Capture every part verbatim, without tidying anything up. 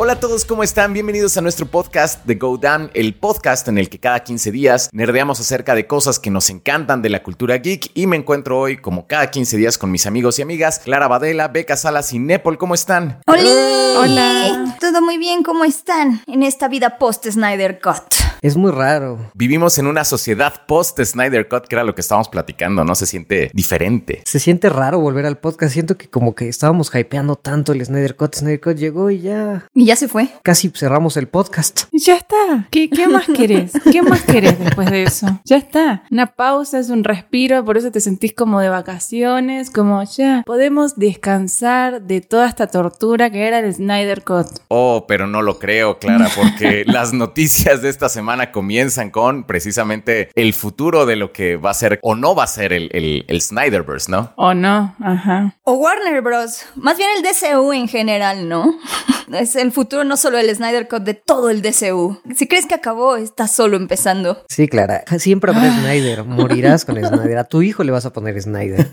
Hola a todos, ¿cómo están? Bienvenidos a nuestro podcast de Go Damn, el podcast en el que cada quince días nerdeamos acerca de cosas que nos encantan de la cultura geek. Y me encuentro hoy, como cada quince días, con mis amigos y amigas Clara Badela, Beca Salas y Nepal. ¿Cómo están? ¡Hola! Hola. Todo muy bien, ¿cómo están en esta vida post-Snyder Cut? Es muy raro. Vivimos en una sociedad post-Snyder Cut, que era lo que estábamos platicando, ¿no? Se siente diferente. Se siente raro volver al podcast. Siento que como que estábamos hypeando tanto el Snyder Cut. Snyder Cut llegó y ya... Y ya se fue. Casi cerramos el podcast. Ya está. ¿Qué, qué más querés? ¿Qué más querés después de eso? Ya está. Una pausa, es un respiro, por eso te sentís como de vacaciones, como ya podemos descansar de toda esta tortura que era el Snyder Cut. Oh, pero no lo creo, Clara, porque las noticias de esta semana comienzan con precisamente el futuro de lo que va a ser o no va a ser el, el, el Snyderverse, ¿no? ¿O no? Ajá. O Warner Bros. Más bien el D C U en general, ¿no? Es el futuro no solo del Snyder Cut, de todo el D C U. Si crees que acabó, está solo empezando. Sí, Clara. Siempre habrá Snyder. Morirás con Snyder. A tu hijo le vas a poner Snyder.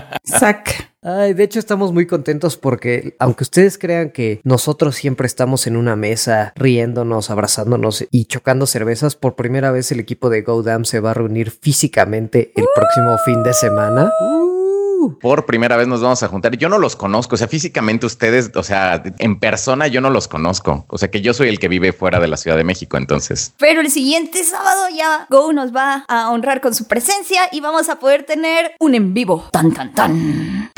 Sac. Ay, de hecho estamos muy contentos porque aunque ustedes crean que nosotros siempre estamos en una mesa riéndonos, abrazándonos y chocando cervezas, por primera vez el equipo de Go Damn se va a reunir físicamente el próximo fin de semana. Por primera vez nos vamos a juntar. Yo no los conozco, o sea, físicamente ustedes, o sea, en persona yo no los conozco. O sea, que yo soy el que vive fuera de la Ciudad de México, entonces. Pero el siguiente sábado ya Go nos va a honrar con su presencia y vamos a poder tener un en vivo. Tan, tan, tan.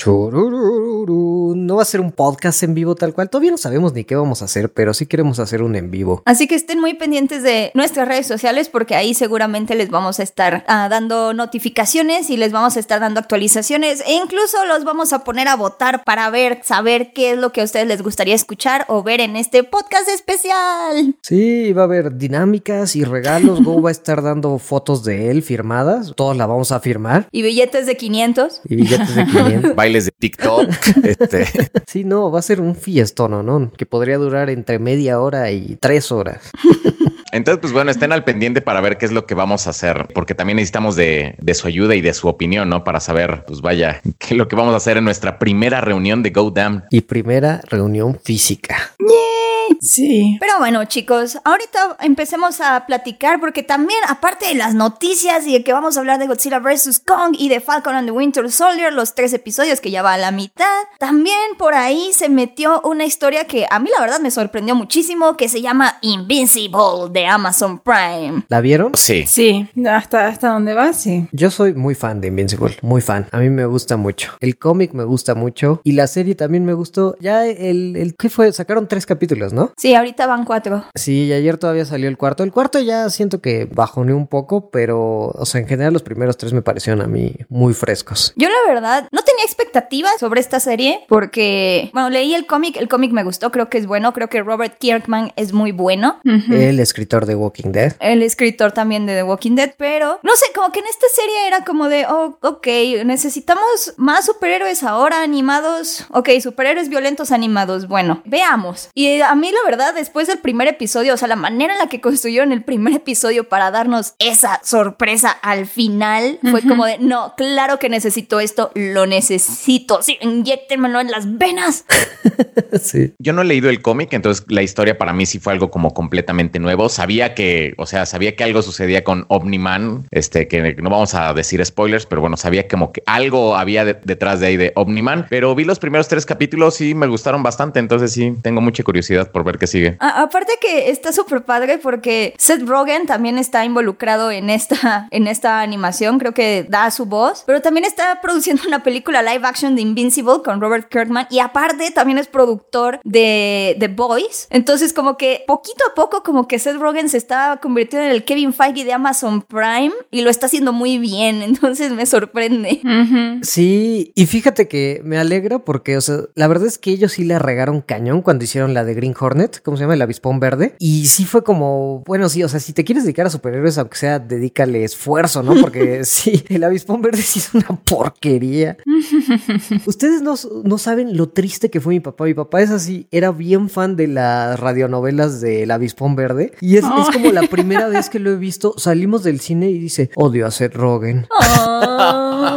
Churururu. No va a ser un podcast en vivo tal cual. Todavía no sabemos ni qué vamos a hacer, pero sí queremos hacer un en vivo. Así que estén muy pendientes de nuestras redes sociales porque ahí seguramente les vamos a estar uh, dando notificaciones y les vamos a estar dando actualizaciones. E incluso los vamos a poner a votar para ver, saber qué es lo que a ustedes les gustaría escuchar o ver en este podcast especial. Sí, va a haber dinámicas y regalos. Go va a estar dando fotos de él firmadas. Todos la vamos a firmar. Y billetes de quinientos. Y billetes de quinientos. Bailes de TikTok. este. Sí, no, va a ser un fiestón, ¿no? Que podría durar entre media hora y tres horas. Entonces, pues bueno, estén al pendiente para ver qué es lo que vamos a hacer, porque también necesitamos de, de su ayuda y de su opinión, ¿no? Para saber, pues vaya, qué es lo que vamos a hacer en nuestra primera reunión de Go Damn. Y primera reunión física. ¡Yay! Sí. Pero bueno, chicos, ahorita empecemos a platicar porque también, aparte de las noticias y de que vamos a hablar de Godzilla versus. Kong y de Falcon and the Winter Soldier, los tres episodios que ya va a la mitad, también por ahí se metió una historia que a mí la verdad me sorprendió muchísimo, que se llama Invincible de Amazon Prime. ¿La vieron? Sí. Sí. ¿Hasta, hasta dónde va? Sí. Yo soy muy fan de Invincible, muy fan. A mí me gusta mucho. El cómic me gusta mucho y la serie también me gustó. Ya el, el ¿qué fue? Sacaron tres capítulos, ¿no? Sí, ahorita van cuatro. Sí, y ayer todavía salió el cuarto. El cuarto ya siento que bajoneó un poco, pero, o sea, en general los primeros tres me parecieron a mí muy frescos. Yo la verdad no tenía expectativas sobre esta serie porque, bueno, leí el cómic, el cómic me gustó, creo que es bueno, creo que Robert Kirkman es muy bueno. Uh-huh. El escritor de Walking Dead. El escritor también de The Walking Dead, pero no sé, como que en esta serie era como de, oh, ok, necesitamos más superhéroes ahora animados, ok, superhéroes violentos animados, bueno, veamos. Y a mí la verdad, después del primer episodio, o sea, la manera en la que construyeron el primer episodio para darnos esa sorpresa al final, fue uh-huh. como de, no, claro que necesito esto, lo necesito, sí, inyéctenmelo en las venas. Sí. Yo no he leído el cómic, entonces la historia para mí sí fue algo como completamente nuevo. Sabía que, o sea, sabía que algo sucedía con Omni-Man, este, que no vamos a decir spoilers, pero bueno, sabía como que algo había de, detrás de ahí de Omni-Man, pero vi los primeros tres capítulos y me gustaron bastante, entonces sí, tengo mucha curiosidad por ver qué sigue. A- aparte que está súper padre porque Seth Rogen también está involucrado en esta, en esta animación, creo que da su voz, pero también está produciendo una película live action de Invincible con Robert Kirkman y aparte también es productor de The Boys, entonces como que poquito a poco como que Seth Rogen se está convirtiendo en el Kevin Feige de Amazon Prime y lo está haciendo muy bien, entonces me sorprende. Uh-huh. Sí, y fíjate que me alegra porque, o sea, la verdad es que ellos sí la regaron cañón cuando hicieron la de Green Hornet, ¿cómo se llama? El avispón verde, y sí fue como, bueno, sí, o sea, si te quieres dedicar a superhéroes, aunque sea, dedícale esfuerzo, ¿no? Porque sí, el avispón verde sí es una porquería. Ustedes no, no saben lo triste que fue mi papá. Mi papá es así, era bien fan de las radionovelas del avispón verde y es, es como la primera vez que lo he visto. Salimos del cine y dice, odio a Seth Rogen. Oh.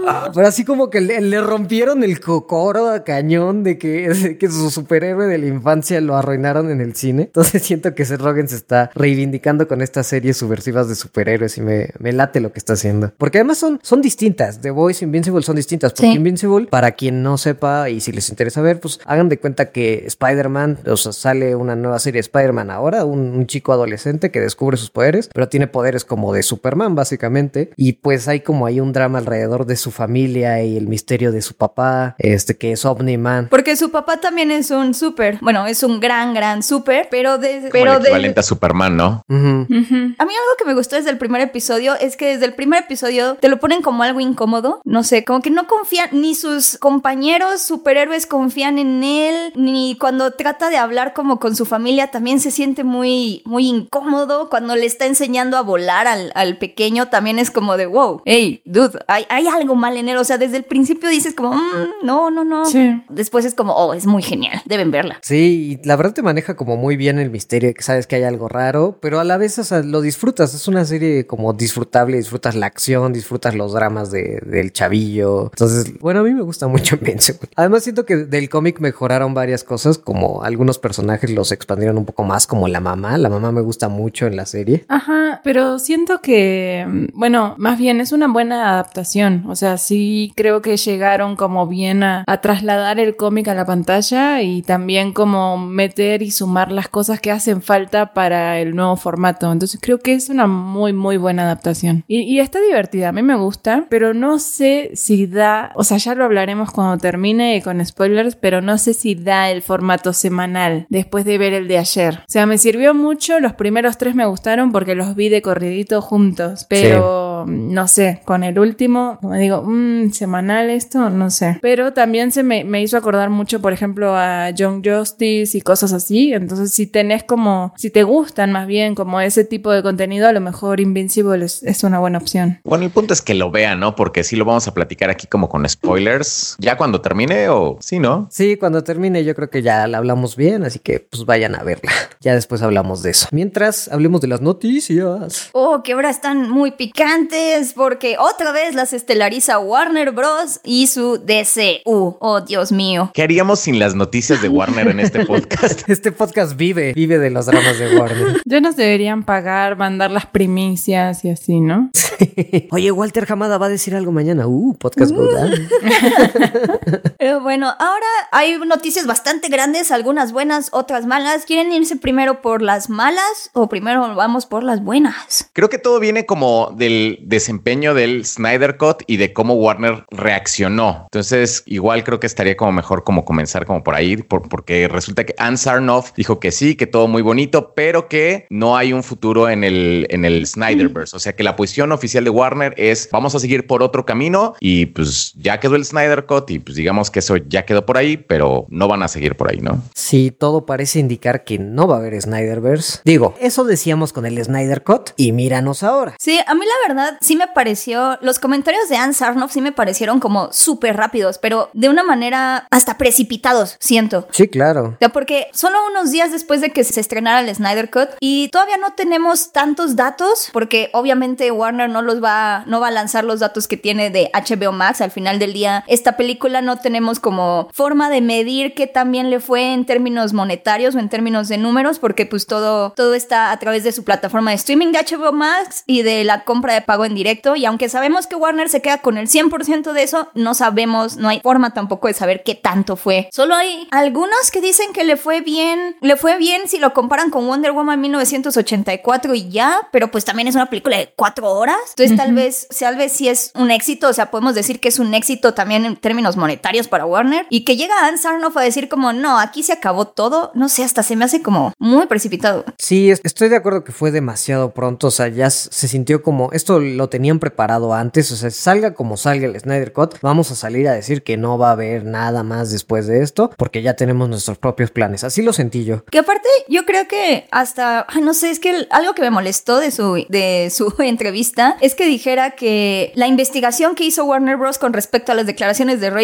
Pero así como que le, le rompieron el cocoro a cañón de que, de que su superhéroe de la infancia lo arruinaron en el cine. Entonces siento que Seth Rogen se está reivindicando con estas series subversivas de superhéroes y me, me late lo que está haciendo. Porque además son, son distintas. The Boys e Invincible son distintas. Porque sí. Invincible, para quien no sepa y si les interesa ver, pues hagan de cuenta que Spider-Man, o sea, sale una nueva serie de Spider-Man ahora, un, un chico adolescente que descubre sus poderes, pero tiene poderes como de Superman, básicamente. Y pues hay como ahí un drama alrededor de su familia y el misterio de su papá, este que es Omni-Man. Porque su papá también es un super, bueno, es un gran, gran super, pero de... Como pero el equivalente de... a Superman, ¿no? Uh-huh. Uh-huh. A mí algo que me gustó desde el primer episodio es que desde el primer episodio te lo ponen como algo incómodo, no sé, como que no confían, ni sus compañeros superhéroes confían en él, ni cuando trata de hablar como con su familia también se siente muy, muy incómodo, cuando le está enseñando a volar al, al pequeño también es como de wow, hey, dude, hay, hay algo mal en él, o sea, desde el principio dices como, mmm, no, no, no, sí. Después es como, oh, es muy genial, deben verla. Sí, y la verdad te maneja como muy bien el misterio de que sabes que hay algo raro, pero a la vez, o sea, lo disfrutas, es una serie como disfrutable, disfrutas la acción, disfrutas los dramas de, del chavillo, entonces, bueno, a mí me gusta mucho Invincible. Además siento que del cómic mejoraron varias cosas, como algunos personajes los expandieron un poco más, como la mamá, la mamá me gusta mucho en la serie. Ajá, pero siento que, bueno, más bien es una buena adaptación, o sea, sí creo que llegaron como bien a, a trasladar el cómic a la pantalla y también como meter y sumar las cosas que hacen falta para el nuevo formato, entonces creo que es una muy muy buena adaptación y, y está divertida, a mí me gusta, pero no sé si da, o sea, ya lo hablaremos cuando termine con spoilers, pero no sé si da el formato semanal después de ver el de ayer, o sea, me sirvió mucho, los primeros tres me gustaron porque los vi de corridito juntos, pero sí. No sé, con el último, como digo, mmm, semanal esto, no sé, pero también se me, me hizo acordar mucho, por ejemplo, a Young Justice y cosas así, entonces si tenés como, si te gustan más bien como ese tipo de contenido, a lo mejor Invincible es, es una buena opción. Bueno, el punto es que lo vean, ¿no? Porque sí lo vamos a platicar aquí como con spoilers, ya cuando termine o sí, ¿no? Sí, cuando termine yo creo que ya la hablamos bien, así que pues vayan a verla, ya después hablamos de eso. Mientras, hablemos de las noticias. Oh, que ahora están muy picantes porque otra vez las estelariza Warner Bros. Y su D C U. Oh, Dios mío. ¿Qué haríamos sin las noticias de Warner en este podcast? Este podcast vive, vive de los dramas de Warner. Ya nos deberían pagar, mandar las primicias y así, ¿no? Sí. Oye, Walter Hamada va a decir algo mañana. Uh, podcast uh. Golden. Pero bueno, ahora hay noticias bastante grandes, algunas buenas, otras malas. ¿Quieren irse primero por las malas o primero vamos por las buenas? Creo que todo viene como del desempeño del Snyder Cut y de cómo Warner reaccionó. Entonces, igual creo que estaría como mejor como comenzar como por ahí, por, porque resulta que Ann Sarnoff dijo que sí, que todo muy bonito, pero que no hay un futuro en el, en el Snyderverse. O sea, que la posición oficial de Warner es vamos a seguir por otro camino y pues ya quedó el Snyder Cut y pues digamos que eso ya quedó por ahí, pero no van a seguir por ahí, ¿no? Sí, todo parece indicar que no va a haber Snyderverse. Digo, eso decíamos con el Snyder Cut y míranos ahora. Sí, a mí la verdad sí me pareció, los comentarios de Ann Sarnoff sí me parecieron como súper rápidos, pero de una manera hasta precipitados, siento. Sí, claro. O sea, porque solo unos días después de que se estrenara el Snyder Cut y todavía no tenemos tantos datos, porque obviamente Warner no los va, no va a lanzar los datos que tiene de H B O Max. Al final del día, esta película no tenemos como forma de medir qué también le fue en términos monetarios o en términos de números, porque pues todo, todo está a través de su plataforma de streaming de H B O Max y de la compra de pago en directo, y aunque sabemos que Warner se queda con el cien por ciento de eso, no sabemos, no hay forma tampoco de saber qué tanto fue. Solo hay algunos que dicen que le fue bien, le fue bien si lo comparan con Wonder Woman mil novecientos ochenta y cuatro y ya, pero pues también es una película de cuatro horas, entonces uh-huh. tal vez, tal vez sí es un éxito, o sea, podemos decir que es un éxito también en términos monetarios para Warner, y que llega Ann Sarnoff a decir como, no, aquí se acabó todo, no sé, hasta se me hace como muy precipitado. Sí, estoy de acuerdo que fue demasiado pronto, o sea, ya se sintió como, esto lo tenían preparado antes, o sea, salga como salga el Snyder Cut, vamos a salir a decir que no va a haber nada más después de esto, porque ya tenemos nuestros propios planes, así lo sentí yo. Que aparte, yo creo que hasta, ay, no sé, es que el, algo que me molestó de su, de su entrevista es que dijera que la investigación que hizo Warner Bros. Con respecto a las declaraciones de Ray Fisher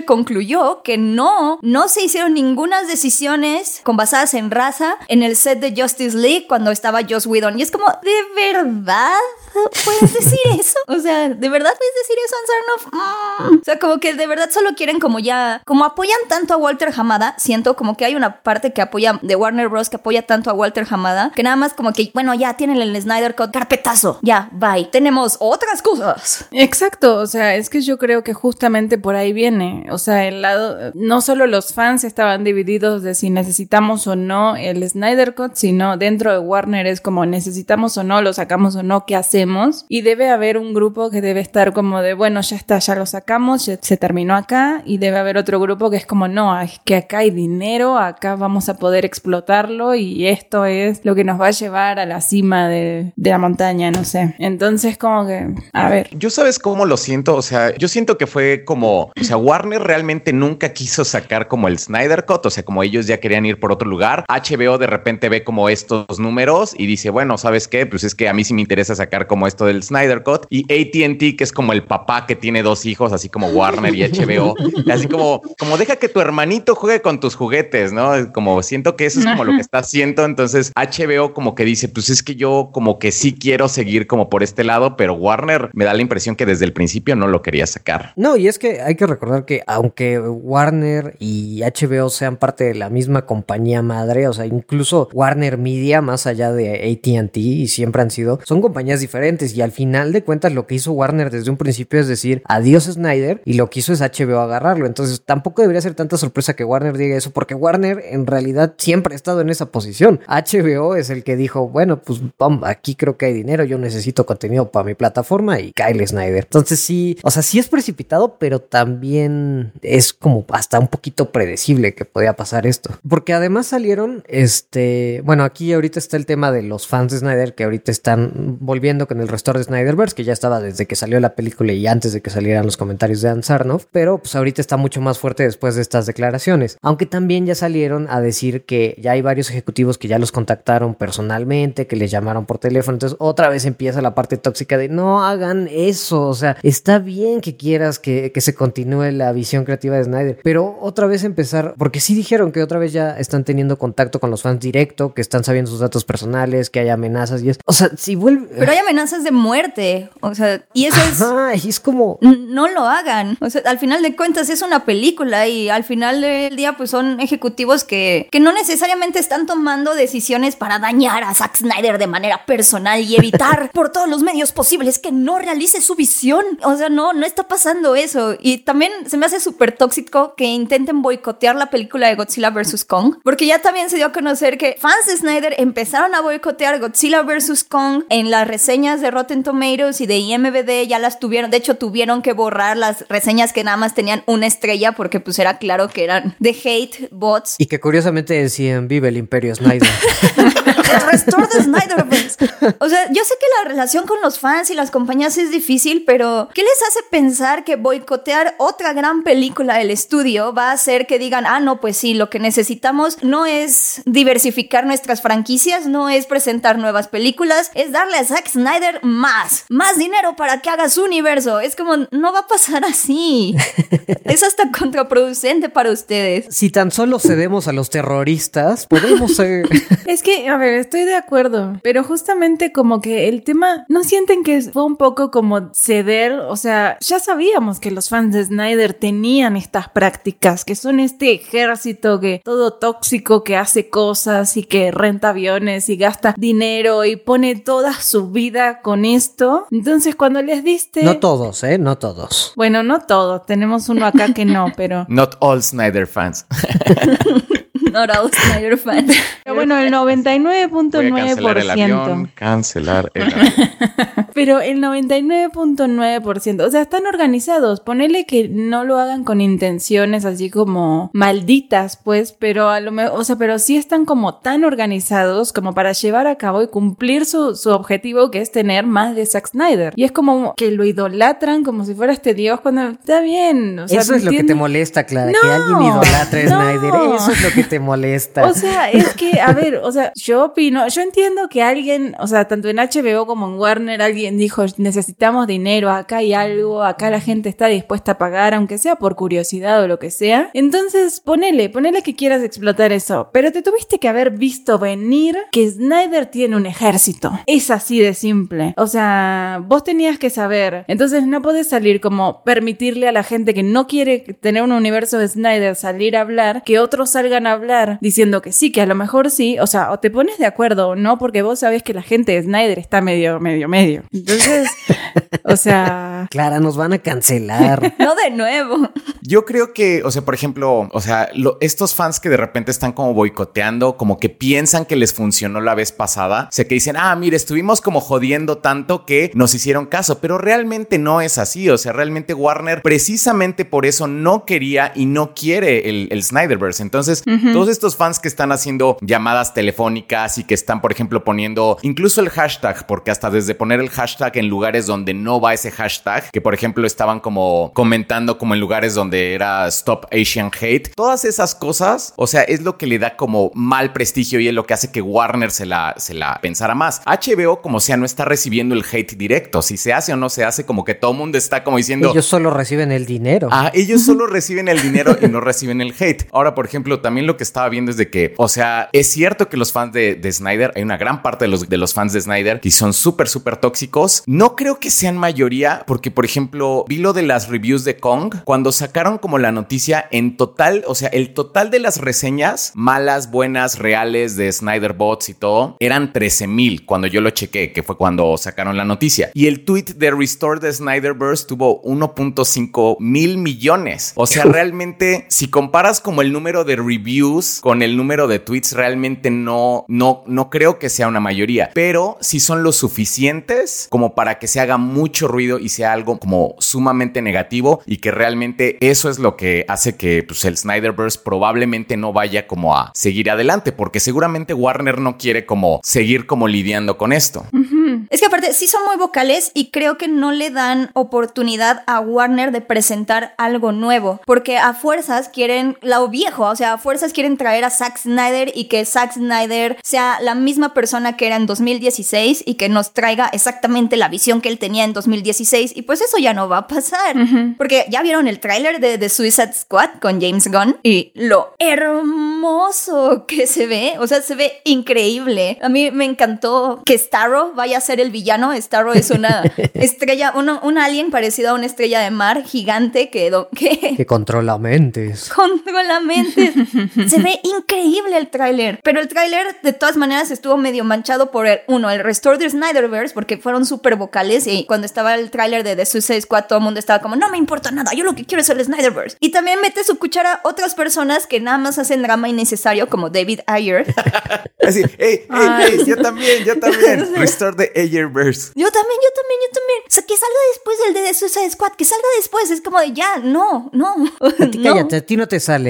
concluyó que no, no se hicieron ninguna decisiones con basadas en raza en el set de Justice League cuando estaba Joss Whedon. Y es como, ¿de verdad puedes decir eso? O sea, ¿de verdad puedes decir eso, Ansarnoff? Mm. O sea, como que de verdad solo quieren como ya, como apoyan tanto a Walter Hamada, siento como que hay una parte que apoya de Warner Bros. Que apoya tanto a Walter Hamada, que nada más como que, bueno, ya tienen el Snyder Cut, carpetazo, ya, bye. Tenemos otras cosas. Exacto, o sea, es que yo creo que justamente por ahí viene. O sea, el lado, no solo los fans estaban divididos de si necesitamos o no el Snyder Cut, sino dentro de Warner es como necesitamos o no, lo sacamos o no, ¿qué hacemos? Y debe haber un grupo que debe estar como de, bueno, ya está, ya lo sacamos, ya se terminó acá, y debe haber otro grupo que es como, no, es que acá hay dinero, acá vamos a poder explotarlo y esto es lo que nos va a llevar a la cima de, de la montaña, no sé. Entonces como que, a ver. Yo sabes cómo lo siento, o sea, yo siento que fue como, o sea, Warner realmente nunca quiso sacar como el Snyder Cut, o sea, como ellos ya querían ir por otro lugar. H B O de repente ve como estos números y dice, bueno, ¿sabes qué? Pues es que a mí sí me interesa sacar como esto del Snyder Cut. Y A T and T, que es como el papá que tiene dos hijos, así como Warner y H B O, así como, como deja que tu hermanito juegue con tus juguetes, ¿no? Como siento que eso es como lo que está haciendo. Entonces H B O como que dice, pues es que yo como que sí quiero seguir como por este lado, pero Warner me da la impresión que desde el principio no lo quería sacar. No, y es que hay que recordar que aunque Warner y H B O sean parte de la misma compañía madre, o sea, incluso Warner Media, más allá de A T and T, y siempre han sido, son compañías diferentes, y al final de cuentas lo que hizo Warner desde un principio es decir, adiós Snyder, y lo que hizo es H B O agarrarlo. Entonces tampoco debería ser tanta sorpresa que Warner diga eso, porque Warner en realidad siempre ha estado en esa posición. H B O es el que dijo, bueno, pues bom, aquí creo que hay dinero, yo necesito contenido para mi plataforma, y Kyle Snyder. Entonces sí, o sea, sí es precipitado, pero también es como hasta un poquito predecible que podía pasar esto. Porque además salieron, este, bueno, aquí ahorita está el tema de los fans de Snyder, que ahorita están volviendo con el restore de Snyderverse, que ya estaba desde que salió la película y antes de que salieran los comentarios de Ansarnoff, pero pues ahorita está mucho más fuerte después de estas declaraciones. Aunque también ya salieron a decir que ya hay varios ejecutivos que ya los contactaron personalmente, que les llamaron por teléfono. Entonces otra vez empieza la parte tóxica de no hagan eso, o sea, está bien que quieras que, que se continúe la visión creativa de Snyder, pero otra vez empezar, porque sí dijeron que otra vez ya están teniendo contacto con los fans directo, que están sabiendo sus datos personales, que hay amenazas y es, o sea, si vuelve... Pero hay amenazas de muerte, o sea, y eso es... Ajá, y es como... No lo hagan, o sea, al final de cuentas es una película y al final del día pues son ejecutivos que, que no necesariamente están tomando decisiones para dañar a Zack Snyder de manera personal y evitar por todos los medios posibles que no realice su visión. O sea, no, no está pasando eso. Y también se me hace súper tóxico que intenten boicotear la película de Godzilla versus. Kong, porque ya también se dio a conocer que fans de Snyder empezaron a boicotear Godzilla versus. Kong en las reseñas de Rotten Tomatoes y de I M D B, ya las tuvieron, de hecho tuvieron que borrar las reseñas que nada más tenían una estrella porque pues era claro que eran de hate bots. Y que curiosamente decían vive el imperio Snyder. El restore de Snyderverse. O sea, yo sé que la relación con los fans y las compañías es difícil, pero ¿qué les hace pensar que boicotear otra gran película del estudio va a hacer que digan, ah, no, pues sí, lo que necesitamos no es diversificar nuestras franquicias, no es presentar nuevas películas, es darle a Zack Snyder más, más dinero para que haga su universo? Es como, no va a pasar así. Es hasta contraproducente para ustedes. Si tan solo cedemos a los terroristas, podemos ser... Es que, a ver, estoy de acuerdo, pero justamente como que el tema, ¿no sienten que fue un poco como ceder? O sea, ya sabíamos que los fans de Snyder tenían estas prácticas, que son este ejército que todo tóxico, que hace cosas y que renta aviones y gasta dinero y pone toda su vida con esto. Entonces cuando les diste... No todos, ¿eh? No todos. Bueno, no todos, tenemos uno acá que no, pero... Not all Snyder fans. Not all Snyder fans. Pero bueno, el noventa y nueve punto nueve por ciento. Cancelar el avión, cancelar el avión. Pero el noventa y nueve punto nueve por ciento, o sea, están organizados. Ponele que no lo hagan con intenciones así como malditas, pues, pero a lo mejor, o sea, pero sí están como tan organizados como para llevar a cabo y cumplir su, su objetivo, que es tener más de Zack Snyder. Y es como que lo idolatran como si fuera este dios cuando está bien. O sea, eso es lo que te molesta, Clara, no, que alguien idolatre a no. Snyder. Eso es lo que te se molesta. O sea, es que, a ver, o sea, yo opino, yo entiendo que alguien, o sea, tanto en H B O como en Warner, alguien dijo, necesitamos dinero, acá hay algo, acá la gente está dispuesta a pagar, aunque sea por curiosidad o lo que sea. Entonces, ponele, ponele que quieras explotar eso, pero te tuviste que haber visto venir que Snyder tiene un ejército. Es así de simple. O sea, vos tenías que saber. Entonces, no podés salir como permitirle a la gente que no quiere tener un universo de Snyder salir a hablar, que otros salgan a hablar diciendo que sí, que a lo mejor sí. O sea, o te pones de acuerdo o no, porque vos sabés que la gente de Snyder está medio, medio, medio. Entonces, o sea... Clara, nos van a cancelar. No de nuevo. Yo creo que, o sea, por ejemplo, o sea, lo, estos fans que de repente están como boicoteando, como que piensan que les funcionó la vez pasada, o sea, que dicen, ah, mire, estuvimos como jodiendo tanto que nos hicieron caso, pero realmente no es así. O sea, realmente Warner precisamente por eso no quería y no quiere el, el Snyderverse. Entonces, uh-huh. todos estos fans que están haciendo llamadas telefónicas y que están, por ejemplo, poniendo incluso el hashtag, porque hasta desde poner el hashtag en lugares donde no va ese hashtag, que por ejemplo estaban como comentando como en lugares donde era Stop Asian Hate, todas esas cosas, o sea, es lo que le da como mal prestigio y es lo que hace que Warner se la, se la pensara más. H B O, como sea, no está recibiendo el hate directo. Si se hace o no se hace, como que todo el mundo está como diciendo... Ellos solo reciben el dinero. Ah, ellos solo reciben el dinero y no reciben el hate. Ahora, por ejemplo, también lo que estaba viendo es de que, o sea, es cierto que los fans de, de Snyder, hay una gran parte de los, de los fans de Snyder que son súper, súper tóxicos. No creo que sean mayoría, porque, por ejemplo, vi lo de las reviews de Kong, cuando sacaron como la noticia en total, o sea, el total de las reseñas, malas, buenas, reales, de Snyder Bots y todo, eran trece mil cuando yo lo chequé, que fue cuando sacaron la noticia. Y el tweet de Restore the Snyderverse tuvo uno punto cinco mil millones. O sea, realmente, si comparas como el número de reviews con el número de tweets, realmente no, no, no creo que sea una mayoría, pero sí son lo suficientes como para que se haga mucho ruido y sea algo como sumamente negativo, y que realmente eso es lo que hace que pues, el Snyderverse probablemente no vaya como a seguir adelante, porque seguramente Warner no quiere como seguir como lidiando con esto. Uh-huh. Es que aparte sí son muy vocales y creo que no le dan oportunidad a Warner de presentar algo nuevo, porque a fuerzas quieren lo viejo, o sea, a fuerzas quieren traer a Zack Snyder y que Zack Snyder sea la misma persona que era en dos mil dieciséis y que nos traiga exactamente la visión que él tenía en dos mil dieciséis, y pues eso ya no va a pasar, uh-huh. porque ya vieron el tráiler de The Suicide Squad con James Gunn y lo hermoso que se ve, o sea, se ve increíble. A mí me encantó que Starro vaya a ser el villano. Starro es una estrella, uno, un alien parecido a una estrella de mar gigante que... que, que controla mentes. Controla mentes. Se ve increíble el tráiler, pero el tráiler de todas maneras estuvo medio manchado por el, uno, el Restore the Snyderverse, porque fueron súper vocales y cuando estaba el tráiler de The Suicide Squad todo el mundo estaba como, no me importa nada, yo lo que quiero es el Snyderverse. Y también mete su cuchara otras personas que nada más hacen drama innecesario, como David Ayer. Así, hey, hey, hey, yo también, yo también. Restore the Ayerverse. Yo también, yo también, yo también. O sea, que salga después del de The Suicide Squad, que salga después. Es como de ya, no, no. A ti cállate, no. A ti no te sale.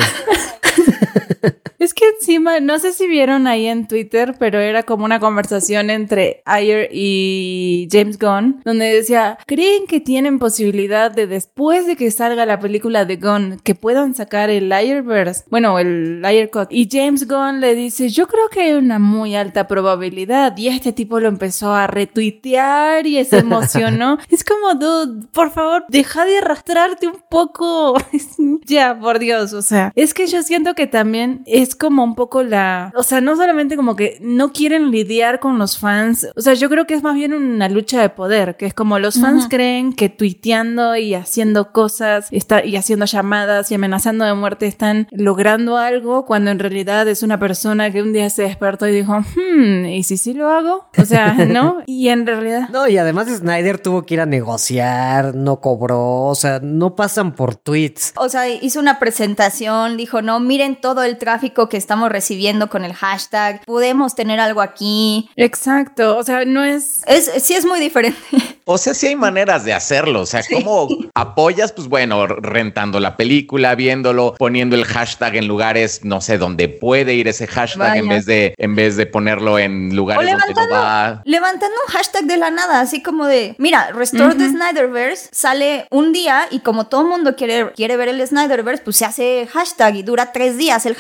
Es que encima, no sé si vieron ahí en Twitter, pero era como una conversación entre Ayer y James Gunn, donde decía, ¿creen que tienen posibilidad de después de que salga la película de Gunn, que puedan sacar el Ayerverse? Bueno, el Ayer Cut. Y James Gunn le dice, yo creo que hay una muy alta probabilidad. Y este tipo lo empezó a retuitear y se emocionó. Es como, dude, por favor, deja de arrastrarte un poco. Ya, por Dios, o sea, es que yo siento que también es como un poco la... O sea, no solamente como que no quieren lidiar con los fans. O sea, yo creo que es más bien una lucha de poder, que es como los fans uh-huh. creen que tuiteando y haciendo cosas está, y haciendo llamadas y amenazando de muerte están logrando algo, cuando en realidad es una persona que un día se despertó y dijo, hmm, ¿y si sí lo hago? O sea, ¿no? Y en realidad... No, y además Snyder tuvo que ir a negociar, no cobró, o sea, no pasan por tweets. O sea, hizo una presentación, dijo, no, miren todo el tráfico que estamos recibiendo con el hashtag, podemos tener algo aquí. Exacto, o sea, no es... es sí es muy diferente. O sea, sí hay maneras de hacerlo, o sea, sí. ¿Cómo apoyas? Pues bueno, rentando la película, viéndolo, poniendo el hashtag en lugares, no sé, donde puede ir ese hashtag Vaya. en vez de en vez de ponerlo en lugares donde no va. Levantando un hashtag de la nada, así como de, mira, Restore uh-huh. the Snyderverse sale un día y como todo el mundo quiere, quiere ver el Snyderverse, pues se hace hashtag y dura tres días el hashtag.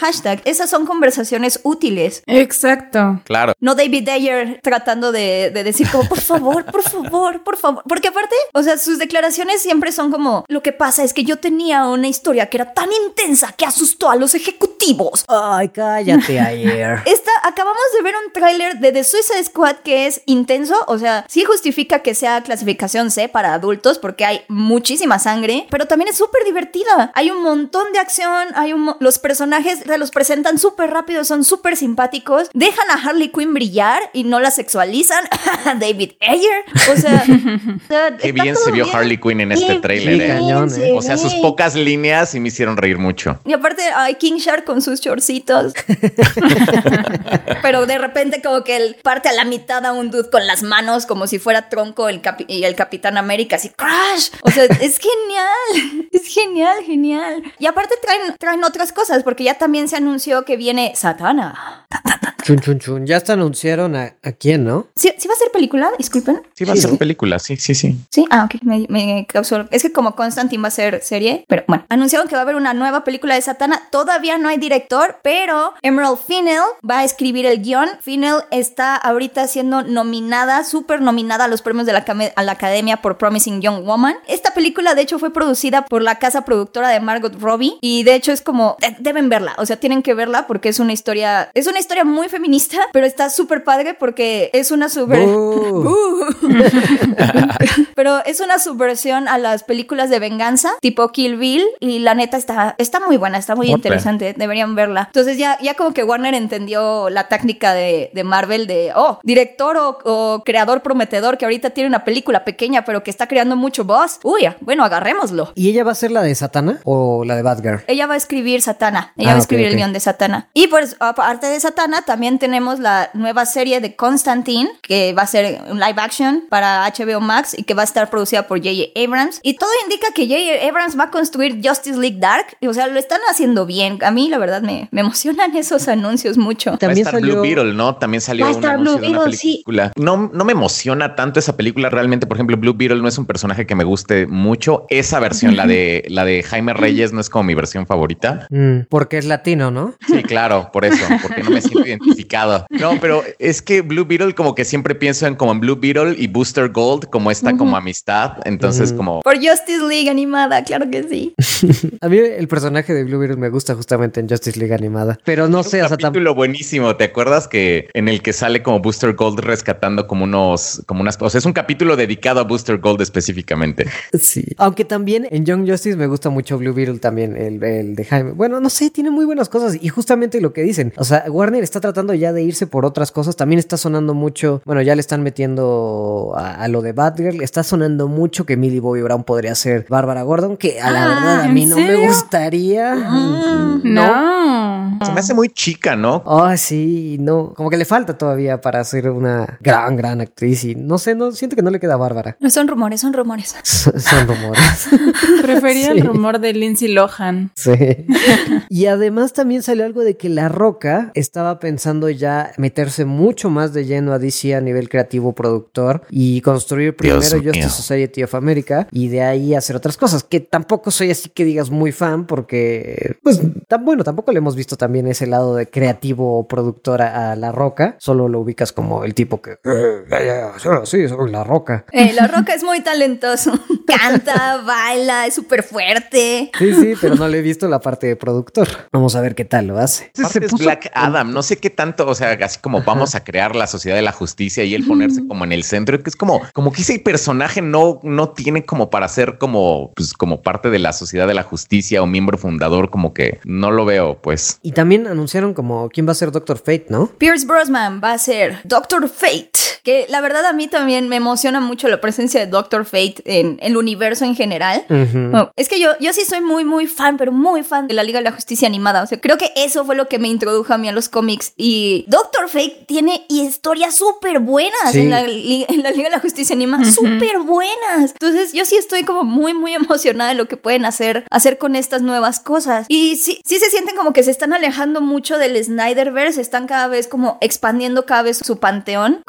esas son conversaciones útiles. Exacto. Claro. No David Ayer tratando de, de decir como, por favor, por favor, por favor. Porque aparte, o sea, sus declaraciones siempre son como, lo que pasa es que yo tenía una historia que era tan intensa que asustó a los ejecutivos. Ay, cállate, Ayer. Esta, acabamos de ver un tráiler de The Suicide Squad que es intenso, o sea, sí justifica que sea clasificación C para adultos porque hay muchísima sangre, pero también es súper divertida. Hay un montón de acción, hay un mo- los personajes se los presentan súper rápido, son súper simpáticos, dejan a Harley Quinn brillar y no la sexualizan. David Ayer, o sea, Qué bien se vio bien. Harley Quinn en este Qué tráiler, ¿eh? cañón, ¿eh? O sea, sus pocas líneas sí me hicieron reír mucho. Y aparte hay King Shark con sus shortcitos. Pero de repente como que él parte a la mitad a un dude con las manos como si fuera Tronco el capi- y el Capitán América, así crash. O sea, es genial. Es genial, genial. Y aparte traen, traen otras cosas porque ya también se anunció que viene Satana. Chun, chun, chun. Ya hasta anunciaron a, a quién, ¿no? ¿Sí, ¿Sí va a ser película? Disculpen. Sí, va a ser película, sí, sí, sí. Sí, ah, ok, me, me causó... Es que como Constantine va a ser serie, pero bueno, anunciaron que va a haber una nueva película de Satana. Todavía no hay director, pero Emerald Fennell va a escribir el guión. Fennell está ahorita siendo nominada, súper nominada a los premios de la, a la Academia por Promising Young Woman. Esta película, de hecho, fue producida por la casa productora de Margot Robbie y de hecho es como... De- deben verla, o sea, tienen que verla porque es una historia... Es una historia muy feminista, pero está súper padre porque es una super... Uh. Uh. Pero es una subversión a las películas de venganza, tipo Kill Bill, y la neta está, está muy buena, está muy Okay. interesante, deberían verla. Entonces ya, ya como que Warner entendió la táctica de, de Marvel de, oh, director o, o creador prometedor que ahorita tiene una película pequeña pero que está creando mucho buzz. Uy, bueno, agarrémoslo. ¿Y ella va a ser la de Satana o la de Batgirl? Ella va a escribir Satana. Ella Ah, va a escribir ok, el ok. guión de Satana. Y pues, aparte de Satana, también tenemos la nueva serie de Constantine, que va a ser un live action para H B O Max y que va a estar producida por J J Abrams. Y todo indica que J J Abrams va a construir Justice League Dark. Y, o sea, lo están haciendo bien. A mí, la verdad, me, me emocionan esos anuncios mucho. Va a También estar salió... Blue Beetle, ¿no? También salió Va a un estar anuncio Blue de una Beetle, sí. película. No, no me emociona tanto esa película realmente. Por ejemplo, Blue Beetle no es un personaje que me guste mucho. Esa versión, la de la de Jaime Reyes, no es como mi versión favorita. Mm, porque es latino, ¿no? Sí, claro, por eso, porque no me siento identificado. No, pero es que Blue Beetle como que siempre pienso en como en Blue Beetle y Booster Gold como esta como amistad. Entonces Mm. como... Por Justice League animada, claro que sí. A mí el personaje de Blue Beetle me gusta justamente en Justice League animada. Pero no sé, un o sea, tam- capítulo buenísimo, ¿te acuerdas que en el que sale como Booster Gold rescatando como unos, como unas, o sea, es un capítulo dedicado a Booster Gold específicamente. sí. Aunque también en Young Justice me gusta mucho Blue Beetle también, el, el de Jaime. Bueno, no sé, tiene muy buenas cosas y justamente lo que dicen. O sea, Warner está tratando ya de irse por otras cosas. También está sonando mucho, bueno, ya le están metiendo a, a lo de Batgirl. Está sonando mucho que Millie Bobby Brown podría ser Bárbara Gordon, que a la Ah, verdad a ¿en mí no me serio? gustaría. Mm. No. Se me hace muy chica, ¿no? Oh, sí, no. Como que le falta todavía para ser una gran, gran actriz y no sé, no siento que no le queda a Bárbara. No son rumores, son rumores. Son rumores. Prefería Sí. el rumor de Lindsay Lohan. Sí. Y además también salió algo de que La Roca estaba pensando ya meterse mucho más de lleno a D C a nivel creativo productor y construir primero Dios Justice mío. Society of America y de ahí hacer otras cosas, que tampoco soy así que digas muy fan porque, pues, tan bueno, tampoco le hemos visto también ese lado de creativo productor a, a La Roca, solo lo ubicas como el tipo que, eh, ya, ya, ya, sí, soy La Roca. Eh, La Roca es muy talentoso. Canta, baila, es súper fuerte. Sí, sí, pero no le he visto la parte de productor. Vamos a ver qué tal lo hace. Aparte es Black Adam, no sé qué tanto, o sea, así como vamos a crear la sociedad de la justicia y él ponerse como en el centro, que es como, como que ese personaje no, no tiene como para ser como, pues, como parte de la sociedad de la justicia o miembro fundador, como que no lo veo, pues. Y también anunciaron como quién va a ser Doctor Fate, ¿no? Pierce Brosnan va a ser Doctor Fate, que la verdad a mí también me emociona mucho la presencia de Doctor Fate en el universo en general. Ujú. Oh, es que yo, yo sí soy muy, muy fan, pero muy fan de la Liga de la Justicia animada. O sea, creo que eso fue lo que me introdujo a mí a los cómics. Y Doctor Fate tiene historias súper buenas Sí. en, la, li- en la Liga de la Justicia animada. Súper buenas. Entonces, yo sí estoy como muy, muy emocionada de lo que pueden hacer, hacer con estas nuevas cosas. Y sí, sí se sienten como que se están alejando mucho del Snyderverse. Están cada vez como expandiendo cada vez su panteón. Como, ok,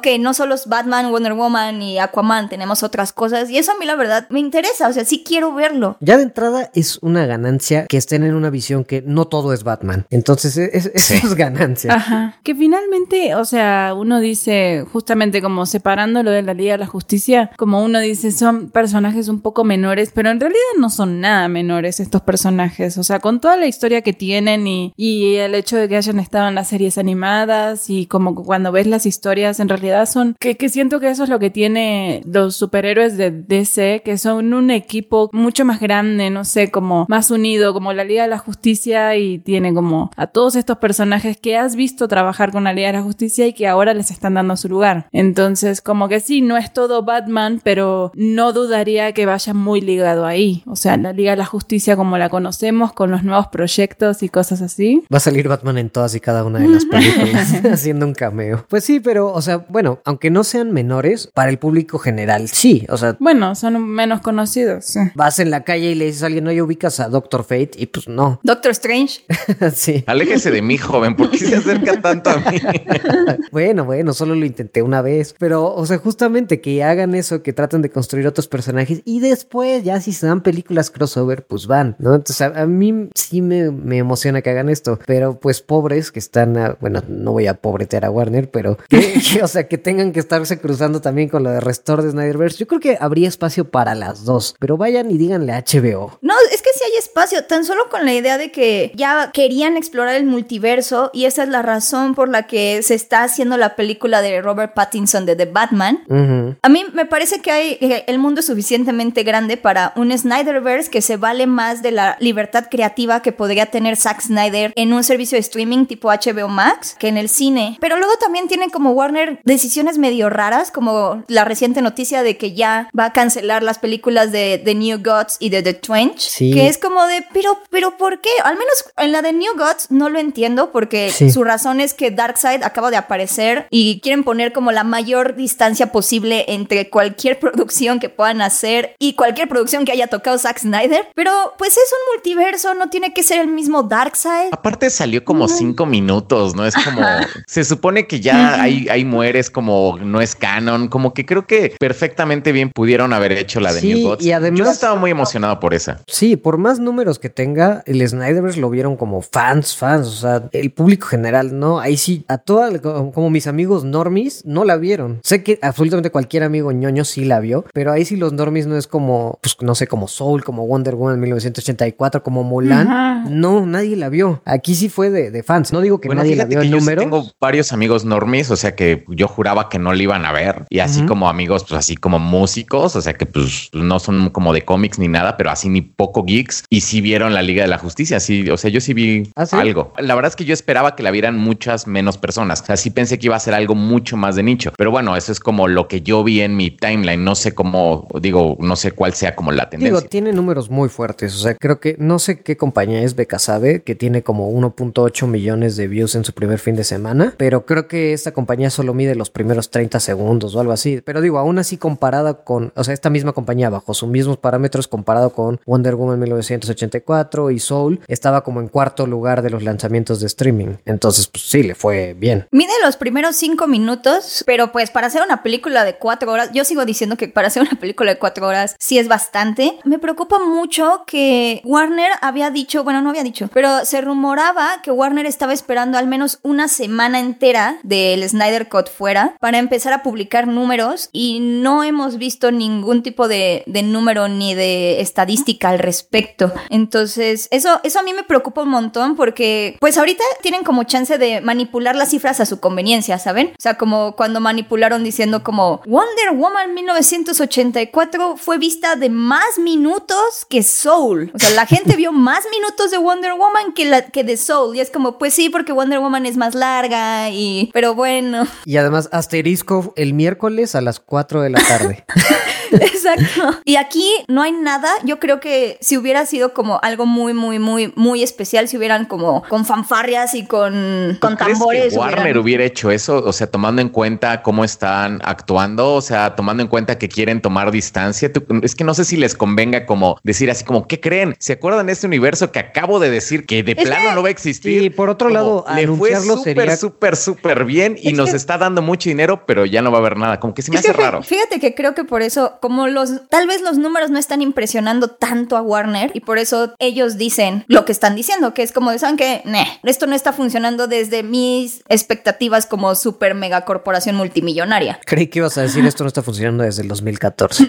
ok, no solo es Batman, Wonder Woman y Aquaman, tenemos otras cosas y eso a mí la verdad me interesa, o sea, sí quiero verlo. Ya de entrada es una ganancia que estén en una visión que no todo es Batman, entonces es, es, sí. eso es ganancia. Ajá, que finalmente, o sea, uno dice, justamente como separándolo de la Liga de la Justicia, como uno dice, son personajes un poco menores, pero en realidad no son nada menores estos personajes, o sea, con toda la historia que tienen y, y el hecho de que hayan estado en las series animadas y como cuando ves las historias, en realidad son, que, que siento que eso es lo que tiene los superhéroes de D C, que son un equipo mucho más grande, no sé, como más unido, como la Liga de la Justicia, y tiene como a todos estos personajes que has visto trabajar con la Liga de la Justicia y que ahora les están dando su lugar. Entonces, como que sí, no es todo Batman, pero no dudaría que vaya muy ligado ahí. O sea, la Liga de la Justicia como la conocemos, con los nuevos proyectos y cosas así. Va a salir Batman en todas y cada una de las películas haciendo un cameo. Pues sí, pero, o sea, bueno, aunque no sean menores, para el público general sí, o sea... Bueno, son menos conocidos. Sí. Vas en la calle y le dices a alguien, no, ya ubicas a Doctor Fate, y pues no. Doctor Strange. Sí. Aléjese de mí, joven, ¿por qué se acerca tanto a mí? Bueno, bueno, solo lo intenté una vez, pero, o sea, justamente que hagan eso, que traten de construir otros personajes y después ya si se dan películas crossover, pues van, ¿no? Entonces a, a mí sí me, me emociona que hagan esto, pero pues pobres que están, a, bueno, no voy a pobretear a Warner, pero que, que, o sea, que tengan que estarse cruzando también con lo de Restore de Snyderverse. Yo creo que habría espacio para las dos, pero vayan y díganle a H B O. No, es que sí hay espacio, tan solo con la idea de que ya querían explorar el multiverso y esa es la razón por la que se está haciendo la película de Robert Pattinson de The Batman. Uh-huh. A mí me parece que hay, que el mundo es suficientemente grande para un Snyderverse que se vale más de la libertad creativa que podría tener Zack Snyder en un servicio de streaming tipo H B O Max que en el cine. Pero luego también tienen como Warner decisiones medio raras, como la reciente noticia de que ya va a cancelar las películas de The New Gods y de The Trench, sí. Que es como de, pero, pero ¿por qué? Al menos en la de New Gods no lo entiendo porque sí. Su razón es que Darkseid acaba de aparecer y quieren poner como la mayor distancia posible entre cualquier producción que puedan hacer y cualquier producción que haya tocado Zack Snyder, pero pues es un multiverso, no tiene que ser el mismo Darkseid. Aparte salió como uh-huh. cinco minutos, ¿no? Es como, ajá. Se supone que ya uh-huh. ahí, ahí mueres, como no es canon, como que creo que perfectamente bien pudieron haber hecho la de sí, New Gods. Y además, yo estaba muy emocionado por esa. Sí, por más números que tenga, el Snyderverse lo vieron como fans, fans, o sea, el público general, ¿no? Ahí sí, a toda, como mis amigos normies, no la vieron. Sé que absolutamente cualquier amigo ñoño sí la vio, pero ahí sí los normies no es como, pues no sé, como Soul, como Wonder Woman mil novecientos ochenta y cuatro, como Mulan. Ajá. No, nadie la vio. Aquí sí fue de, de fans. No digo que bueno, nadie la vio en número. Sí tengo varios amigos normies, o sea que yo juraba que no la iban a ver. Y así uh-huh. como amigos, pues así como músicos, o sea que pues no son como de cómics ni nada, pero así ni poco geeks. Y sí vieron la Liga de la Justicia, sí, o sea, yo sí vi ¿Ah, sí? algo. La verdad es que yo esperaba que la vieran muchas menos personas. O sea, sí pensé que iba a ser algo mucho más de nicho. Pero bueno, eso es como lo que yo vi en mi timeline. No sé cómo, digo, no sé cuál sea como la tendencia. Digo, tiene números muy fuertes. O sea, creo que no sé qué compañía es Bekasabe, que tiene como uno punto ocho millones de views en su primer fin de semana. Pero creo que esta compañía solo mide los primeros treinta segundos o algo así. Pero digo, aún así comparada con, o sea, esta misma compañía bajo sus mismos parámetros comparado con Wonder Woman mil novecientos ochenta y cuatro y Soul, estaba como en cuarto lugar de los lanzamientos de streaming. Entonces, pues sí, le fue bien. Mide los primeros cinco minutos, pero pues para hacer una película de cuatro horas, yo sigo diciendo que para hacer una película de cuatro horas sí es bastante. Me preocupa mucho que Warner había dicho, bueno, no había dicho, pero se rumoraba que Warner estaba esperando al menos una semana entera del Snyder Cut fuera para empezar a publicar números y no hemos visto ningún tipo de, de número ni de estadística al respecto. Entonces, eso, eso a mí me preocupa un montón porque pues ahorita tienen como chance de manipular las cifras a su conveniencia, ¿saben? O sea, como cuando manipularon diciendo como Wonder Woman mil novecientos ochenta y cuatro fue vista de más minutos que Soul. O sea, la gente vio más minutos de Wonder Woman que, la, que de Soul. Y es como, pues sí, porque Wonder Woman es más larga y... Pero bueno. Y además, asterisco el miércoles a las cuatro de la tarde. Es Exacto. Y aquí no hay nada. Yo creo que si hubiera sido como algo muy, muy, muy, muy especial, si hubieran como con fanfarrias y con, con tambores. ¿Crees que Warner hubieran... hubiera hecho eso? O sea, tomando en cuenta cómo están actuando, o sea, tomando en cuenta que quieren tomar distancia. Es que no sé si les convenga como decir así como, ¿qué creen? ¿Se acuerdan de este universo que acabo de decir que de es plano que... no va a existir? Y por otro como lado, le fue anunciarlo súper, sería... súper, súper bien y es nos que... está dando mucho dinero, pero ya no va a haber nada. Como que se me es hace que raro. Fíjate que creo que por eso, como los, tal vez los números no están impresionando tanto a Warner y por eso ellos dicen lo que están diciendo, que es como, ¿saben qué? Nah, esto no está funcionando desde mis expectativas como super mega corporación multimillonaria. Creí que ibas a decir esto no está funcionando desde el dos mil catorce.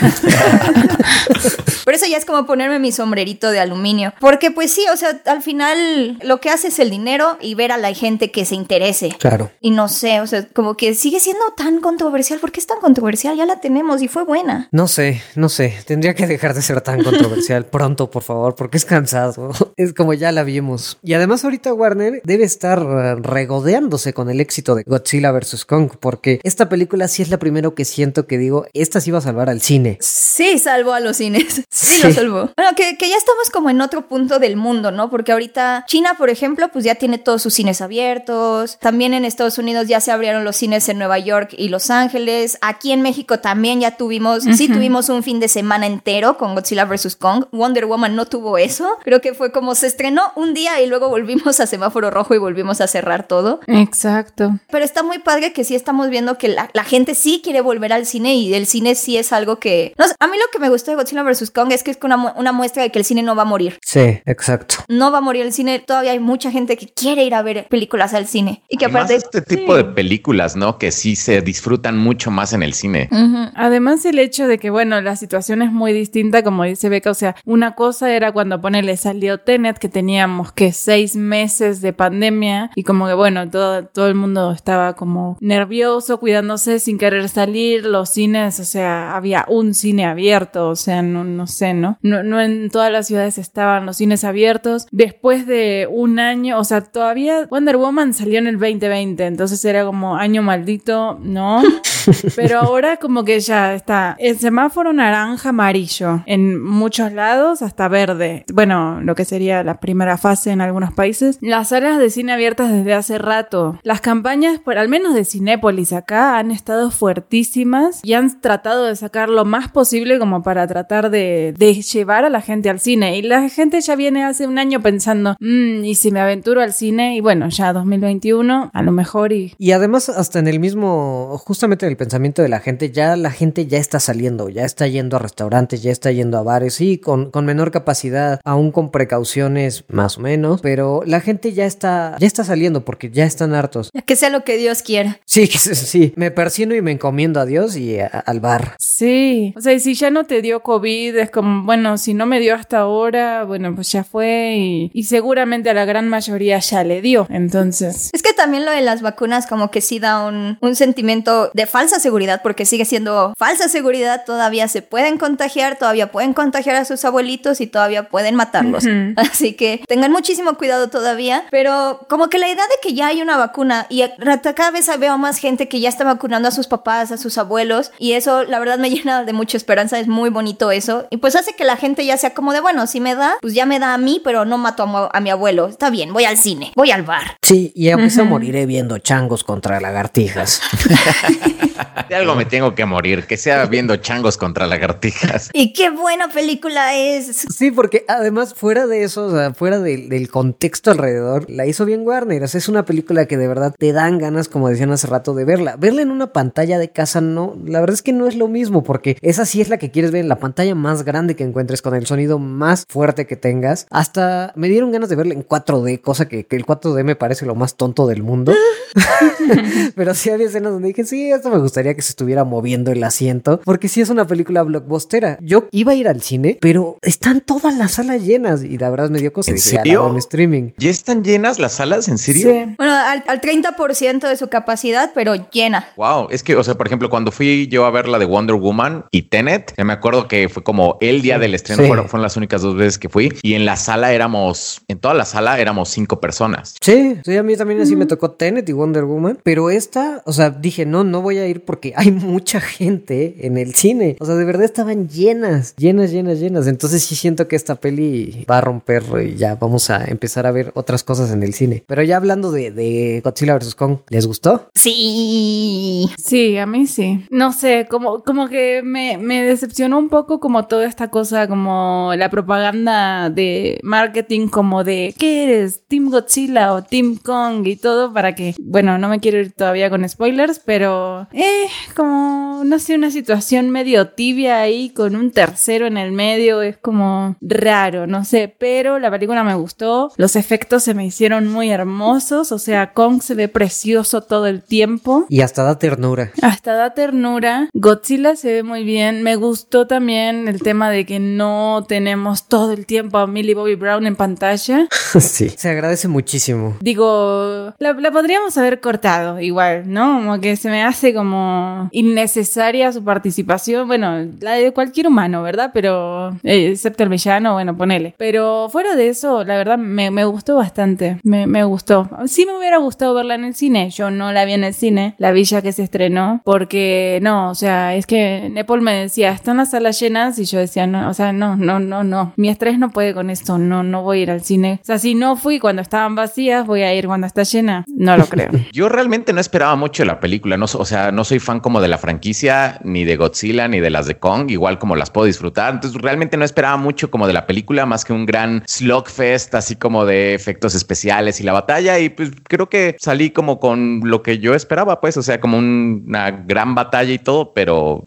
Pero eso ya es como ponerme mi sombrerito de aluminio. Porque pues sí, o sea, al final lo que hace es el dinero y ver a la gente que se interese. Claro. Y no sé, o sea, como que sigue siendo tan controversial. ¿Por qué es tan controversial? Ya la tenemos y fue buena. No sé, no sé. Tendría que dejar de ser tan controversial pronto, por favor, porque es cansado. Es como ya la vimos. Y además ahorita Warner debe estar regodeándose con el éxito de Godzilla versus. Kong, porque esta película sí es la primera que siento que digo, esta sí va a salvar al cine. Sí, salvó a los cines. Sí, Sí. lo salvó. Bueno, que, que ya estamos como en otro punto del mundo, ¿no? Porque ahorita China, por ejemplo, pues ya tiene todos sus cines abiertos. También en Estados Unidos ya se abrieron los cines en Nueva York y Los Ángeles. Aquí en México también ya tuvimos, uh-huh. sí tuvimos un fin de semana entero con Godzilla versus. Kong. Wonder Woman no tuvo eso. Creo que fue como se estrenó un día y luego volvimos a semáforo rojo y volvimos a cerrar todo. Exacto. Pero está muy padre que sí estamos viendo que la, la gente sí quiere volver al cine y el cine sí es algo que... No sé, a mí lo que me gustó de Godzilla versus. Kong es que es una, una muestra de que el cine no va a morir. Sí, exacto. No va a morir el cine. Todavía hay mucha gente que quiere ir a ver películas al cine. Y que Además, aparte... este tipo sí. de películas, ¿no? Que sí se disfrutan mucho más en el cine. Uh-huh. Además, el hecho de que, bueno, la situación es muy distinta, como dice Beca. O sea, una cosa era cuando ponele salió Tenet, que teníamos que seis meses de pandemia y como que, bueno, todo, todo el mundo estaba como nervioso, cuidándose sin querer salir. Los cines, o sea, había un cine abierto, o sea, no, no sé, ¿no? ¿no? No en todas las ciudades estaban los cines abiertos. Después de un año, o sea, todavía Wonder Woman salió en el veinte veinte, entonces era como año maldito, ¿no? Pero ahora como que ya está el semáforo naranja amarillo en muchos lados hasta verde. Bueno, lo que sería la primera fase en algunos países. Las salas de cine abiertas desde hace rato. Las campañas, por al menos de Cinépolis acá, han estado fuertísimas y han tratado de sacar lo más posible como para tratar de, de llevar a la gente al cine. Y la gente ya viene hace un año pensando, mmm, ¿y si me aventuro al cine? Y bueno, ya dos mil veintiuno, a lo mejor y... Y además hasta en el mismo, justamente en el pensamiento de la gente, ya la gente ya está saliendo, ya está yendo a restaurantes, ya está yendo a bares, sí, con, con menor capacidad, aún con precauciones más o menos, pero la gente ya está, ya está saliendo porque ya están hartos. Que sea lo que Dios quiera. Sí, que sí, me persino y me encomiendo a Dios y a, al bar. Sí, o sea, y si ya no te dio COVID, es como, bueno, si no me dio hasta ahora, bueno, pues ya fue y, y seguramente a la gran mayoría ya le dio, entonces... Es que también lo de las vacunas como que sí da un, un sentimiento de falsa seguridad, porque sigue siendo falsa seguridad, todavía se pueden contagiar, todavía pueden contagiar a sus abuelitos y todavía pueden matarlos. Uh-huh. Así que tengan muchísimo cuidado todavía, pero como que la idea de que ya hay una vacuna y cada vez veo más gente que ya está vacunando a sus papás, a sus abuelos, y eso la verdad me llena de mucha esperanza, es muy bonito eso, y pues hace que la gente ya sea como de, bueno, si me da, pues ya me da a mí, pero no mato a, a mi abuelo, está bien, voy al cine, voy al bar. Sí, y aunque uh-huh. se moriré viendo changos contra lagartijas. De algo me tengo que morir, que sea viendo changos contra lagartijas. Y qué buena película es. Sí, porque además fuera de eso, o sea, fuera de, del contexto alrededor, la hizo bien Warner. O sea, es una película que de verdad te dan ganas, como decían hace rato, de verla. Verla en una pantalla de casa, no, la verdad es que no es lo mismo, porque esa sí es la que quieres ver en la pantalla más grande que encuentres, con el sonido más fuerte que tengas. Hasta me dieron ganas de verla en cuatro D, cosa que, que el cuatro D me parece lo más tonto del mundo. Pero sí había escenas donde dije, sí, esto me gustaría que se estuviera moviendo el asiento, porque sí es una película blockbustera. Yo iba a ir al cine, pero están todas las salas llenas y la verdad me dio cosa. ¿En serio? En streaming. ¿Ya están llenas las salas? ¿En serio? Sí. Bueno, al, al treinta por ciento de su capacidad, pero llena. Wow, es que, o sea, por ejemplo, cuando fui yo a ver la de Wonder Woman y Tenet, me acuerdo que fue como el día del estreno, sí. fueron, fueron las únicas dos veces que fui, y en la sala éramos, en toda la sala éramos cinco personas. Sí, sí, a mí también así mm. me tocó Tenet y Wonder Woman, pero esta, o sea, dije, no, no voy a ir porque hay mucha gente en el cine. cine. O sea, de verdad estaban llenas, llenas, llenas, llenas. Entonces sí siento que esta peli va a romper y ya vamos a empezar a ver otras cosas en el cine. Pero ya hablando de, de Godzilla versus. Kong, ¿les gustó? Sí. Sí, a mí sí. No sé, como, como que me, me decepcionó un poco como toda esta cosa, como la propaganda de marketing, como de ¿qué eres? ¿Team Godzilla o Team Kong? Y todo para que, bueno, no me quiero ir todavía con spoilers, pero eh, como, no sé, una situación medio tibia ahí con un tercero en el medio, es como raro, no sé, pero la película me gustó, los efectos se me hicieron muy hermosos, o sea, Kong se ve precioso todo el tiempo. Y hasta da ternura. Hasta da ternura. Godzilla se ve muy bien. Me gustó también el tema de que no tenemos todo el tiempo a Millie Bobby Brown en pantalla. Sí, se agradece muchísimo. Digo, la, la podríamos haber cortado igual, ¿no? Como que se me hace como innecesaria su participación. Bueno, la de cualquier humano, ¿verdad? Pero, eh, excepto el villano, bueno, ponele. Pero fuera de eso, la verdad, me, me gustó bastante. Me, me gustó. Sí me hubiera gustado verla en el cine. Yo no la vi en el cine, la vi ya que se estrenó, porque no, o sea, es que Nepal me decía, están las salas llenas, y yo decía, no, o sea, no, no, no, no. Mi estrés no puede con esto, no, no voy a ir al cine. O sea, si no fui cuando estaban vacías, voy a ir cuando está llena. No lo creo. Yo realmente no esperaba mucho de la película, no, o sea, no soy fan como de la franquicia, ni de Godzilla, ni de las de Kong, igual como las puedo disfrutar, entonces realmente no esperaba mucho como de la película, más que un gran slugfest, así como de efectos especiales y la batalla, y pues creo que salí como con lo que yo esperaba, pues, o sea, como un, una gran batalla y todo, pero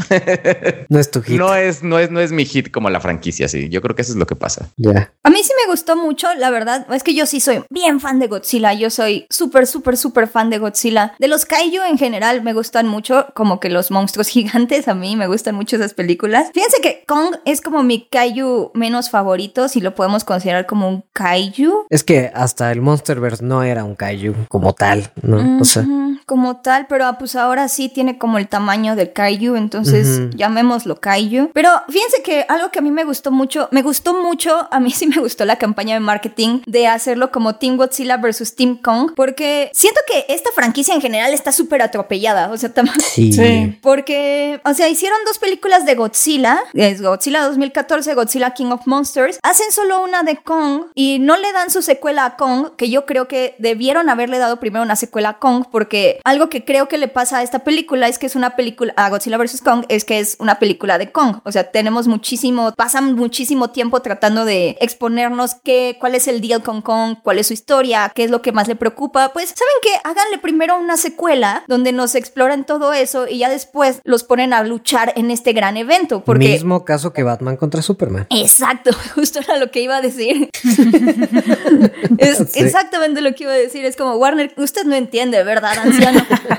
eh. no es tu hit. No es, no es, no es mi hit como la franquicia, sí. Yo creo que eso es lo que pasa. Ya. Yeah. A mí sí me gustó mucho, la verdad. Es que yo sí soy bien fan de Godzilla. Yo soy súper, súper, súper fan de Godzilla. De los kaiju en general me gustan mucho, como que los monstruos gigantes. A mí me gustan mucho esas películas. Fíjense que Kong es como mi kaiju menos favorito, si lo podemos considerar como un kaiju. Es que hasta el Monsterverse no era un kaiju como tal, ¿no? Mm-hmm. O sea, como tal, pero pues ahora sí tiene como el tamaño del kaiju, entonces uh-huh. llamémoslo kaiju. Pero fíjense que algo que a mí me gustó mucho, me gustó mucho, a mí sí me gustó la campaña de marketing de hacerlo como Team Godzilla versus Team Kong, porque siento que esta franquicia en general está súper atropellada, o sea, tam- sí. sí. Porque, o sea, hicieron dos películas de Godzilla, es Godzilla dos mil catorce, Godzilla King of Monsters, hacen solo una de Kong y no le dan su secuela a Kong, que yo creo que debieron haberle dado primero una secuela a Kong, porque algo que creo que le pasa a esta película es que es una película, a Godzilla versus. Kong, es que es una película de Kong. O sea, tenemos muchísimo, pasan muchísimo tiempo tratando de exponernos qué, cuál es el deal con Kong, cuál es su historia, qué es lo que más le preocupa. Pues, ¿saben qué? Háganle primero una secuela donde nos exploran todo eso y ya después los ponen a luchar en este gran evento. Porque... Mismo caso que Batman contra Superman. Exacto, justo era lo que iba a decir. Es sí. exactamente lo que iba a decir. Es como, Warner, usted no entiende, ¿verdad, anciano?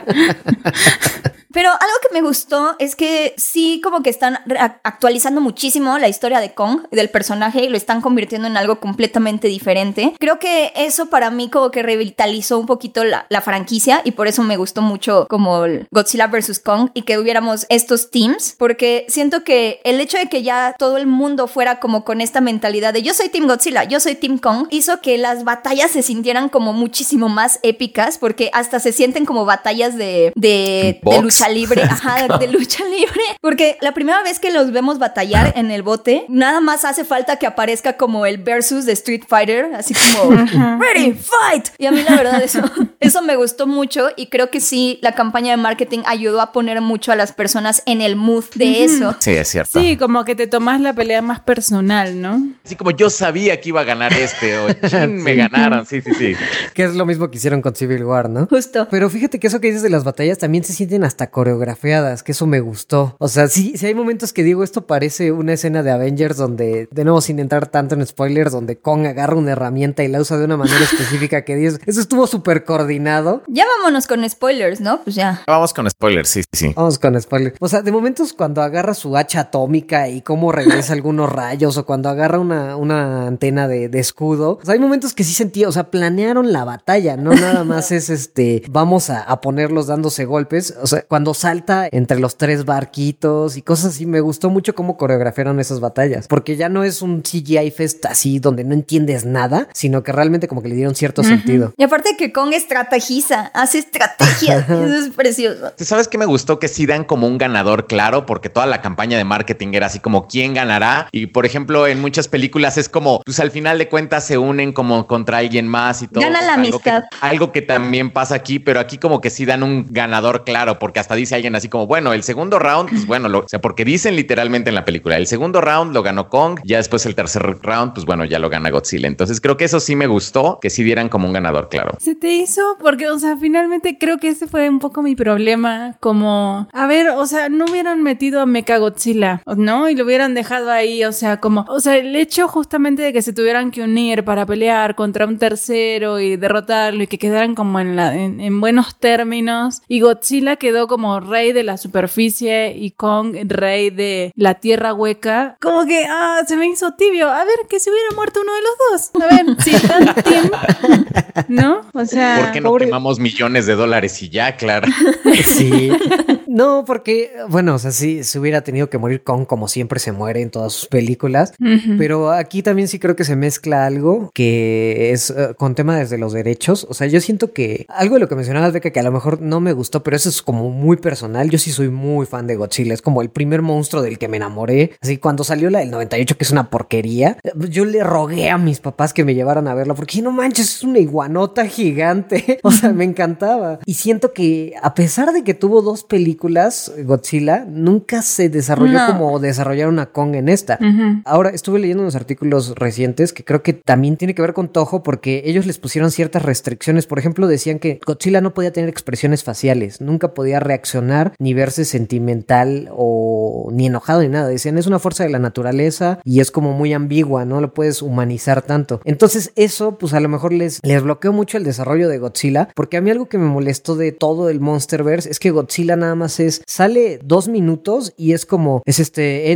Pero algo que me gustó es que sí como que están actualizando muchísimo la historia de Kong, del personaje, y lo están convirtiendo en algo completamente diferente. Creo que eso para mí como que revitalizó un poquito la, la franquicia, y por eso me gustó mucho como Godzilla versus. Kong y que hubiéramos estos teams, porque siento que el hecho de que ya todo el mundo fuera como con esta mentalidad de yo soy Team Godzilla, yo soy Team Kong, hizo que las batallas se sintieran como muchísimo más épicas, porque hasta se sienten como batallas de, de, de lucha libre, ajá, de lucha libre, porque la primera vez que los vemos batallar en el bote, nada más hace falta que aparezca como el versus de Street Fighter, así como ready, fight, y a mí la verdad eso, eso me gustó mucho, y creo que sí, la campaña de marketing ayudó a poner mucho a las personas en el mood de eso. Sí, es cierto. Sí, como que te tomas la pelea más personal, ¿no? Así como yo sabía que iba a ganar este, o chin, me ganaron, sí, sí, sí. Que es lo mismo que hicieron con Civil War, ¿no? Justo. Pero fíjate que eso que dices de las batallas también se sienten hasta coreografiadas, que eso me gustó. O sea, sí, sí hay momentos que digo, esto parece una escena de Avengers donde, de nuevo sin entrar tanto en spoilers, donde Kong agarra una herramienta y la usa de una manera específica que dices, eso estuvo súper coordinado. Ya vámonos con spoilers, ¿no? Pues ya. Vamos con spoilers, sí, sí. Vamos con spoilers. O sea, de momentos cuando agarra su hacha atómica y cómo regresa algunos rayos, o cuando agarra una, una antena de, de escudo. O sea, hay momentos que sí sentí, o sea, planearon la batalla, no nada más es este, vamos a, a ponerlos dándose golpes. O sea, cuando cuando salta entre los tres barquitos y cosas así, me gustó mucho cómo coreografiaron esas batallas, porque ya no es un C G I fest así donde no entiendes nada, sino que realmente como que le dieron cierto uh-huh. sentido. Y aparte que Kong estrategiza, hace estrategia, eso es precioso. ¿Sabes qué me gustó? Que sí dan como un ganador claro, porque toda la campaña de marketing era así como quién ganará, y por ejemplo en muchas películas es como, pues al final de cuentas se unen como contra alguien más y todo. Gana la algo amistad. Que, algo que también pasa aquí, pero aquí como que sí dan un ganador claro, porque hasta dice alguien así como, bueno, el segundo round, pues bueno, lo, o sea, porque dicen literalmente en la película, el segundo round lo ganó Kong, ya después el tercer round, pues bueno, ya lo gana Godzilla. Entonces creo que eso sí me gustó, que sí dieran como un ganador claro. ¿Se te hizo? Porque, o sea, finalmente creo que ese fue un poco mi problema, como, a ver, o sea, no hubieran metido a Mechagodzilla, ¿no? Y lo hubieran dejado ahí, o sea, como, o sea, el hecho justamente de que se tuvieran que unir para pelear contra un tercero y derrotarlo y que quedaran como en, la, en, en buenos términos, y Godzilla quedó como rey de la superficie y Kong rey de la tierra hueca, como que, ah, se me hizo tibio. A ver, que se hubiera muerto uno de los dos. A ver, si están team, ¿no? O sea, ¿por qué no pobre... quemamos millones de dólares y ya, Clara? Sí. No, porque, bueno, o sea, sí, se hubiera tenido que morir Kong como siempre se muere en todas sus películas, uh-huh. pero aquí también sí creo que se mezcla algo que es uh, con tema desde los derechos. O sea, yo siento que algo de lo que mencionabas, Beca, que a lo mejor no me gustó, pero eso es como muy personal. Yo sí soy muy fan de Godzilla, es como el primer monstruo del que me enamoré. Así, cuando salió la del noventa y ocho, que es una porquería, yo le rogué a mis papás que me llevaran a verla, porque no manches, es una iguanota gigante. O sea, me encantaba. Y siento que a pesar de que tuvo dos películas, Godzilla, nunca se desarrolló no. como desarrollaron a Kong en esta. Uh-huh. Ahora, estuve leyendo unos artículos recientes que creo que también tiene que ver con Toho, porque ellos les pusieron ciertas restricciones. Por ejemplo, decían que Godzilla no podía tener expresiones faciales, nunca podía reaccionar, ni verse sentimental o ni enojado ni nada. Decían, es una fuerza de la naturaleza y es como muy ambigua, no lo puedes humanizar tanto. Entonces eso, pues a lo mejor les, les bloqueó mucho el desarrollo de Godzilla, porque a mí algo que me molestó de todo el Monsterverse es que Godzilla nada más es, sale dos minutos y es como, es este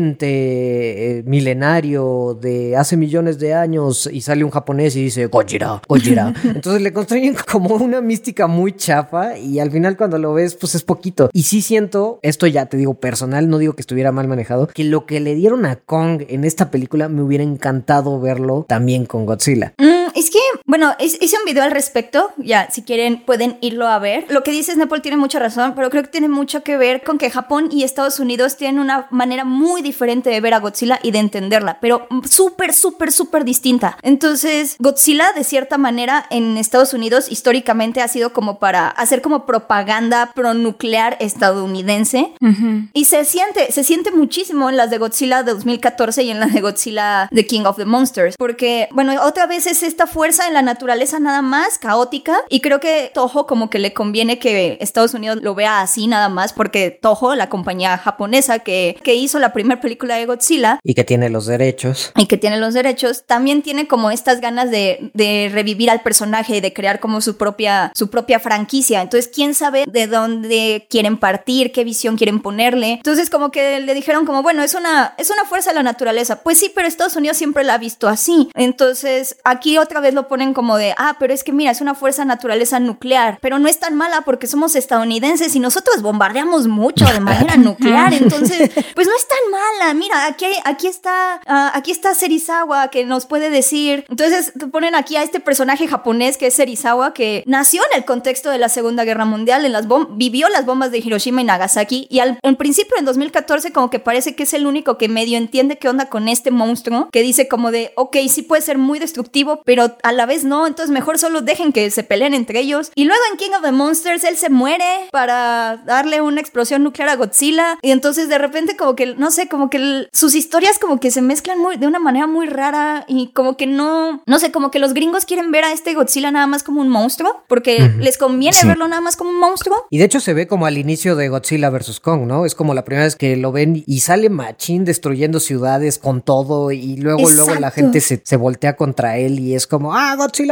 ente eh, milenario de hace millones de años, y sale un japonés y dice Gojira, Gojira. Entonces le construyen como una mística muy chafa y al final cuando lo ves pues es poquito. Y sí siento, esto ya te digo personal, no digo que estuviera mal manejado, que lo que le dieron a Kong en esta película me hubiera encantado verlo también con Godzilla. Mm, es que, bueno, hice un video al respecto, ya si quieren pueden irlo a ver. Lo que dices, Nepal, tiene mucha razón, pero creo que tiene mucho que ver con que Japón y Estados Unidos tienen una manera muy diferente de ver a Godzilla y de entenderla, pero súper, súper, súper distinta. Entonces, Godzilla, de cierta manera, en Estados Unidos, históricamente ha sido como para hacer como propaganda pronuclear estadounidense. Uh-huh. Y se siente, se siente muchísimo en las de Godzilla de dos mil catorce y en las de Godzilla The King of the Monsters, porque, bueno, otra vez es esta fuerza en la naturaleza nada más caótica, y creo que Toho como que le conviene que Estados Unidos lo vea así nada más, porque Toho, la compañía japonesa que, que hizo la primera película de Godzilla y que tiene los derechos y que tiene los derechos, también tiene como estas ganas de, de revivir al personaje y de crear como su propia, su propia franquicia. Entonces, quién sabe de dónde quieren partir, qué visión quieren ponerle. Entonces, como que le dijeron como, bueno, es una, es una fuerza de la naturaleza. Pues sí, pero Estados Unidos siempre la ha visto así. Entonces, aquí otra vez lo ponen como de, ah, pero es que mira, es una fuerza de naturaleza nuclear, pero no es tan mala porque somos estadounidenses y nosotros bombardeamos mucho de manera nuclear. Entonces, pues no es tan mala. Mira, aquí, aquí está, uh, aquí está Serizawa que nos puede decir. Entonces, te ponen aquí a este personaje japonés que es Serizawa, que nació en el contexto de la Segunda Guerra Mundial, en las bom- vivió las bombas de Hiroshima y Nagasaki, y al en principio en dos mil catorce como que parece que es el único que medio entiende qué onda con este monstruo, que dice como de, ok, sí puede ser muy destructivo, pero a la vez no, entonces mejor solo dejen que se peleen entre ellos. Y luego en King of the Monsters él se muere para darle una explosión nuclear a Godzilla, y entonces de repente como que, no sé, como que el, sus historias como que se mezclan muy, de una manera muy rara, y como que no, no sé, como que los gringos quieren ver a este Godzilla nada más como un monstruo, porque uh-huh. les conviene sí. verlo nada más como un monstruo. Y de hecho se ve como al inicio de Godzilla versus Kong, ¿no? Es como la primera vez que lo ven y sale machín destruyendo ciudades con todo, y luego, Exacto. luego la gente se, se voltea contra él y es como, ah, Godzilla tenemos que matar.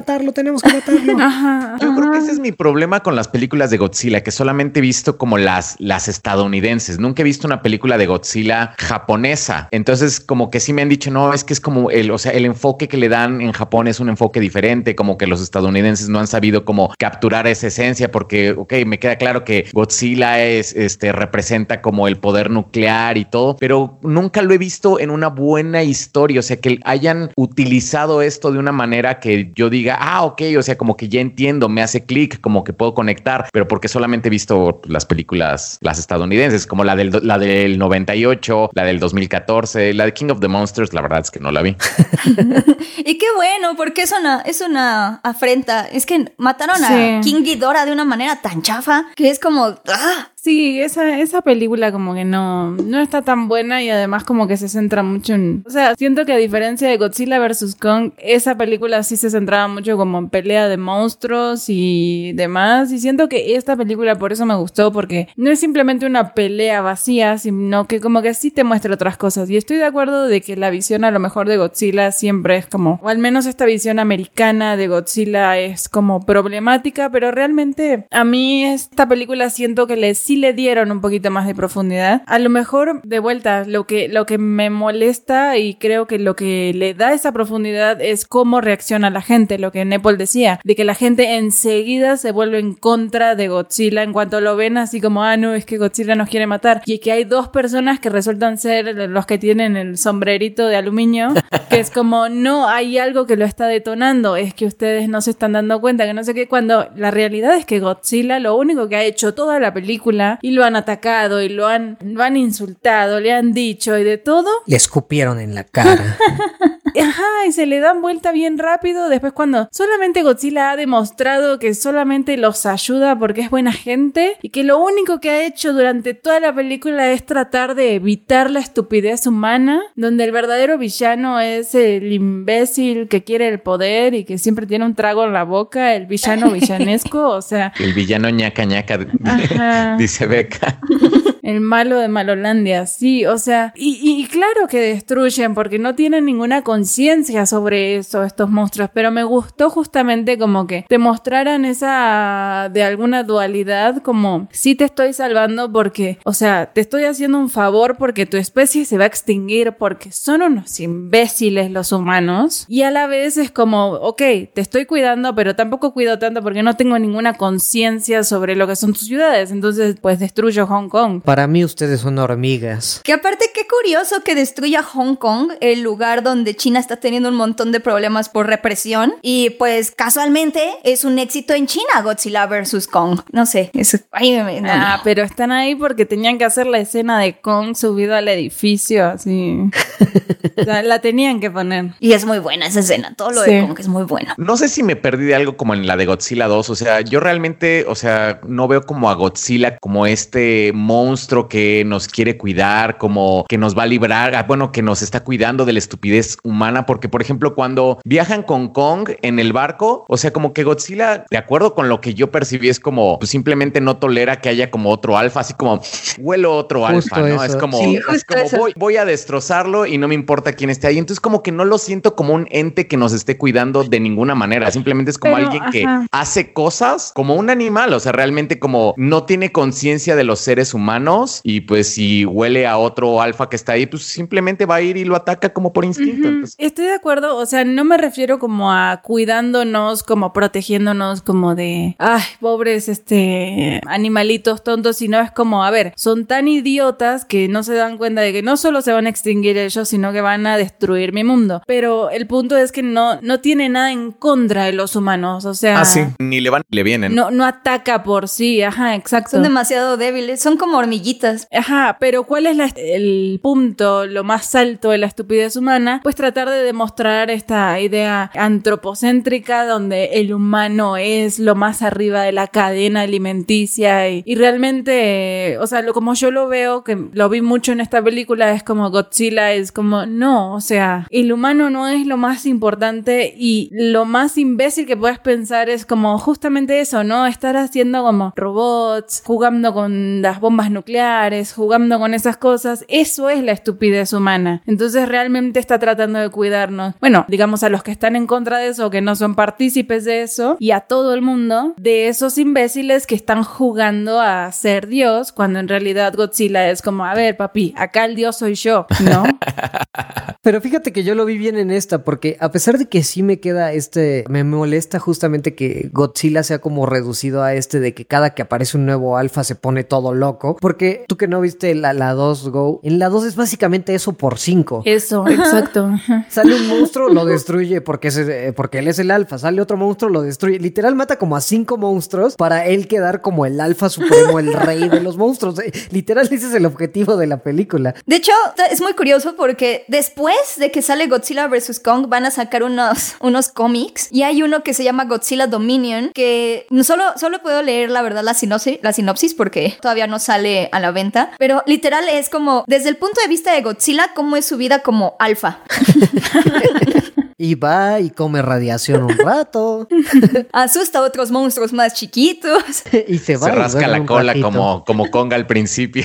matarlo, tenemos que matarlo. Ajá, Yo ajá. creo que ese es mi problema con las películas de Godzilla, que solamente he visto como las, las estadounidenses. Nunca he visto una película de Godzilla japonesa. Entonces, como que sí me han dicho, no, es que es como el, o sea, el enfoque que le dan en Japón es un enfoque diferente, como que los estadounidenses no han sabido como capturar esa esencia, porque, ok, me queda claro que Godzilla es, este, representa como el poder nuclear y todo, pero nunca lo he visto en una buena historia, o sea, que hayan utilizado esto de una manera que yo diga, ah, ok, o sea, como que ya entiendo, me hace clic, como que puedo conectar, pero porque solamente he visto las películas, las estadounidenses, como la del, la del noventa y ocho, la del dos mil catorce, la de King of the Monsters, la verdad es que no la vi. Y qué bueno, porque es una, es una afrenta. Es que mataron Sí. a King Ghidorah de una manera tan chafa que es como... ¡ah! Sí, esa, esa película como que no, no está tan buena y además como que se centra mucho en... O sea, siento que a diferencia de Godzilla versus Kong, esa película sí se centraba mucho como en pelea de monstruos y demás. Y siento que esta película por eso me gustó, porque no es simplemente una pelea vacía, sino que como que sí te muestra otras cosas. Y estoy de acuerdo de que la visión a lo mejor de Godzilla siempre es como... O al menos esta visión americana de Godzilla es como problemática, pero realmente a mí esta película siento que le sí le dieron un poquito más de profundidad. A lo mejor, de vuelta, lo que, lo que me molesta y creo que lo que le da esa profundidad es cómo reacciona la gente, lo que Nepal decía, de que la gente enseguida se vuelve en contra de Godzilla en cuanto lo ven así como, ah, no, es que Godzilla nos quiere matar. Y que hay dos personas que resultan ser los que tienen el sombrerito de aluminio, que es como, no, hay algo que lo está detonando, es que ustedes no se están dando cuenta, que no sé qué, cuando la realidad es que Godzilla lo único que ha hecho toda la película y lo han atacado y lo han, lo han insultado, le han dicho y de todo. Le escupieron en la cara. Ajá, y se le dan vuelta bien rápido después cuando solamente Godzilla ha demostrado que solamente los ayuda porque es buena gente y que lo único que ha hecho durante toda la película es tratar de evitar la estupidez humana, donde el verdadero villano es el imbécil que quiere el poder y que siempre tiene un trago en la boca, el villano villanesco, o sea... El villano ñaca ñaca, Ajá. dice Becca. El malo de Malolandia, sí, o sea, y, y claro que destruyen porque no tienen ninguna conciencia sobre eso, estos monstruos, pero me gustó justamente como que te mostraran esa, de alguna dualidad, como, sí te estoy salvando porque, o sea, te estoy haciendo un favor porque tu especie se va a extinguir porque son unos imbéciles los humanos, y a la vez es como, ok, te estoy cuidando, pero tampoco cuido tanto porque no tengo ninguna conciencia sobre lo que son tus ciudades, entonces pues destruyo Hong Kong. Para mí ustedes son hormigas. Que aparte, qué curioso que destruya Hong Kong, el lugar donde China está teniendo un montón de problemas por represión. Y pues casualmente es un éxito en China, Godzilla versus Kong. No sé, eso... Ay, me, no, Ah, no. pero están ahí porque tenían que hacer la escena de Kong subido al edificio, así. O sea, la tenían que poner. Y es muy buena esa escena, todo lo Sí. de Kong es muy bueno. No sé si me perdí de algo como en la de Godzilla dos, o sea, yo realmente, o sea, no veo como a Godzilla como este monstruo que nos quiere cuidar, como que nos va a librar, ah, bueno, que nos está cuidando de la estupidez humana, porque por ejemplo cuando viajan con Kong en el barco, o sea, como que Godzilla, de acuerdo con lo que yo percibí, es como, pues simplemente no tolera que haya como otro alfa, así como huelo otro Justo alfa, ¿no? eso. Es como, Sí, es justo como eso. voy, voy a destrozarlo y no me importa quién esté ahí, entonces como que no lo siento como un ente que nos esté cuidando de ninguna manera, simplemente es como Pero, alguien que ajá. hace cosas como un animal, o sea, realmente como no tiene conciencia de los seres humanos y pues si huele a otro alfa que está ahí, pues simplemente va a ir y lo ataca como por instinto. Ujú. Entonces, Estoy de acuerdo, o sea, no me refiero como a cuidándonos, como protegiéndonos, como de, ay, pobres, este, animalitos tontos, sino es como, a ver, son tan idiotas que no se dan cuenta de que no solo se van a extinguir ellos, sino que van a destruir mi mundo. Pero el punto es que no, no tiene nada en contra de los humanos, o sea... ah, sí, ni le van ni le vienen. No, no ataca por sí, ajá, exacto. Son demasiado débiles, son como hormiguitas. Ajá, pero ¿cuál es la, el punto, lo más alto de la estupidez humana? Pues tratar de demostrar esta idea antropocéntrica donde el humano es lo más arriba de la cadena alimenticia y, y realmente, eh, o sea, lo, como yo lo veo, que lo vi mucho en esta película, es como Godzilla, es como, no, o sea, el humano no es lo más importante y lo más imbécil que puedes pensar es como justamente eso, ¿no? Estar haciendo como robots, jugando con las bombas nucleares nucleares, jugando con esas cosas, eso es la estupidez humana. Entonces realmente está tratando de cuidarnos. Bueno, digamos a los que están en contra de eso, que no son partícipes de eso, y a todo el mundo, de esos imbéciles que están jugando a ser Dios, cuando en realidad Godzilla es como, a ver, papi, acá el Dios soy yo, ¿no? Pero fíjate que yo lo vi bien en esta, porque a pesar de que sí me queda este, me molesta justamente que Godzilla sea como reducido a este de que cada que aparece un nuevo alfa se pone todo loco, porque tú que no viste la, la dos, Go, en la dos es básicamente eso por cinco. Eso, exacto. Sale un monstruo, lo destruye porque, es, eh, porque él es el alfa, sale otro monstruo, lo destruye, literal mata como a cinco monstruos para él quedar como el alfa supremo, el rey de los monstruos. Literal ese es el objetivo de la película. De hecho, es muy curioso porque después de que sale Godzilla versus. Kong van a sacar unos, unos cómics y hay uno que se llama Godzilla Dominion, que solo, solo puedo leer la verdad la sinopsis, la sinopsis porque todavía no sale a la venta, pero literal es como desde el punto de vista de Godzilla cómo es su vida como alfa. Y va y come radiación un rato. Asusta a otros monstruos más chiquitos. Y se va. Se rasca la cola como, como Kong al principio.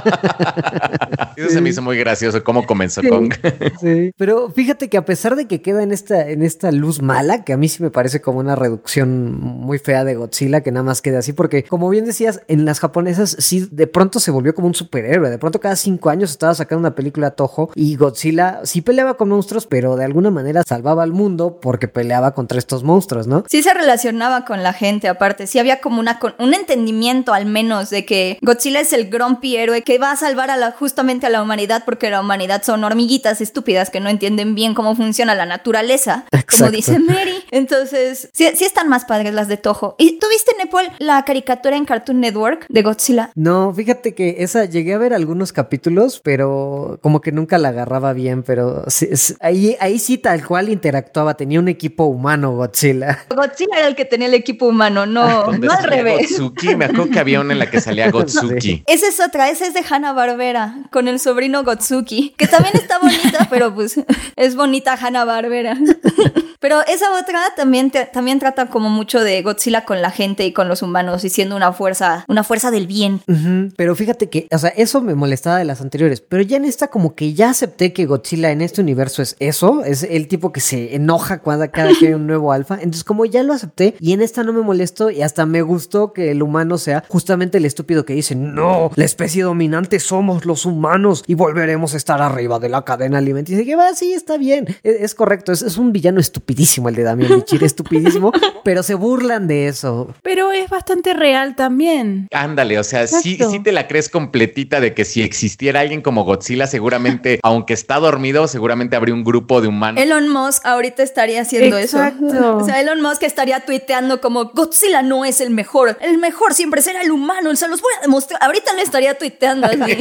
Eso Sí. se me hizo muy gracioso cómo comenzó Sí. Kong. Sí. Pero fíjate que a pesar de que queda en esta, en esta luz mala, que a mí sí me parece como una reducción muy fea de Godzilla, que nada más quede así, porque como bien decías, en las japonesas sí de pronto se volvió como un superhéroe. De pronto cada cinco años estaba sacando una película Toho y Godzilla sí peleaba con monstruos, pero de alguna manera salvaba al mundo porque peleaba contra estos monstruos, ¿no? Sí se relacionaba con la gente, aparte. Sí había como una, un entendimiento al menos de que Godzilla es el grumpy héroe que va a salvar a la, justamente a la humanidad, porque la humanidad son hormiguitas estúpidas que no entienden bien cómo funciona la naturaleza, Exacto. como dice Mary. Entonces, sí, sí están más padres las de Toho. ¿Y tú viste, Nepal, la caricatura en Cartoon Network de Godzilla? No, fíjate que esa llegué a ver algunos capítulos, pero como que nunca la agarraba bien, pero sí, sí, ahí, ahí sí tal cual interactuaba, tenía un equipo humano Godzilla. Godzilla era el que tenía el equipo humano, no, Donde no al salía revés. Gotsuki, me acuerdo que había una en la que salía Gotsuki. Esa es otra, esa es de Hanna-Barbera, con el sobrino Gotsuki, que también está bonita, pero pues es bonita Hanna-Barbera. Pero esa otra también, te, también trata como mucho de Godzilla con la gente y con los humanos y siendo una fuerza, una fuerza del bien. Uh-huh, pero fíjate que, o sea, eso me molestaba de las anteriores, pero ya en esta como que ya acepté que Godzilla en este universo es eso, es el tipo que se enoja cuando cada que hay un nuevo alfa, entonces como ya lo acepté y en esta no me molesto y hasta me gustó que el humano sea justamente el estúpido que dice, no, la especie dominante somos los humanos y volveremos a estar arriba de la cadena alimenticia, y que va, sí, está bien, es, es correcto, es, es un villano estupidísimo el de Damián Bichir, estupidísimo, pero se burlan de eso. Pero es bastante real también. Ándale, o sea, sí, sí te la crees completita de que si existiera alguien como Godzilla, seguramente, aunque está dormido, seguramente habría un grupo de humanos. Elon Musk ahorita estaría haciendo Exacto. eso. O sea, Elon Musk estaría tuiteando como Godzilla no es el mejor, el mejor siempre será el humano, se los voy a demostrar. Ahorita le estaría tuiteando así.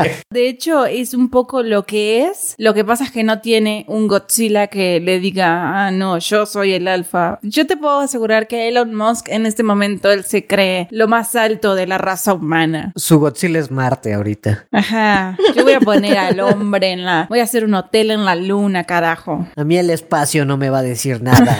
De hecho, es un poco lo que es. Lo que pasa es que no tiene un Godzilla que le diga, ah, no, yo soy el alfa. Yo te puedo asegurar que Elon Musk en este momento él se cree lo más alto de la raza humana. Su Godzilla es Marte ahorita. Ajá. Yo voy a poner al hombre en la... Voy a hacer un hotel en la luna, carajo. A mí el espacio no me va a decir nada.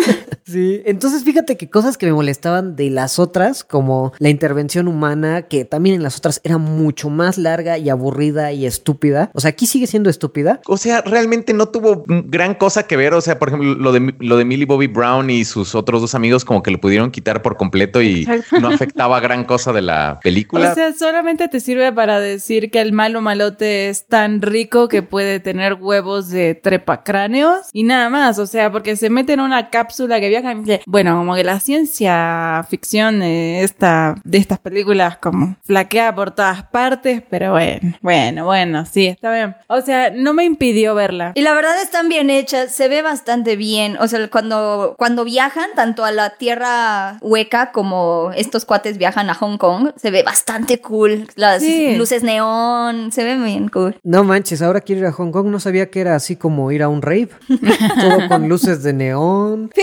Sí, entonces fíjate que cosas que me molestaban de las otras, como la intervención humana, que también en las otras era mucho más larga y aburrida y estúpida. O sea, aquí sigue siendo estúpida. O sea, realmente no tuvo gran cosa que ver. O sea, por ejemplo, lo de, lo de Millie Bobby Brown y sus otros dos amigos como que lo pudieron quitar por completo y Exacto. no afectaba gran cosa de la película. O sea, solamente te sirve para decir que el malo malote es tan rico que puede tener huevos de trepacráneos y nada más. O sea, porque se mete en una cápsula que viaja. Bueno, como que la ciencia ficción de, esta, de estas películas como flaquea por todas partes, pero bueno, bueno, bueno, sí, está bien. O sea, no me impidió verla. Y la verdad están bien hechas, se ve bastante bien. O sea, cuando, cuando viajan tanto a la tierra hueca como estos cuates viajan a Hong Kong, se ve bastante cool. Las Sí. luces neón, se ve bien cool. No manches, ahora quiero ir a Hong Kong. No sabía que era así como ir a un rave. Todo con luces de neón. Fíjate que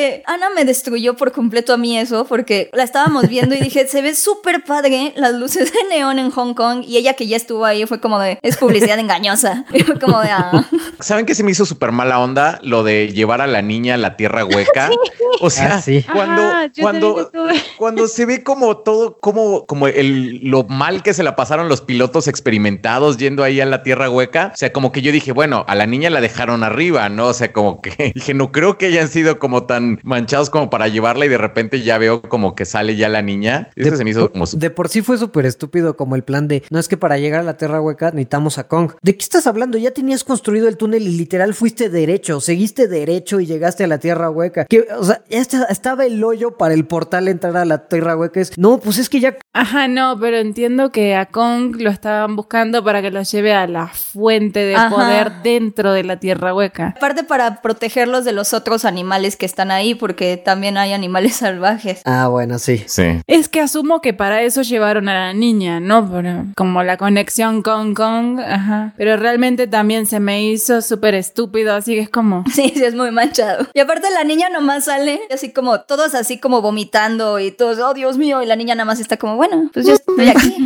que Ana me destruyó por completo a mí eso, porque la estábamos viendo y dije, se ve súper padre las luces de neón en Hong Kong, y ella que ya estuvo ahí fue como de, es publicidad engañosa. Y fue como de, ah. ¿Saben qué se me hizo súper mala onda? Lo de llevar a la niña a la tierra hueca. O sea, Ah, sí. cuando, Ajá, yo cuando, también estuve. cuando se ve como todo, como, como el, lo mal que se la pasaron los pilotos experimentados yendo ahí a la tierra hueca. O sea, como que yo dije, bueno, a la niña la dejaron arriba, ¿no? O sea, como que dije, no creo que hayan sido como tan manchados como para llevarla, y de repente ya veo como que sale ya la niña. Eso De, se me hizo como... de por sí fue súper estúpido como el plan de, no es que para llegar a la tierra hueca necesitamos a Kong. ¿De qué estás hablando? Ya tenías construido el túnel y literal fuiste derecho, seguiste derecho y llegaste a la tierra hueca. Que, o sea, ya está, estaba el hoyo para el portal entrar a la tierra hueca. Es, no, pues es que ya... Ajá, no, pero entiendo que a Kong lo estaban buscando para que lo lleve a la fuente de Ajá. poder dentro de la tierra hueca. Aparte para protegerlos de los otros animales que están ahí, porque también hay animales salvajes. Ah, bueno, sí. Sí. Es que asumo que para eso llevaron a la niña, ¿no? Pero como la conexión con Kong, ajá. Pero realmente también se me hizo súper estúpido, así que es como... Sí, sí, es muy manchado. Y aparte la niña nomás sale así como, todos así como vomitando y todos, oh Dios mío, y la niña nada más está como, bueno, pues yo estoy aquí.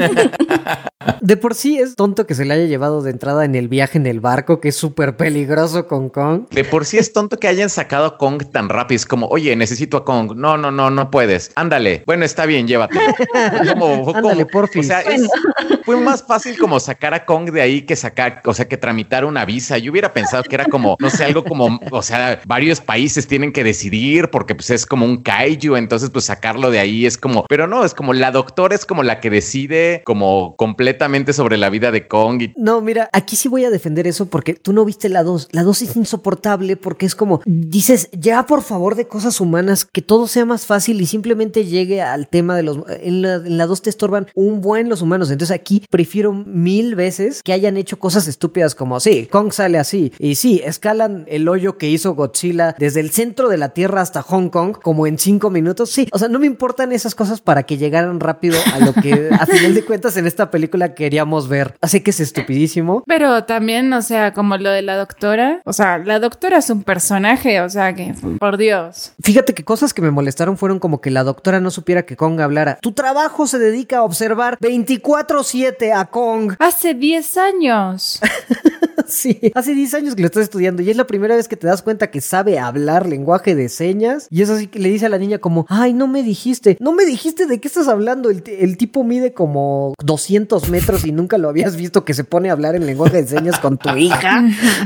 De por sí es tonto que se le haya llevado de entrada en el viaje en el barco, que es súper peligroso con Kong. De por sí es tonto que hayan sacado a Kong tan rápido. Es como, oye, necesito a Kong. No, no, no, no puedes. Ándale. Bueno, está bien, llévatelo. Como, fue Ándale, como- porfis. O sea, es- fue más fácil como sacar a Kong de ahí que sacar, o sea, que tramitar una visa. Yo hubiera pensado que era como, no sé, algo como, o sea, varios países tienen que decidir porque pues es como un kaiju. Entonces, pues sacarlo de ahí es como, pero no, es como la doctora es como la que decide como completamente sobre la vida de Kong. Y No, mira, aquí sí voy a defender eso porque tú no viste la dos. La dos es insoportable porque es como, dices, ya por favor de cosas humanas, que todo sea más fácil y simplemente llegue al tema de los... En la, en la dos te estorban un buen los humanos. Entonces aquí prefiero mil veces que hayan hecho cosas estúpidas como, sí, Kong sale así. Y sí, escalan el hoyo que hizo Godzilla desde el centro de la Tierra hasta Hong Kong como en cinco minutos. Sí, o sea, no me importan esas cosas para que llegaran rápido a lo que a final de cuentas en esta película queríamos ver. Así que es estupidísimo. Pero también, o sea, como lo de la doctora. O sea, la doctora es un personaje, o sea, que, por Dios. Fíjate que cosas que me molestaron fueron como que la doctora no supiera que Kong hablara. Tu trabajo se dedica a observar veinticuatro siete a Kong. Hace diez años. Sí, hace diez años que lo estás estudiando y es la primera vez que te das cuenta que sabe hablar lenguaje de señas. Y eso sí que le dice a la niña como, ay, no me dijiste, no me dijiste de qué estás hablando. El, t- el tipo mide como doscientos metros y nunca lo habías visto que se pone a hablar en lenguaje de señas con tu hija.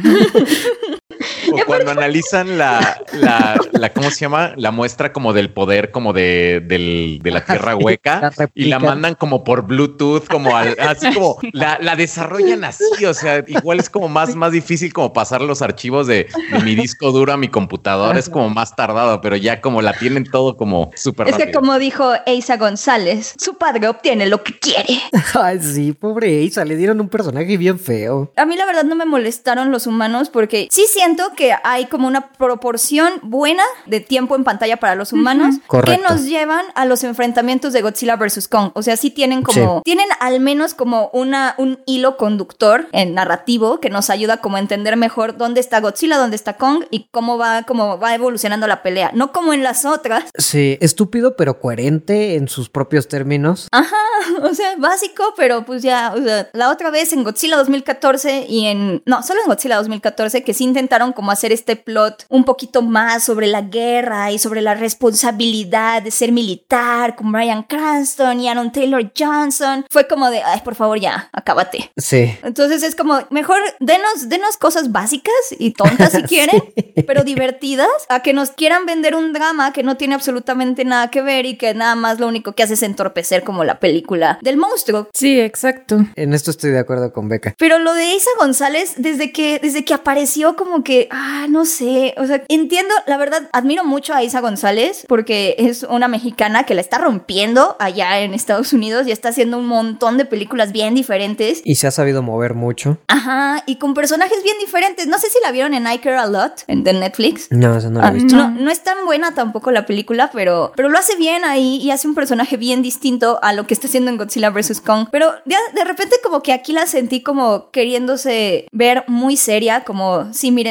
O cuando analizan la, la, la, ¿cómo se llama? La muestra como del poder, como de, del, de la tierra hueca, La replican. y la mandan como por Bluetooth, como al, así como la, la desarrollan así. O sea, igual es como más, más difícil como pasar los archivos de, de mi disco duro a mi computadora. Es como más tardado, pero ya como la tienen todo como súper Es rápido. que como dijo Eiza González, su padre obtiene lo que quiere. Ay, sí, pobre Isa, le dieron un personaje bien feo. A mí la verdad no me molestaron los humanos porque sí siento que hay como una proporción buena de tiempo en pantalla para los humanos que Correcto. nos llevan a los enfrentamientos de Godzilla versus Kong. O sea, sí tienen como, Sí. tienen al menos como una, un hilo conductor en narrativo que nos ayuda como a entender mejor dónde está Godzilla, dónde está Kong y cómo va, cómo va evolucionando la pelea. No como en las otras. Sí, estúpido pero coherente en sus propios términos. Ajá, o sea, básico, pero pues ya, o sea, la otra vez en Godzilla dos mil catorce y en, no, solo en Godzilla dos mil catorce que sí intentaron como hacer este plot un poquito más sobre la guerra y sobre la responsabilidad de ser militar con Bryan Cranston y Aaron Taylor Johnson. Fue como de, ay, por favor, ya, acábate. Sí. Entonces es como, mejor denos, denos cosas básicas y tontas si quieren, pero divertidas, a que nos quieran vender un drama que no tiene absolutamente nada que ver y que nada más lo único que hace es entorpecer como la película del monstruo. Sí, exacto. En esto estoy de acuerdo con Beca. Pero lo de Eiza González, desde que, desde que apareció como que, ah, no sé, o sea, entiendo, la verdad, admiro mucho a Eiza González porque es una mexicana que la está rompiendo allá en Estados Unidos y está haciendo un montón de películas bien diferentes. Y se ha sabido mover mucho. Ajá, y con personajes bien diferentes. No sé si la vieron en I Care A Lot, en de Netflix. No, eso no lo he Ah, visto. no, no es tan buena tampoco la película, pero, pero lo hace bien ahí y hace un personaje bien distinto a lo que está haciendo en Godzilla versus. Kong. Pero de, de repente como que aquí la sentí como queriéndose ver muy seria, como, sí, miren, soy una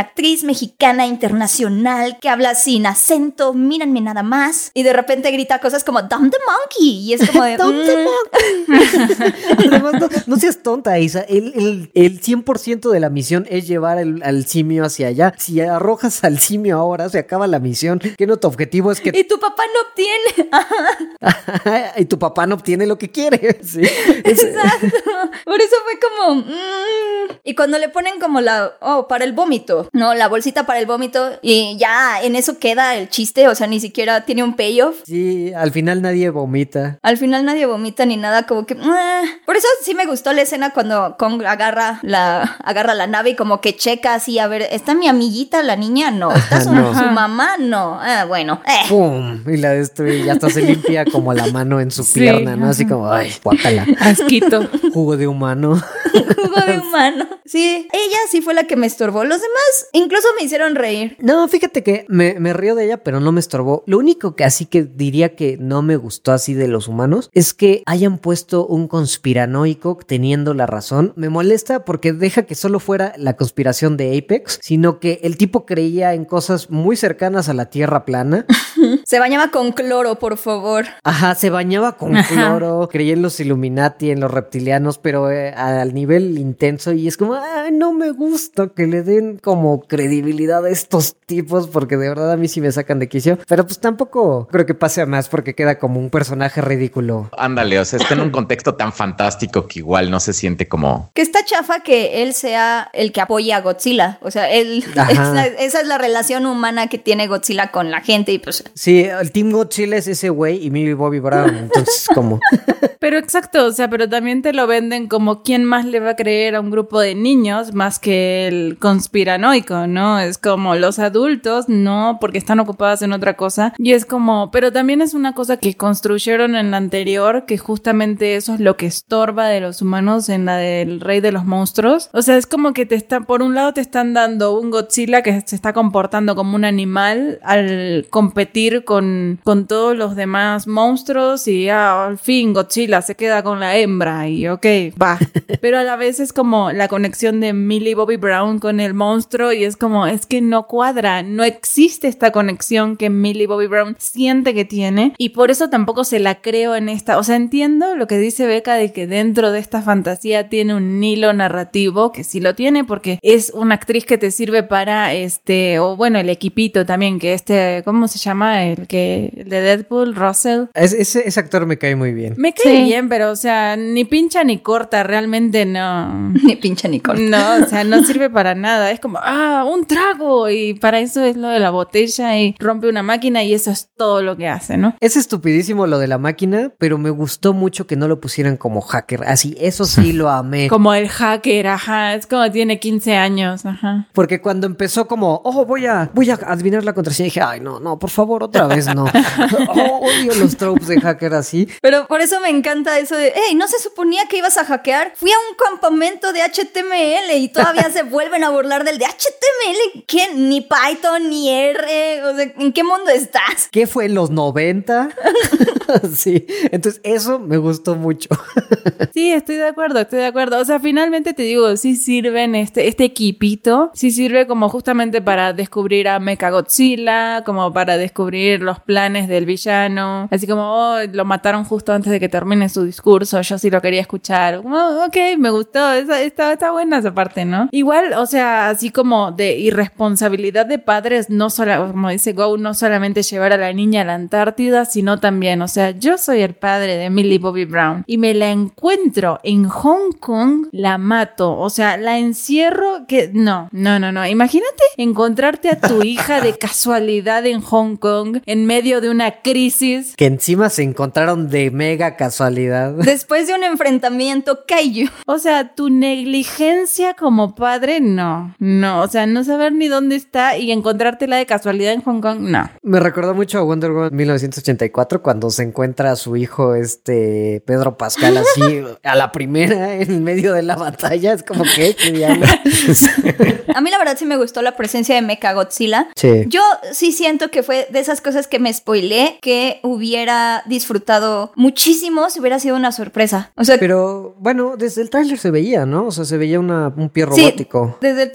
actriz mexicana internacional que habla sin acento, mírenme nada más. Y de repente grita cosas como Dump the Monkey. Y es como de... Dump the Monkey. Además, no, no seas tonta, Isa. El, el, el cien por ciento de la misión es llevar el, al simio hacia allá. Si arrojas al simio ahora, se acaba la misión. ¿Qué no? Tu objetivo es que... Y tu papá no obtiene. Y tu papá no obtiene lo que quiere. Sí. Exacto. Por eso fue como... Mm. Y cuando le ponen como la... Oh, para el vómito. No, la bolsita para el vómito. Y ya en eso queda el chiste. O sea, ni siquiera tiene un payoff. Sí, al final nadie vomita. Al final nadie vomita ni nada. Como que... Ah. Por eso sí me gustó la escena cuando Kong agarra la, agarra la nave y como que checa así. A ver, ¿está mi amiguita, la niña? No. ¿Está su, no. su mamá? No. Ah, bueno. Eh. ¡Pum! Y la destruye. Y hasta se limpia como la mano en su Sí, pierna, ¿no? ajá. Así como, ay, guácala. Asquito. Jugo de humano. Jugo de humano. Sí, ella sí fue la que me estorbó. Los demás incluso me hicieron reír. No, fíjate que me, me río de ella, pero no me estorbó. Lo único que así que diría que no me gustó así de los humanos es que hayan puesto un conspiranoico teniendo la razón. Me molesta porque deja que solo fuera la conspiración de Apex, sino que el tipo creía en cosas muy cercanas a la Tierra plana. Se bañaba con cloro, por favor. Ajá, se bañaba con Ajá. cloro, creía en los Illuminati, en los reptilianos, pero eh, al nivel intenso, y es como, ay, no me gusta que le den como credibilidad a estos tipos, porque de verdad a mí sí me sacan de quicio, pero pues tampoco creo que pase a más porque queda como un personaje ridículo. Ándale, o sea, está en un contexto tan fantástico que igual no se siente como... Que está chafa que él sea el que apoya a Godzilla. O sea, él Ajá. esa, esa es la relación humana que tiene Godzilla con la gente y pues... Sí, el Team Godzilla es ese güey y Millie Bobby Brown, entonces como... Pero exacto, o sea, pero también te lo venden como quién más le va a creer a un grupo de niños más que el conspiranoico, ¿no? Es como los adultos, no, porque están ocupados en otra cosa. Y es como, pero también es una cosa que construyeron en la anterior, que justamente eso es lo que estorba de los humanos en la del Rey de los Monstruos. O sea, es como que te están, por un lado te están dando un Godzilla que se está comportando como un animal al competir con, con todos los demás monstruos y ah, al fin Godzilla se queda con la hembra y ok, va. Pero a la vez es como la conexión de Millie Bobby Brown con el monstruo y es como, es que no cuadra, no existe esta conexión que Millie Bobby Brown siente que tiene y por eso tampoco se la creo en esta, o sea, entiendo lo que dice Beca de que dentro de esta fantasía tiene un hilo narrativo, que sí lo tiene porque es una actriz que te sirve para este, o bueno, el equipito también, que este, ¿cómo se llama? El que, el de Deadpool, Russell. Es, ese, ese actor me cae muy bien. Me cae Sí. bien, pero o sea, ni pincha ni corta, realmente no. Ni pincha ni corta. No, o sea, no sirve para nada. Es como, ah, un trago. Y para eso es lo de la botella y rompe una máquina y eso es todo lo que hace, ¿no? Es estupidísimo lo de la máquina, pero me gustó mucho que no lo pusieran como hacker. Así, eso sí lo amé. Como el hacker, ajá. Es como tiene quince años, ajá. Porque cuando empezó como, oh, voy a, voy a adivinar la contraseña, dije, ay, no, no, por favor, otra vez no. Oh, odio los tropes de hacker así. Pero por eso me encanta eso de, hey, ¿no se suponía que ibas a hackear? Fui a un campamento de H T M L y todavía se vuelven a burlar del de H T M L. ¿Qué? Ni Python, ni R. O sea, ¿en qué mundo estás? ¿Qué fue en los noventa? Sí, entonces eso me gustó mucho. Sí, estoy de acuerdo, estoy de acuerdo. O sea, finalmente te digo, sí sirven este, este equipito, sí sirve como justamente para descubrir a Mechagodzilla, como para descubrir los planes del villano, así como, oh, lo mataron justo antes de que termine su discurso, yo sí lo quería escuchar. Como, oh, ok, me gustó, esa, está, está buena esa parte, ¿no? Igual, o sea, así como de irresponsabilidad de padres, no solo, como dice Go, no solamente llevar a la niña a la Antártida, sino también, o sea, yo soy el padre de Millie Bobby Brown y me la encuentro en Hong Kong, la mato, o sea, la encierro que, no, no, no, no, imagínate encontrarte a tu hija de casualidad en Hong Kong en medio de una crisis. Que encima se encontraron de mega casualidad. Después de un enfrentamiento kaiju. O sea, tu negligencia como padre, no, no, o sea, no saber ni dónde está y encontrártela de casualidad en Hong Kong, no. Me recordó mucho a Wonder Woman mil novecientos ochenta y cuatro cuando se encuentra a su hijo, este, Pedro Pascal, así, a la primera, en medio de la batalla. Es como que, ¿qué diablos? A mí la verdad sí me gustó la presencia de Mechagodzilla. Sí. Yo sí siento que fue de esas cosas que me spoileé, que hubiera disfrutado muchísimo si hubiera sido una sorpresa. O sea, Pero, bueno, desde el tráiler se veía, ¿no? O sea, se veía una, un pie sí, robótico. desde el tráiler ya lo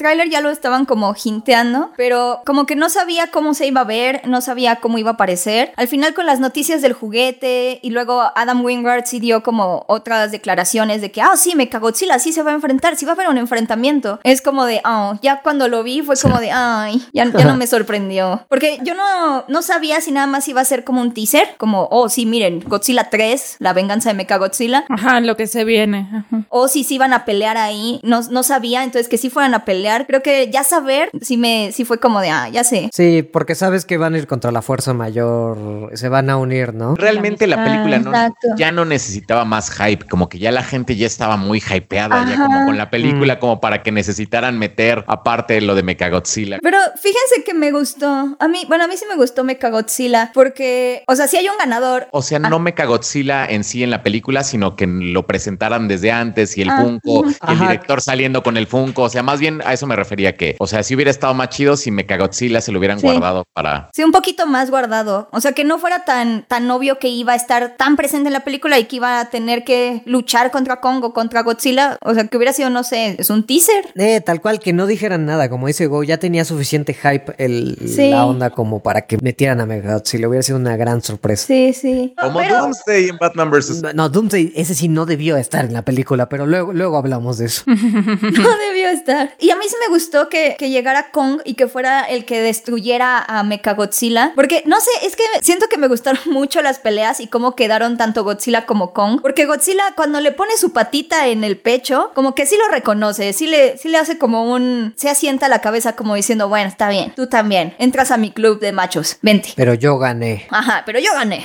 lo estaban como hinteando, pero como que no sabía cómo se iba a ver, no sabía cómo iba a aparecer. Al final con las noticias del juguete y luego Adam Wingard sí dio como otras declaraciones de que, ah, sí, Mechagodzilla sí se va a enfrentar, sí va a haber un enfrentamiento. Es como de, oh, ya cuando lo vi fue como de, ay, ya, ya no me sorprendió. Porque yo no, no sabía si nada más iba a ser como un teaser, como, oh, sí, miren, Godzilla tres, la venganza de Mechagodzilla. Ajá, lo que se viene. Ajá. O si sí iban a pelear ahí, no, no sabía, entonces que sí fueran a pelear. Creo que ya saber, sí, me, sí fue como de, ah, ya sé. Sí, porque sabes que van a ir contra la fuerza mayor, se van a unir, ¿no? Realmente la película no, Exacto. ya no necesitaba más hype, como que ya la gente ya estaba muy hypeada, Ajá. ya como con la película, Mm. como para que necesitaran meter aparte de lo de Mechagodzilla. Pero fíjense que me gustó. A mí, bueno, a mí sí me gustó Mechagodzilla porque, o sea, sí hay un ganador. O sea, no Mechagodzilla en sí en la película, sino que lo presentaran desde antes y el Ah, Funko, ujú. y el Ajá. director saliendo con el Funko. O sea, más bien a eso me refería que, o sea, si hubiera estado más chido si Mechagodzilla se lo hubieran Sí. guardado para... Sí, un poquito más guardado. O sea, que no fuera tan, tan obvio que iba a estar tan presente en la película y que iba a tener que luchar contra Kong o contra Godzilla. O sea, que hubiera sido, no sé, es un teaser. Eh, tal cual, que no dijeran nada, como dice Go, ya tenía suficiente hype el, Sí. la onda como para que metieran a Mechagodzilla, hubiera sido una gran sorpresa. Sí, sí. Como Pero- Doomsday en Batman versus... No, Doomsday, ese sí no debió estar en la película, pero luego, luego hablamos de eso. No debió estar. Y a mí sí me gustó que, que llegara Kong y que fuera el que destruyera a Mechagodzilla. Porque, no sé, es que siento que me gustaron mucho las peleas y cómo quedaron tanto Godzilla como Kong. Porque Godzilla, cuando le pone su patita en el pecho, como que sí lo reconoce, sí le, sí le hace como un... Se asienta la cabeza como diciendo, bueno, está bien, tú también. Entras a mi club de machos, vente. Pero yo gané. Ajá, pero yo gané.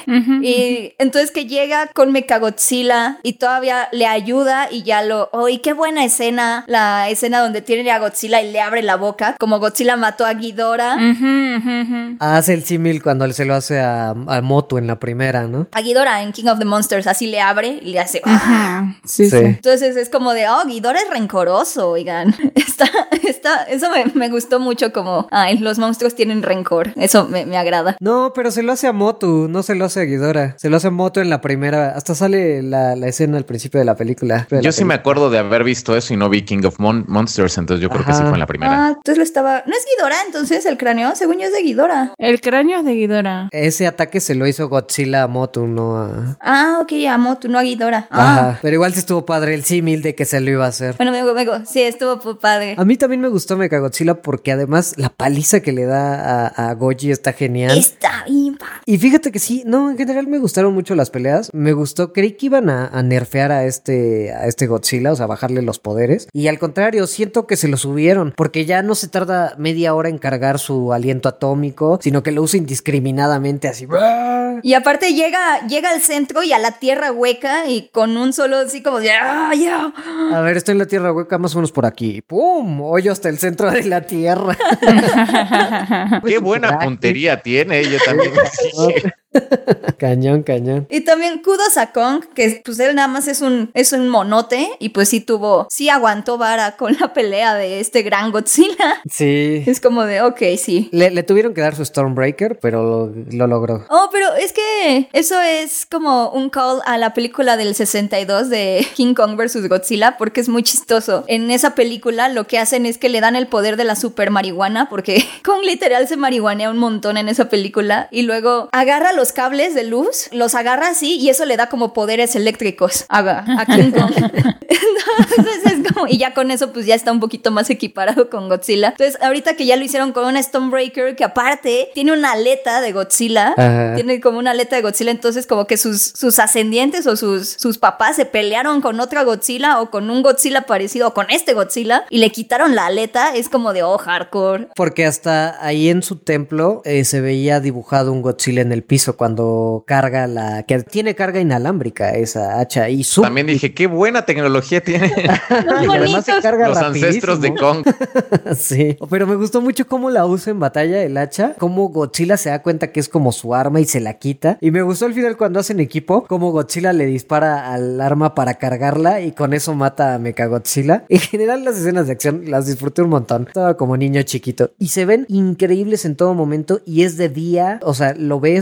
Y entonces que llega con Mechagodzilla y todavía le ayuda y ya lo... ¡Oh, y qué buena escena! La escena donde tiene a Godzilla y le abre la boca. Como Godzilla mató a Ghidorah. Ujú, ujú, ujú. Hace el símil cuando se lo hace a, a Motu en la primera, ¿no? A Ghidorah en King of the Monsters. Así le abre y le hace... Ajá. Sí, Sí. sí. Entonces es como de, oh, Ghidorah es rencoroso, oigan. Está, está, eso me, me gustó mucho como, ay, los monstruos tienen rencor. Eso me, me agrada. No, pero se lo hace a Motu, no se lo hace a Ghidorah. Se lo hace a Motu en la primera. Hasta sale la, la escena al principio de la película. De la Yo sí me película. acuerdo de haber visto eso y no vi King of Mon- Monsters, entonces yo creo que sí Ajá. fue en la primera. Ah, entonces lo estaba... ¿No es Ghidorah entonces el cráneo? Según yo es de Ghidorah. El cráneo es de Ghidorah. Ese ataque se lo hizo Godzilla a Motu, no a... Ah, ok, a Motu, no a Ghidorah. Ah. Ajá. Pero igual sí estuvo padre el símil de que se lo iba a hacer. Bueno, me, me, sí, estuvo pu- padre. A mí también me gustó Mechagodzilla porque además la paliza que le da a, a Goji está genial. Está bien, pa. Y fíjate que sí, no, en general me gustaron mucho las peleas. Me gustó, creí que iban a, a nerfear a este, a este Godzilla, o sea, bajarle los poderes. Y al contrario, siento que se lo subieron, porque ya no se tarda media hora en cargar su aliento atómico, sino que lo usa indiscriminadamente así. Y aparte llega, llega al centro y a la tierra hueca y con un solo así como de ¡ah, ya! A ver, estoy en la tierra hueca, más o menos por aquí. ¡Pum! Hoyo hasta el centro de la tierra. Qué buena puntería tiene, yo también dije. Cañón, cañón. Y también kudos a Kong, que pues él nada más es un, es un monote y pues sí tuvo, sí aguantó vara con la pelea de este gran Godzilla. Sí. Es como de, ok, sí. Le, le tuvieron que dar su Stormbreaker, pero lo, lo logró. Oh, pero es que eso es como un call a la película del sesenta y dos de King Kong versus Godzilla, porque es muy chistoso. En esa película lo que hacen es que le dan el poder de la super marihuana, porque Kong literal se marihuanea un montón en esa película, y luego agarra los cables de luz, los agarra así, y eso le da como poderes eléctricos a, a King Kong. Entonces es como, y ya con eso pues ya está un poquito más equiparado con Godzilla. Entonces ahorita que ya lo hicieron con una Stormbreaker, que aparte tiene una aleta de Godzilla, Ajá. tiene como una aleta de Godzilla, entonces como que sus, sus ascendientes o sus, sus papás se pelearon con otra Godzilla o con un Godzilla parecido o con este Godzilla y le quitaron la aleta. Es como de, oh, hardcore. Porque hasta ahí en su templo eh, se veía dibujado un Godzilla en el piso cuando carga la... que tiene carga inalámbrica esa hacha y su... También dije, qué buena tecnología tiene y además se carga los rapidísimo. ancestros de Kong. Sí, pero me gustó mucho cómo la usa en batalla el hacha, cómo Godzilla se da cuenta que es como su arma y se la quita. Y me gustó al final cuando hacen equipo, cómo Godzilla le dispara al arma para cargarla y con eso mata a Mechagodzilla. En general las escenas de acción las disfruté un montón, estaba como niño chiquito. Y se ven increíbles en todo momento y es de día, o sea, lo ves porque siempre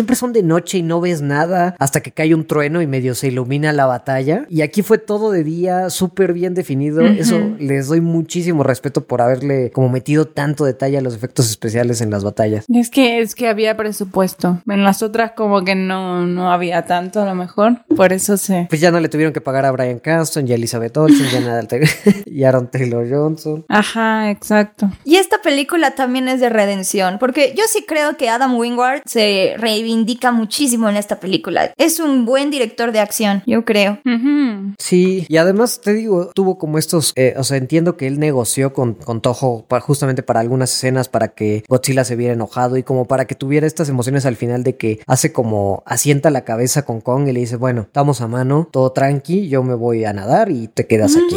siempre son de noche y no ves nada hasta que cae un trueno y medio se ilumina la batalla. Y aquí fue todo de día, súper bien definido. Uh-huh. Eso les doy muchísimo respeto por haberle como metido tanto detalle a los efectos especiales en las batallas. Es que, es que había presupuesto. En las otras como que no, no había tanto a lo mejor. Por eso se... Pues ya no le tuvieron que pagar a Bryan Cranston y a Elizabeth Olsen y a nada y Aaron Taylor Johnson. Ajá, exacto. Y esta película también es de redención, porque yo sí creo que Adam Wingard se reivindica muchísimo en esta película. Es un buen director de acción, yo creo. Uh-huh. Sí, y además te digo, tuvo como estos, eh, o sea, entiendo que él negoció con, con Toho para, justamente para algunas escenas para que Godzilla se viera enojado y como para que tuviera estas emociones al final de que hace como asienta la cabeza con Kong y le dice, bueno, estamos a mano, todo tranqui, yo me voy a nadar y te quedas aquí.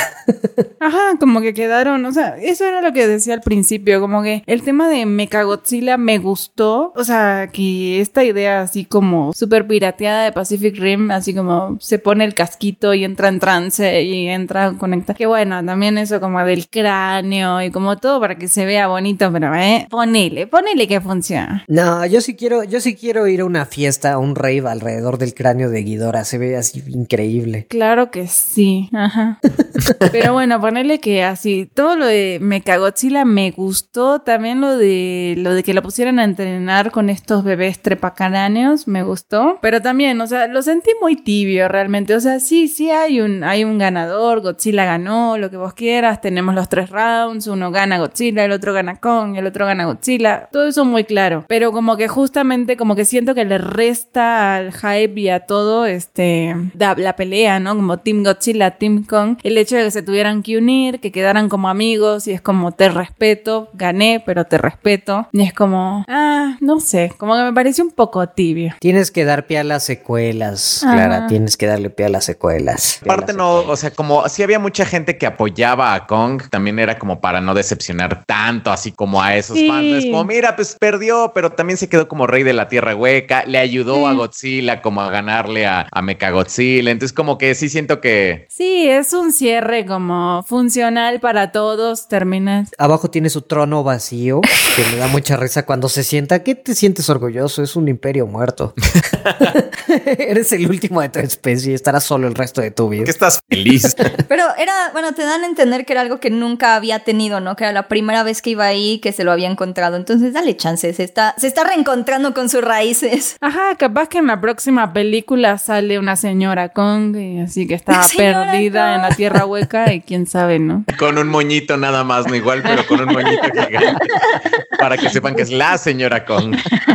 Ajá, como que quedaron, o sea, eso era lo que decía al principio, como que el tema de Mechagodzilla me gustó, o sea, que esta idea así como súper pirateada de Pacific Rim, así como se pone el casquito y entra en trance y entra a conectar, que bueno, también eso como del cráneo y como todo para que se vea bonito, pero eh, ponele, ponele que funciona. No, yo sí quiero, yo sí quiero ir a una fiesta, a un rave alrededor del cráneo de Ghidorah, se ve así increíble. Claro que sí, ajá. Pero bueno, ponerle que así, todo lo de Mechagodzilla me gustó, también lo de lo de que lo pusieran a entrenar con estos bebés trepacráneos, me gustó, pero también, o sea, lo sentí muy tibio realmente, o sea, sí, sí hay un, hay un ganador, Godzilla ganó, lo que vos quieras, tenemos los tres rounds, uno gana Godzilla, el otro gana Kong, el otro gana Godzilla, todo eso muy claro, pero como que justamente, como que siento que le resta al hype y a todo, este, la, la pelea, ¿no? Como Team Godzilla, Team Kong, el hecho de que se tuvieran que unir, que quedaran como amigos y es como te respeto, gané, pero te respeto. Y es como, ah, no sé, como que me pareció un poco tibio. Tienes que dar pie a las secuelas, Ajá. Clara, tienes que darle pie a las secuelas. Aparte no, o sea, como si había mucha gente que apoyaba a Kong, también era como para no decepcionar tanto así como a esos sí. fans. Es como, mira, pues perdió, pero también se quedó como rey de la tierra hueca, le ayudó sí. a Godzilla como a ganarle a, a Mechagodzilla, entonces como que sí siento que... Sí, es un cierre como funcional para todos, terminas. Abajo tiene su trono vacío, que me da mucha risa cuando se sienta. ¿Qué te sientes orgulloso? Es un imperio muerto. Eres el último de tu especie y estarás solo el resto de tu vida. ¿Qué estás feliz? Pero era, bueno, te dan a entender que era algo que nunca había tenido, ¿no? Que era la primera vez que iba ahí, que se lo había encontrado. Entonces, dale chance, se está, se está reencontrando con sus raíces. Ajá, capaz que en la próxima película sale una señora Kong, y así que está perdida Kong. En la tierra hueca y quién sabe, ¿no? Con un moñito nada más, no igual, pero con un moñito gigante. Para que sepan que es la señora Kong.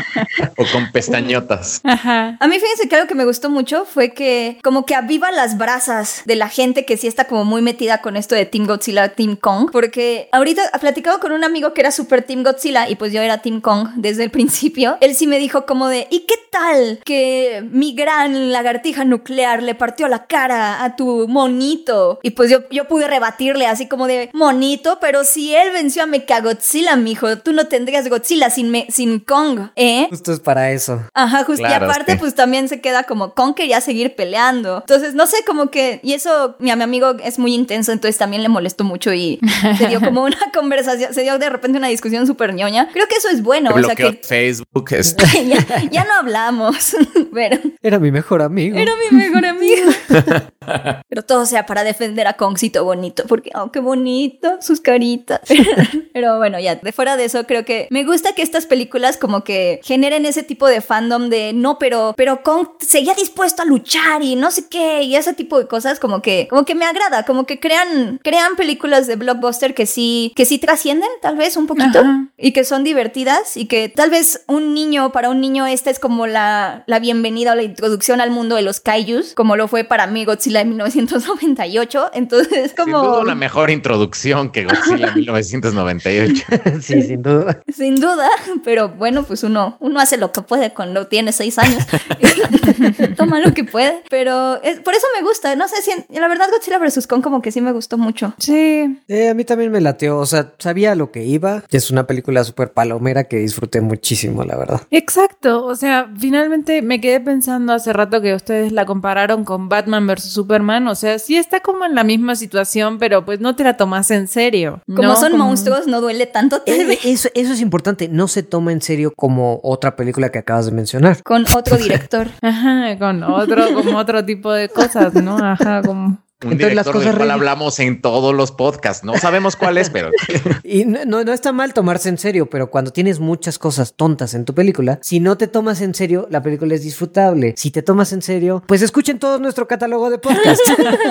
O con pestañotas. Ajá. A mí fíjense que algo que me gustó mucho fue que como que aviva las brasas de la gente que sí está como muy metida con esto de Team Godzilla, Team Kong. Porque ahorita platicaba con un amigo que era super Team Godzilla y pues yo era Team Kong desde el principio. Él sí me dijo como de, ¿y qué tal que mi gran lagartija nuclear le partió la cara a tu monito? Y pues yo, yo pude rebatirle así como de, monito, pero si él venció a Mechagodzilla, mijo, tú no tendrías Godzilla sin, me, sin Kong, ¿eh? Justo es para eso. Ajá, justo. Claro, y aparte, sí. pues también se queda como Kong quería seguir peleando. Entonces, no sé, como que... Y eso, mi, mi amigo es muy intenso, entonces también le molestó mucho y se dio como una conversación, se dio de repente una discusión súper ñoña. Creo que eso es bueno. Te o sea que Facebook. Es... ya, ya no hablamos. Pero... Era mi mejor amigo. Era mi mejor amigo. Pero todo sea para defender a Kongcito bonito, porque, oh, qué bonito, sus caritas. Pero bueno, ya, de fuera de eso, creo que me gusta que estas películas como que generen ese tipo de fandom de, no, pero, pero Kong seguía dispuesto a luchar y no sé qué, y ese tipo de cosas como que, como que me agrada, como que crean, crean películas de blockbuster que sí, que sí trascienden, tal vez, un poquito, Ajá. y que son divertidas, y que tal vez un niño, para un niño esta es como la, la bienvenida o la introducción al mundo de los kaijus, como lo fue para mí Godzilla de mil novecientos noventa y ocho, entonces como... Sin duda una mejor introducción que Godzilla de mil novecientos noventa y ocho. Sí, sin duda. Sin duda, pero bueno, pues uno, uno hace lo que puede cuando tiene seis años. Toma lo que puede, pero es, por eso me gusta, no sé si, la verdad Godzilla versus. Kong como que sí me gustó mucho. Sí. Eh, a mí también me lateó, o sea, sabía lo que iba, y es una película súper palomera que disfruté muchísimo, la verdad. Exacto, o sea, finalmente me quedé pensando hace rato que ustedes la compararon con Batman versus Superman, o sea, sí está como en la misma situación, pero pues no te la tomas en serio. Como ¿no? son Como... monstruos, no duele tanto. Tal vez. Eso, eso es importante, no se toma en serio como otra película que acabas de mencionar. Con otro director. Ajá, con otro, como otro tipo de cosas, ¿no? Ajá, como... Un Entonces, las director cosas del cual re- hablamos en todos los podcasts. No sabemos cuál es, pero... Y no, no, no está mal tomarse en serio, pero cuando tienes muchas cosas tontas en tu película, si no te tomas en serio, la película es disfrutable. Si te tomas en serio, pues escuchen todo nuestro catálogo de podcast.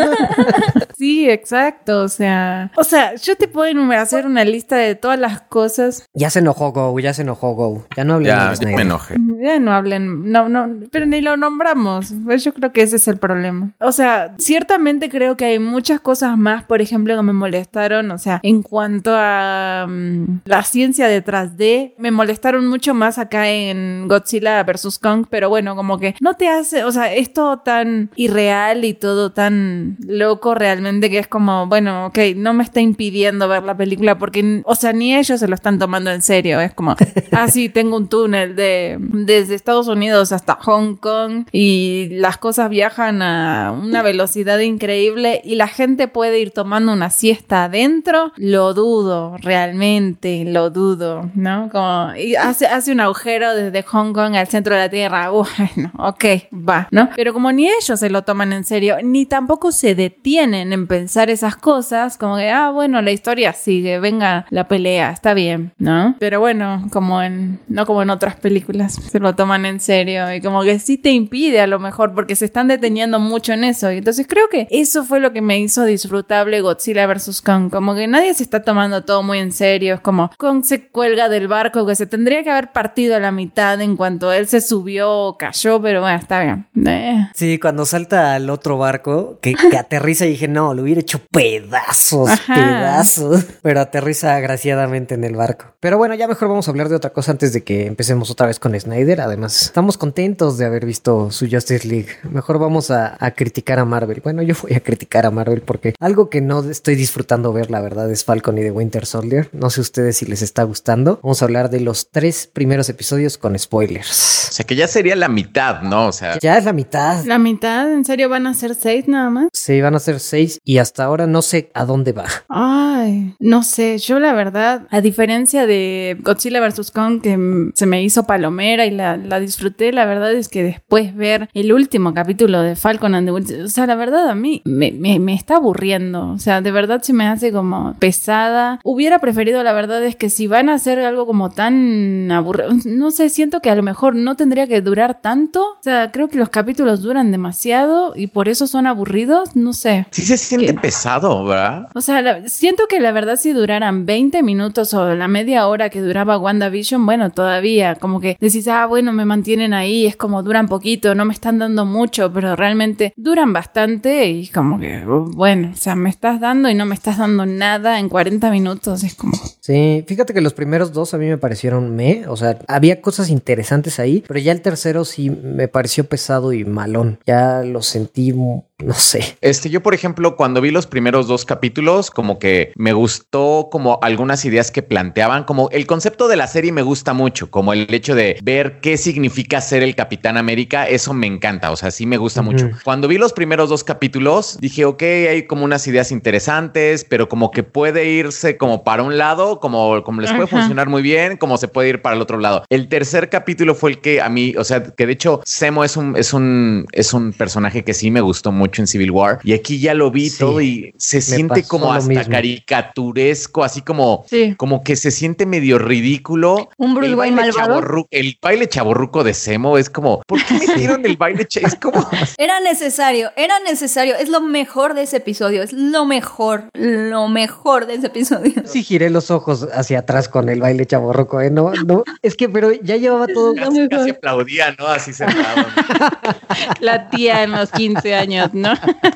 Sí, exacto, o sea... O sea, yo te puedo enumerar, hacer una lista de todas las cosas. Ya se enojó Go, ya se enojó Go. Ya no hablen Ya, de ya me Snyder. enojé. Ya no hablen, no, no, pero ni lo nombramos. Pues yo creo que ese es el problema. O sea, ciertamente creo que hay muchas cosas más, por ejemplo, que me molestaron. O sea, en cuanto a um, la ciencia detrás de, me molestaron mucho más acá en Godzilla versus Kong. Pero bueno, como que no te hace, o sea, es todo tan irreal y todo tan loco realmente que es como, bueno, ok, no me está impidiendo ver la película porque, o sea, ni ellos se lo están tomando en serio. Es como, ah, sí, tengo un túnel de desde Estados Unidos hasta Hong Kong y las cosas viajan a una velocidad increíble y la gente puede ir tomando una siesta adentro. Lo dudo, realmente, lo dudo, ¿no? Como, y hace, hace un agujero desde Hong Kong al centro de la Tierra. Bueno, ok, va, ¿no? Pero como ni ellos se lo toman en serio, ni tampoco se detienen en pensar esas cosas, como que, ah, bueno, la historia sigue, venga la pelea, está bien, ¿no? Pero bueno, como en, no como en otras películas, se lo toman en serio y como que sí te impide a lo mejor porque se están deteniendo mucho en eso. Y entonces creo que eso fue lo que me hizo disfrutable Godzilla versus Kong, como que nadie se está tomando todo muy en serio. Es como Kong se cuelga del barco que se tendría que haber partido a la mitad en cuanto él se subió o cayó, pero bueno, está bien. Eh. Sí, cuando salta al otro barco, que, que aterriza y dije, no, lo hubiera hecho pedazos, Ajá. pedazos. Pero aterriza agraciadamente en el barco. Pero bueno, ya mejor vamos a hablar de otra cosa antes de que empecemos otra vez con Snyder. Además, estamos contentos de haber visto su Justice League. Mejor vamos a, a criticar a Marvel. Bueno, yo voy a criticar a Marvel porque algo que no estoy disfrutando ver, la verdad, es Falcon y The Winter Soldier. No sé ustedes si les está gustando. Vamos a hablar de los tres primeros episodios con spoilers. O sea, que ya sería la mitad, ¿no? O sea, Ya es la mitad. La mitad, ¿en serio van a ser seis nada más? Sí, van a ser seis y hasta ahora no sé a dónde va. Ay, no sé, yo la verdad, a diferencia de Godzilla versus Kong, que mm, se me hizo palomera y la, la disfruté, la verdad es que después ver el último capítulo de Falcon and the Winter, o sea, la verdad a mí me, me, me está aburriendo, o sea, de verdad se me hace como pesada. Hubiera preferido, la verdad es que si van a hacer algo como tan aburrido, no sé, siento que a lo mejor no tendría que durar tanto, o sea, creo que los capítulos duran demasiado y por eso son aburridos, no sé. sí se siente ¿Qué? pesado, ¿verdad? O sea, la- siento que la verdad si duraran veinte minutos o la media hora que duraba WandaVision, bueno, todavía como que decís, ah, bueno, me mantienen ahí, es como duran poquito, no me están dando mucho, pero realmente duran bastante y como que, uh, bueno, o sea, me estás dando y no me estás dando nada en cuarenta minutos, es como... Sí, fíjate que los primeros dos a mí me parecieron me, o sea, había cosas interesantes ahí, pero ya el tercero sí me pareció pesado y malón. Ya lo sentí, no sé. Este, yo, por ejemplo, cuando vi los primeros dos capítulos, como que me gustó como algunas ideas que planteaban, como el concepto de la serie me gusta mucho, como el hecho de ver qué significa ser el Capitán América, eso me encanta, o sea, sí me gusta Ujú. mucho. Cuando vi los primeros dos capítulos, dije, ok, hay como unas ideas interesantes, pero como que puede irse como para un lado, como, como les puede Ajá. funcionar muy bien, como se puede ir para el otro lado. El tercer capítulo fue el que a mí, o sea, que de hecho Zemo es un, es un, es un personaje que sí me gustó mucho en Civil War y aquí ya lo vi Sí, todo y se me siente pasó como lo hasta mismo. caricaturesco, así como, Sí. como que se siente medio ridículo. Un Bruce El Wayne baile malvado. chavorru- el baile chaborruco de Zemo es como, ¿por qué metieron el baile? cha- Es como, Era necesario, era necesario. Es lo mejor de ese episodio. Es lo mejor, lo mejor de ese episodio. Sí giré los ojos hacia atrás con el baile chaborroco, ¿eh? No, no, es que, pero ya llevaba todo... casi, casi aplaudía, ¿no? Así sentado. La tía en los quince años, ¿no?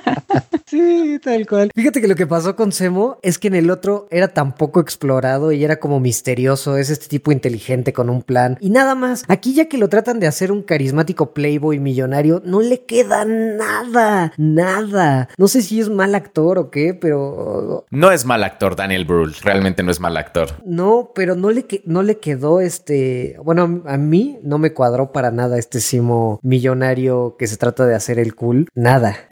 Sí, tal cual. Fíjate que lo que pasó con Zemo es que en el otro era tan poco explorado y era como misterioso, es este tipo inteligente con un plan y nada más. Aquí ya que lo tratan de hacer un carismático playboy millonario, no le queda nada, nada. No sé si es mal actor o qué, pero... No es mal actor Daniel Brühl, realmente no es mal actor. No, pero no le, que- no le quedó este... Bueno, a mí no me cuadró para nada este Zemo millonario que se trata de hacer el cool. Nada.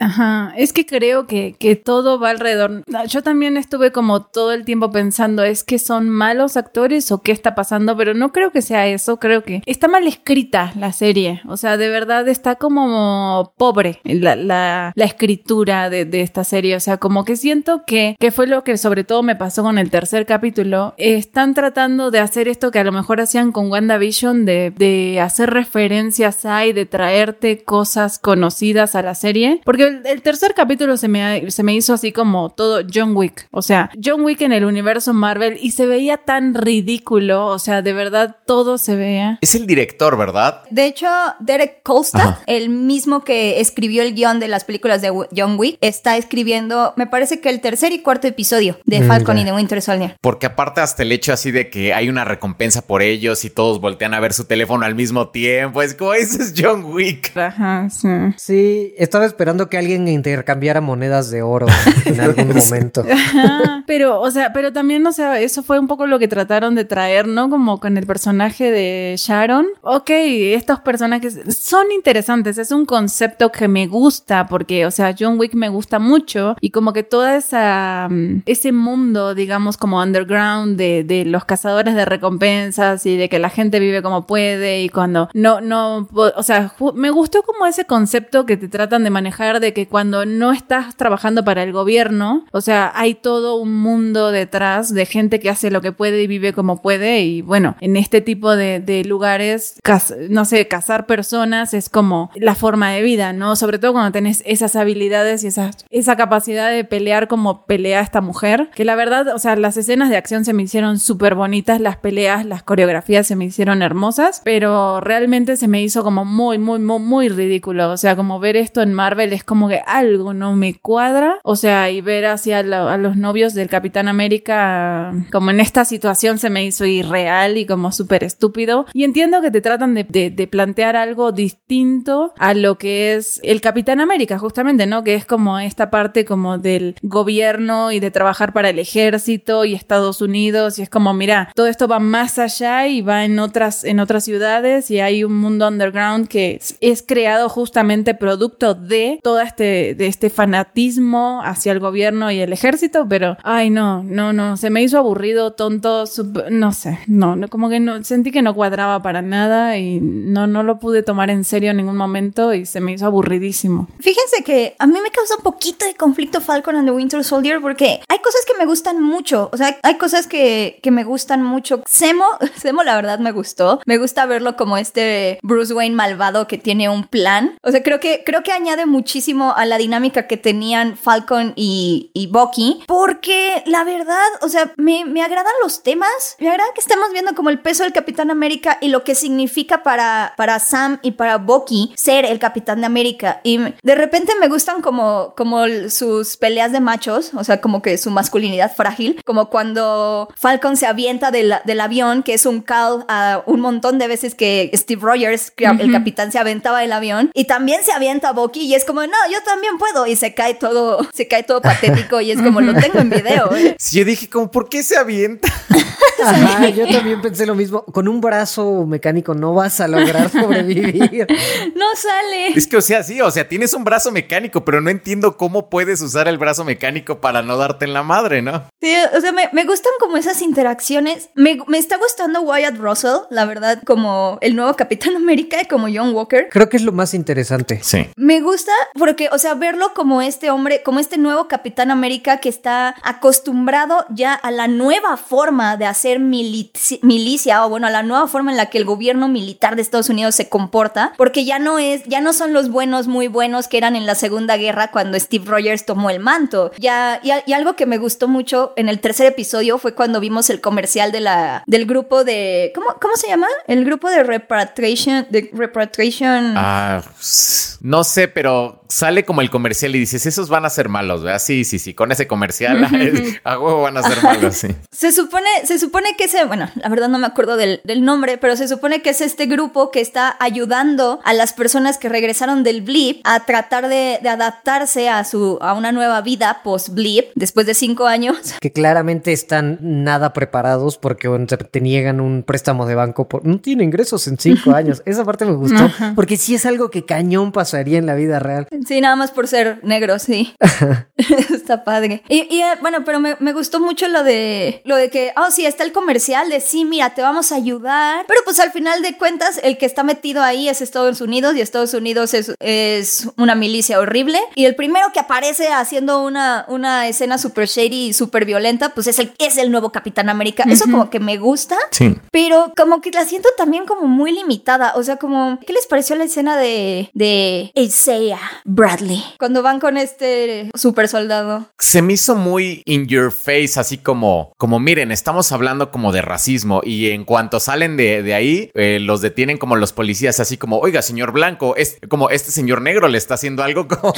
Ajá, es que creo que, que todo va alrededor. Yo también estuve como todo el tiempo pensando, ¿es que son malos actores o qué está pasando? Pero no creo que sea eso, creo que está mal escrita la serie. O sea, de verdad está como pobre la, la, la escritura de, de esta serie. O sea, como que siento que, que fue lo que sobre todo me pasó con el tercer capítulo. Están tratando de hacer esto que a lo mejor hacían con WandaVision, de, de hacer referencias a y de traerte cosas conocidas a la serie. Porque el, el tercer capítulo se me, se me hizo así como todo John Wick. O sea, John Wick en el universo Marvel y se veía tan ridículo. O sea, de verdad todo se veía. Es el director, ¿verdad? De hecho, Derek Kolstad, el mismo que escribió el guión de las películas de John Wick, está escribiendo, me parece que el tercer y cuarto episodio de Falcon mm, y de Winter Soldier. Porque aparte hasta el hecho así de que hay una recompensa por ellos y todos voltean a ver su teléfono al mismo tiempo. Es como, ese es John Wick. Ajá, sí. Sí, estaba esperando que alguien intercambiara monedas de oro en algún momento. Ajá, pero, o sea, pero también, o sea, eso fue un poco lo que trataron de traer, ¿no? Como con el personaje de Sharon. Ok, estos personajes son interesantes, es un concepto que me gusta porque, o sea, John Wick me gusta mucho y como que toda esa, ese mundo, digamos, como underground de, de los cazadores de recompensas y de que la gente vive como puede y cuando no, no, o sea, me gustó como ese concepto que te tratan de manejar de que cuando no estás trabajando para el gobierno, o sea, hay todo un mundo detrás de gente que hace lo que puede y vive como puede y bueno, en este tipo de, de lugares, caz- no sé, cazar personas es como la forma de vida, ¿no? Sobre todo cuando tenés esas habilidades y esa, esa capacidad de pelear como pelea esta mujer, que la verdad, o sea, las escenas de acción se me hicieron súper bonitas, las peleas, las coreografías se me hicieron hermosas, pero realmente se me hizo como muy, muy, muy, muy ridículo, o sea, como ver esto en Marvel es como que algo no me cuadra, o sea, y ver hacia la, a los novios del Capitán América como en esta situación se me hizo irreal y como súper estúpido, y entiendo que te tratan de, de, de plantear algo distinto a lo que es el Capitán América, justamente, ¿no? Que es como esta parte como del gobierno y de trabajar para el ejército y Estados Unidos, y es como, mira, todo esto va más allá y va en otras, en otras ciudades y hay un mundo underground que es, es creado justamente producto de todo este, de este fanatismo hacia el gobierno y el ejército, pero, ay, no, no, no, se me hizo aburrido, tonto, super, no sé, no, no, como que no, sentí que no cuadraba para nada y no, no lo pude tomar en serio en ningún momento y se me hizo aburridísimo. Fíjense que a mí me causa un poquito de conflicto Falcon and the Winter Soldier porque hay cosas que me gustan mucho, o sea, hay cosas que, que me gustan mucho. Zemo, Zemo la verdad me gustó, me gusta verlo como este Bruce Wayne malvado que tiene un plan, o sea, creo que, creo que añade muchísimo a la dinámica que tenían Falcon y, y Bucky, porque la verdad, o sea, me, me agradan los temas, me agrada que estemos viendo como el peso del Capitán América y lo que significa para, para Sam y para Bucky ser el Capitán de América, y de repente me gustan como, como sus peleas de machos, o sea, como que su masculinidad frágil, como cuando Falcon se avienta del, del avión, que es un call a un montón de veces que Steve Rogers, que uh-huh. el capitán, se aventaba del avión, y también se avienta Bucky y es como, no, yo también puedo, y se cae todo, se cae todo patético y es como, lo tengo en video. ¿eh? Sí, yo dije como, ¿por qué se avienta? Ajá, yo también pensé lo mismo. Con un brazo mecánico no vas a lograr sobrevivir. No sale. Es que, o sea, sí, o sea, tienes un brazo mecánico, pero no entiendo cómo puedes usar el brazo mecánico para no darte en la madre, ¿no? Sí, o sea, me, me gustan como esas interacciones. Me, me está gustando Wyatt Russell, la verdad, como el nuevo Capitán América y como John Walker. Creo que es lo más interesante. Sí. Me gusta porque, o sea, verlo como este hombre, como este nuevo Capitán América que está acostumbrado ya a la nueva forma de hacer milici- milicia, o bueno, a la nueva forma en la que el gobierno militar de Estados Unidos se comporta, porque ya no es, ya no son los buenos muy buenos que eran en la Segunda Guerra cuando Steve Rogers tomó el manto. Ya, y, y algo que me gustó mucho en el tercer episodio fue cuando vimos el comercial de la, del grupo de, ¿cómo, cómo se llama? El grupo de repatriation, de repatriation. Ah, no sé, pero sale como el comercial y dices, esos van a ser malos, ¿verdad? Sí, sí, sí, con ese comercial a huevo van a ser malos, sí. Se supone, se supone que ese, bueno, la verdad no me acuerdo del, del nombre, pero se supone que es este grupo que está ayudando a las personas que regresaron del blip a tratar de, de adaptarse a su a una nueva vida post-blip después de cinco años. Que claramente están nada preparados porque bueno, te, te niegan un préstamo de banco por no tiene ingresos en cinco años. Esa parte me gustó uh-huh. porque sí es algo que cañón pasaría en la vida real. Sí, nada más por ser negro, sí. Está padre. Y, y bueno, pero me, me gustó mucho lo de lo de que, oh sí, está el comercial de sí, mira, te vamos a ayudar. Pero pues al final de cuentas, el que está metido ahí es Estados Unidos y Estados Unidos es, es una milicia horrible. Y el primero que aparece haciendo una, una escena super shady y super violenta, pues es el, es el nuevo Capitán América. Uh-huh. Eso como que me gusta. Sí. Pero como que la siento también como muy limitada. O sea, como, ¿qué les pareció la escena de, de Isaiah Bradley? Cuando van con este super soldado. Se me hizo muy in your face, así como, como miren, estamos hablando como de racismo y en cuanto salen de, de ahí, eh, los detienen como los policías, así como, oiga, señor blanco, es como este señor negro le está haciendo algo como...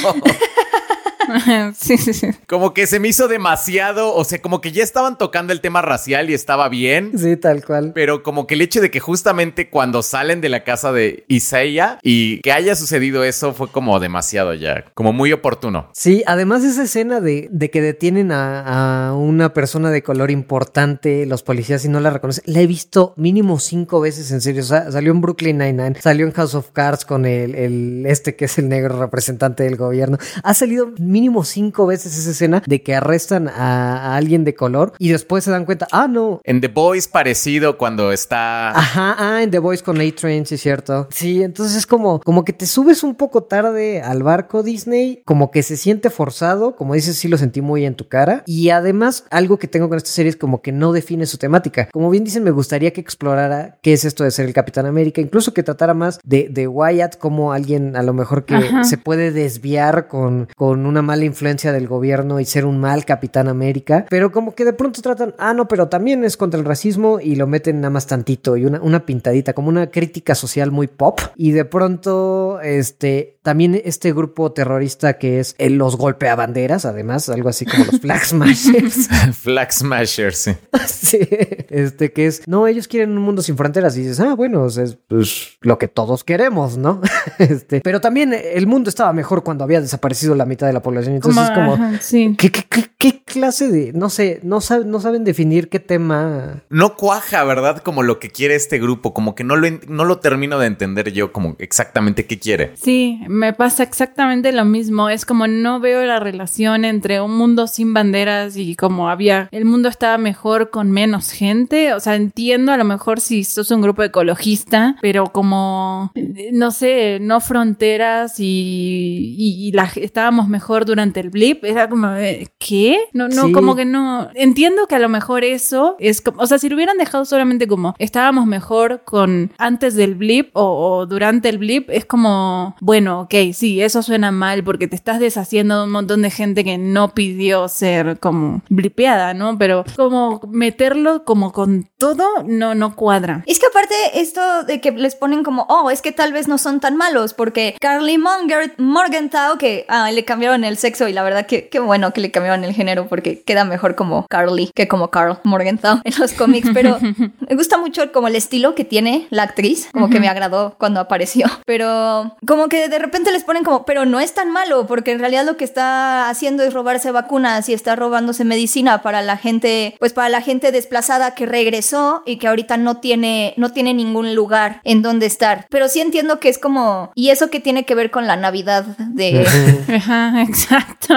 Sí, sí, sí. Como que se me hizo demasiado, o sea, como que ya estaban tocando el tema racial y estaba bien. Sí, tal cual. Pero como que el hecho de que justamente cuando salen de la casa de Isaiah y que haya sucedido eso fue como demasiado ya, como muy oportuno. Sí, además esa escena de, de que detienen a, a una persona de color importante, los policías y no la reconocen, la he visto mínimo cinco veces en serio. O sea, salió en Brooklyn Nine-Nine, salió en House of Cards con el, el este que es el negro representante del gobierno. Ha salido mínimo cinco veces esa escena de que arrestan a, a alguien de color y después se dan cuenta, ah, no. En The Boys parecido cuando está... Ajá, ah, en The Boys con A-Train, sí es cierto. Sí, entonces es como, como que te subes un poco tarde al barco Disney, como que se siente forzado, como dices, sí lo sentí muy en tu cara. Y además, algo que tengo con esta serie es como que no define su temática. Como bien dicen, me gustaría que explorara qué es esto de ser el Capitán América, incluso que tratara más de, de Wyatt como alguien a lo mejor que Ajá. se puede desviar con, con una mala influencia del gobierno y ser un mal Capitán América, pero como que de pronto tratan, ah no, pero también es contra el racismo y lo meten nada más tantito y una, una pintadita, como una crítica social muy pop y de pronto este también este grupo terrorista que es el, los golpeabanderas, además, algo así como los Flag Smashers. Flag Smashers, sí. Sí, este que es, no, ellos quieren un mundo sin fronteras y dices, ah, bueno, es pues, lo que todos queremos, ¿no? este, pero también el mundo estaba mejor cuando había desaparecido la mitad de la población, entonces es como, Ajá, sí. ¿qué, qué, qué, ¿qué clase de, no sé, no, sab, no saben definir qué tema? No cuaja, ¿verdad? Como lo que quiere este grupo, como que no lo, no lo termino de entender yo, como exactamente qué quiere. Sí, me pasa exactamente lo mismo, es como no veo la relación entre un mundo sin banderas y como había, el mundo estaba mejor con menos gente, o sea, entiendo a lo mejor si sos un grupo ecologista, pero como, no sé, no fronteras y, y, y la, estábamos mejor durante el blip, era como, ¿qué? No, no, sí. Como que no, entiendo que a lo mejor eso es como, o sea, si lo hubieran dejado solamente como, estábamos mejor con antes del blip o, o durante el blip, es como, bueno, ok, sí, eso suena mal porque te estás deshaciendo de un montón de gente que no pidió ser como blipeada, ¿no? Pero como meterlo como con todo, no, no cuadra. Es que aparte esto de que les ponen como, oh, es que tal vez no son tan malos porque Carly Monger, Morgenthau, que ah, le cambiaron el sexo y la verdad que qué bueno que le cambiaron el género porque queda mejor como Carly que como Carl Morgenthau en los cómics, pero me gusta mucho como el estilo que tiene la actriz, como uh-huh. que me agradó cuando apareció, pero como que de repente les ponen como, pero no es tan malo porque en realidad lo que está haciendo es robarse vacunas y está robándose medicina para la gente, pues para la gente desplazada que regresó y que ahorita no tiene, no tiene ningún lugar en donde estar, pero sí entiendo que es como, y eso que tiene que ver con la Navidad de... Ajá, exacto.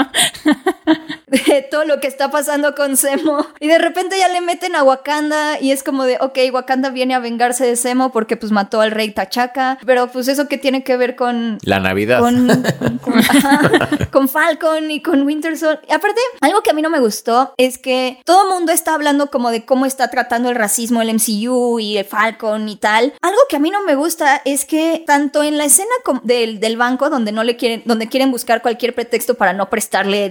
de todo lo que está pasando con Zemo y de repente ya le meten a Wakanda y es como de, ok, Wakanda viene a vengarse de Zemo porque pues mató al rey T'Chaka, pero pues eso que tiene que ver con... La Navidad. Con, con, ajá, con Falcon y con Winter Soldier. Y aparte, algo que a mí no me gustó es que todo el mundo está hablando como de cómo está tratando el racismo el M C U y el Falcon y tal. Algo que a mí no me gusta es que tanto en la escena del, del banco donde no le quieren, donde quieren buscar cualquier pretexto para no prestarle dinero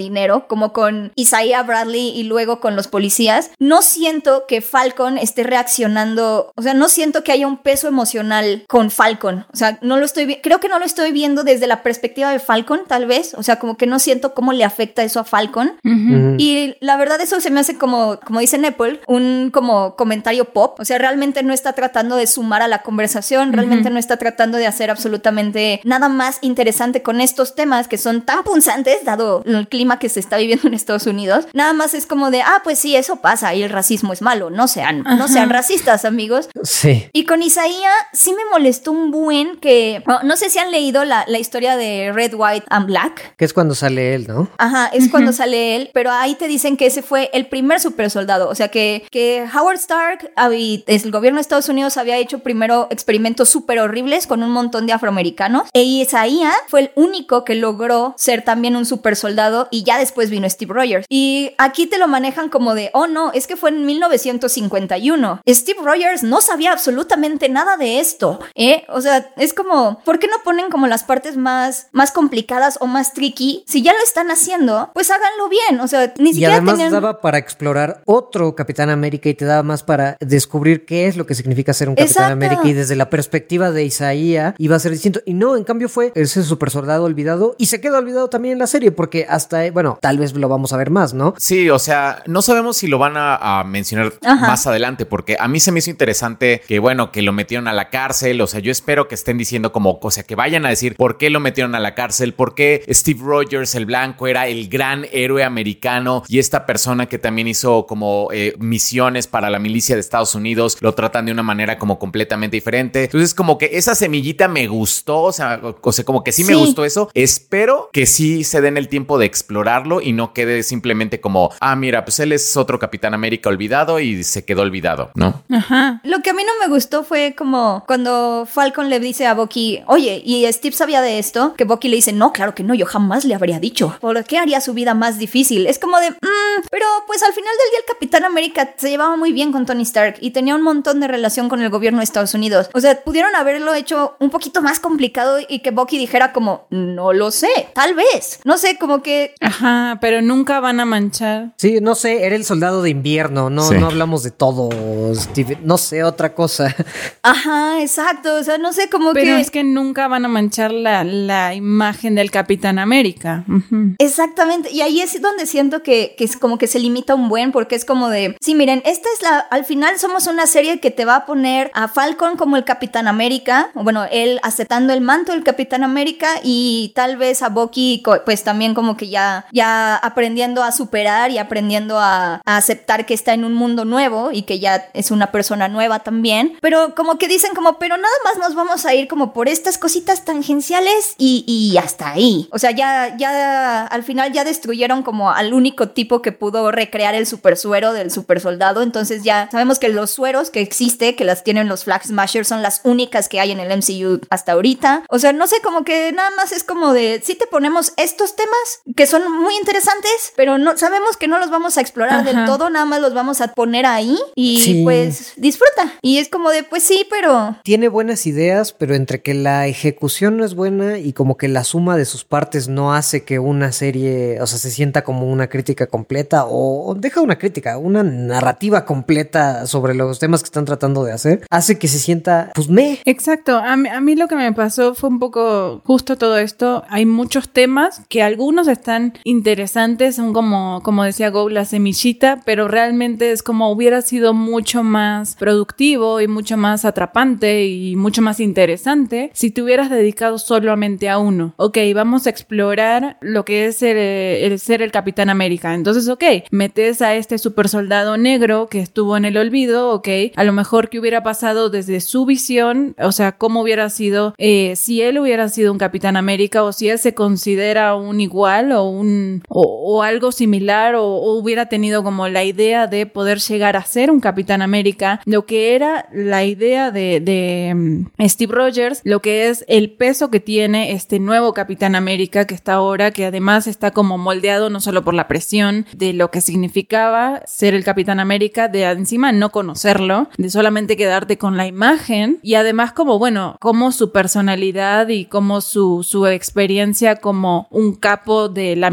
como con Isaiah Bradley y luego con los policías, no siento que Falcon esté reaccionando, o sea, no siento que haya un peso emocional con Falcon, o sea, no lo estoy vi- creo que no lo estoy viendo desde la perspectiva de Falcon, tal vez, o sea, como que no siento cómo le afecta eso a Falcon. Uh-huh. Y la verdad eso se me hace como, como dice Nepal, un como comentario pop, o sea, realmente no está tratando de sumar a la conversación, realmente uh-huh. no está tratando de hacer absolutamente nada más interesante con estos temas que son tan punzantes, dado el clima que se está viviendo en Estados Unidos. Nada más es como de, ah, pues sí, eso pasa y el racismo es malo, no sean, uh-huh. no sean racistas, amigos. Sí. Y con Isaiah sí me molestó un buen que, no, no sé si han leído la, la historia de Red, White and Black. Que es cuando sale él, ¿no? Ajá, es uh-huh. cuando sale él, pero ahí te dicen que ese fue el primer super soldado, o sea que, que Howard Stark y el gobierno de Estados Unidos había hecho primero experimentos súper horribles con un montón de afroamericanos, e Isaiah fue el único que logró ser también un super soldado, y ya después vino Steve Rogers. Y aquí te lo manejan como de, oh no, es que fue en mil novecientos cincuenta y uno. Steve Rogers no sabía absolutamente nada de esto, ¿eh? O sea, es como, ¿por qué no ponen como las partes más, más complicadas o más tricky? Si ya lo están haciendo, pues háganlo bien, o sea, ni siquiera Y además tenían... daba para explorar otro Capitán América y te daba más para descubrir qué es lo que significa ser un Capitán Exacto. América, y desde la perspectiva de Isaiah iba a ser distinto. Y no, en cambio fue ese super soldado olvidado, y se quedó olvidado también en la serie, porque hasta, bueno, tal vez lo vamos a ver más, ¿no? Sí, o sea, no sabemos si lo van a, a mencionar Ajá. más adelante, porque a mí se me hizo interesante que, bueno, que lo metieron a la cárcel. O sea, yo espero que estén diciendo como, o sea, que vayan a decir por qué lo metieron a la cárcel, por qué Steve Rogers, el blanco, era el gran héroe americano, y esta persona que también hizo como eh, misiones para la milicia de Estados Unidos lo tratan de una manera como completamente diferente. Entonces, como que esa semillita me gustó, o sea, o, o sea como que sí, sí me gustó eso. Espero que sí se den el tiempo de explorarlo y no quede simplemente como, ah, mira, pues él es otro Capitán América olvidado y se quedó olvidado, ¿no? Ajá. Lo que a mí no me gustó fue como cuando Falcon le dice a Bucky, oye, ¿y Steve sabía de esto? Que Bucky le dice, no, claro que no, yo jamás le habría dicho. ¿Por qué haría su vida más difícil? Es como de, mmm, pero pues al final del día el Capitán América se llevaba muy bien con Tony Stark y tenía un montón de relación con el gobierno de Estados Unidos. O sea, pudieron haberlo hecho un poquito más complicado y que Bucky dijera como, no lo sé, tal vez. No sé, como que... Ajá, pero nunca van a manchar. Sí, no sé, era el soldado de invierno, no, sí. no hablamos de todo, Steve, no sé, otra cosa. Ajá, exacto, o sea, no sé, como pero que... Pero es que nunca van a manchar la, la imagen del Capitán América. Uh-huh. Exactamente, y ahí es donde siento que, que es como que se limita un buen, porque es como de, sí, miren, esta es la, al final somos una serie que te va a poner a Falcon como el Capitán América, bueno, él aceptando el manto del Capitán América, y tal vez a Bucky, pues también como que ya, ya aprendiendo a superar y aprendiendo a, a aceptar que está en un mundo nuevo y que ya es una persona nueva también, pero como que dicen como, pero nada más nos vamos a ir como por estas cositas tangenciales y, y hasta ahí. O sea, ya, ya al final ya destruyeron como al único tipo que pudo recrear el super suero del super soldado, entonces ya sabemos que los sueros que existe, que las tienen los Flag Smashers, son las únicas que hay en el M C U hasta ahorita. O sea, no sé, como que nada más es como de, sí te ponemos estos temas que son muy interesantes, pero no sabemos que no los vamos a explorar Ajá. del todo, nada más los vamos a poner ahí y sí. pues disfruta. Y es como de, pues sí, pero... Tiene buenas ideas, pero entre que la ejecución no es buena y como que la suma de sus partes no hace que una serie, o sea, se sienta como una crítica completa, o, o deja una crítica, una narrativa completa sobre los temas que están tratando de hacer, hace que se sienta, pues, meh. Exacto, a mí, a mí lo que me pasó fue un poco justo todo esto. Hay muchos temas que algunos están interesantes, son como, como decía Go, la semillita, pero realmente es como hubiera sido mucho más productivo y mucho más atrapante y mucho más interesante si te hubieras dedicado solamente a uno. Ok, vamos a explorar lo que es el, el ser el Capitán América. Entonces, ok, metes a este super soldado negro que estuvo en el olvido, ok, a lo mejor que hubiera pasado desde su visión, o sea, cómo hubiera sido, eh, si él hubiera sido un Capitán América, o si él se considera un igual o un o, o algo similar, o, o hubiera tenido como la idea de poder llegar a ser un Capitán América, lo que era la idea de, de um, Steve Rogers, lo que es el peso que tiene este nuevo Capitán América que está ahora, que además está como moldeado no solo por la presión de lo que significaba ser el Capitán América, de encima no conocerlo, de solamente quedarte con la imagen, y además como, bueno, como su personalidad y como su, su experiencia como un capo de la milicia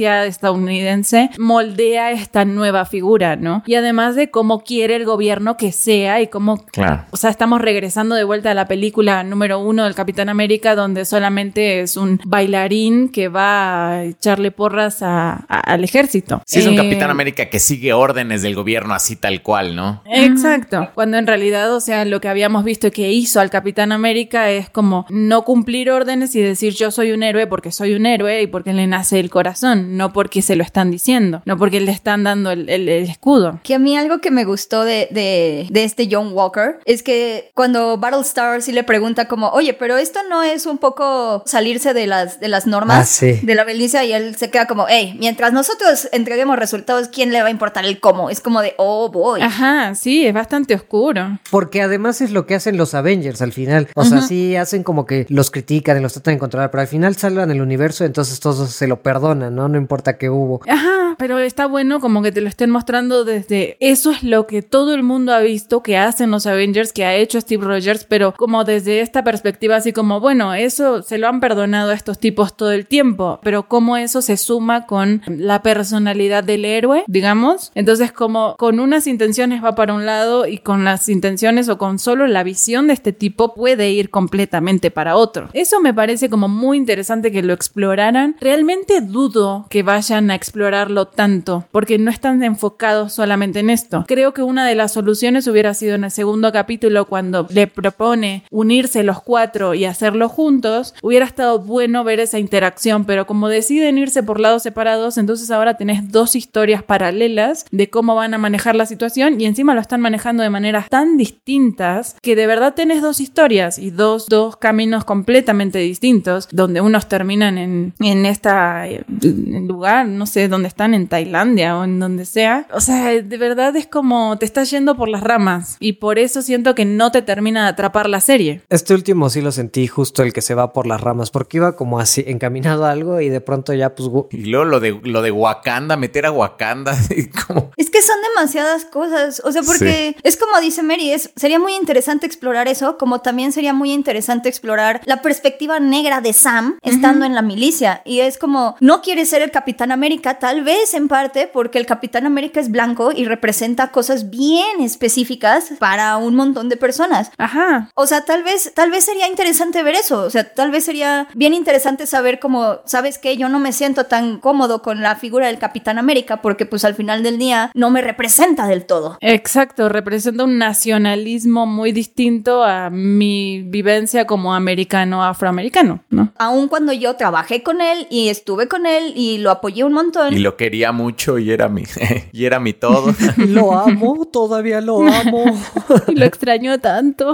justicia estadounidense moldea esta nueva figura, ¿no? Y además de cómo quiere el gobierno que sea y cómo... Claro. O sea, estamos regresando de vuelta a la película número uno del Capitán América, donde solamente es un bailarín que va a echarle porras a, a, al ejército. Sí, es un Eh, Capitán América que sigue órdenes del gobierno así tal cual, ¿no? Exacto. Cuando en realidad, o sea, lo que habíamos visto que hizo al Capitán América es como no cumplir órdenes y decir yo soy un héroe porque soy un héroe y porque le nace el corazón, no porque se lo están diciendo, no porque le están dando el, el, el escudo. Que a mí algo que me gustó de, de, de este John Walker es que cuando Battlestar sí le pregunta como, oye, pero esto no es un poco salirse de las, de las normas Ah, sí. de la milicia, y él se queda como, hey, mientras nosotros entreguemos resultados, ¿quién le va a importar el cómo? Es como de, oh boy. Ajá, sí, es bastante oscuro. Porque además es lo que hacen los Avengers al final. O sea, sí hacen como que los critican y los tratan de controlar, pero al final salvan el universo, entonces todos se lo perdonan, ¿no? No importa qué hubo. Ajá, pero está bueno como que te lo estén mostrando desde... Eso es lo que todo el mundo ha visto que hacen los Avengers, que ha hecho Steve Rogers, pero como desde esta perspectiva así como, bueno, eso se lo han perdonado a estos tipos todo el tiempo, pero cómo eso se suma con la personalidad del héroe, digamos. Entonces como con unas intenciones va para un lado y con las intenciones o con solo la visión de este tipo puede ir completamente para otro. Eso me parece como muy interesante que lo exploraran. Realmente dudo que vayan a explorarlo tanto, porque no están enfocados solamente en esto. Creo que una de las soluciones hubiera sido en el segundo capítulo, cuando le propone unirse los cuatro y hacerlo juntos. Hubiera estado bueno ver esa interacción, pero como deciden irse por lados separados, entonces ahora tenés dos historias paralelas de cómo van a manejar la situación, y encima lo están manejando de maneras tan distintas que de verdad tenés dos historias y dos, dos caminos completamente distintos, donde unos terminan en, en esta en lugar, no sé, donde están, en Tailandia o en donde sea. O sea, de verdad es como te estás yendo por las ramas, y por eso siento que no te termina de atrapar la serie. Este último sí lo sentí, justo el que se va por las ramas, porque iba como así encaminado a algo y de pronto ya pues... gu- Y luego lo de, lo de Wakanda, meter a Wakanda, y como... Es que son demasiadas cosas, o sea, porque es como dice Mary, es, sería muy interesante explorar eso, como también sería muy interesante explorar la perspectiva negra de Sam estando en la milicia, y es como, no quiere ser el Capitán América, tal vez en parte porque el Capitán América es blanco y representa cosas bien específicas para un montón de personas. Ajá. O sea, tal vez, tal vez sería interesante ver eso. O sea, tal vez sería bien interesante saber cómo, ¿sabes qué? Yo no me siento tan cómodo con la figura del Capitán América porque pues al final del día no me representa del todo. Exacto, representa un nacionalismo muy distinto a mi vivencia como americano afroamericano, ¿no? Aun cuando yo trabajé con él y estuve con él y lo apoyé un montón. Y lo quería mucho y era mi, y era mi todo. Lo amo, todavía lo amo. Y lo extraño tanto.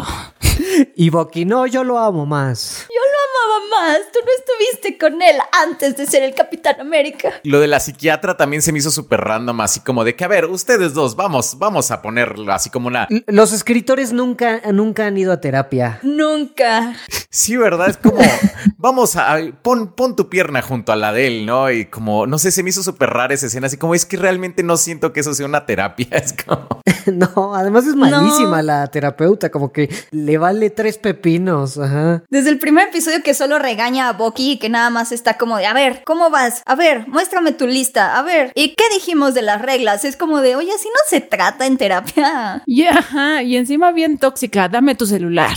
Y Bucky, no, yo lo amo más. Yo lo amaba más. Tú no estuviste con él antes de ser el Capitán América. Lo de la psiquiatra también se me hizo súper random, así como de que, a ver, ustedes dos, vamos, vamos a ponerlo así como una... L- Los escritores nunca, nunca han ido a terapia. Nunca. Sí, ¿verdad? Es como, vamos a... Pon, pon tu pierna junto a la de él, ¿no? Y como, no sé, se me hizo súper rara esa escena, así como, es que realmente no siento que eso sea una terapia, es como... No, además es malísima No. la terapeuta, como que le vale tres pepinos, ajá. Desde el primer episodio que solo regaña a Bucky y que nada más está como de, a ver, ¿cómo vas? A ver, muéstrame tu lista, a ver, ¿y qué dijimos de las reglas? Es como de, oye, así no se trata en terapia. Y, ajá, y encima bien tóxica, dame tu celular.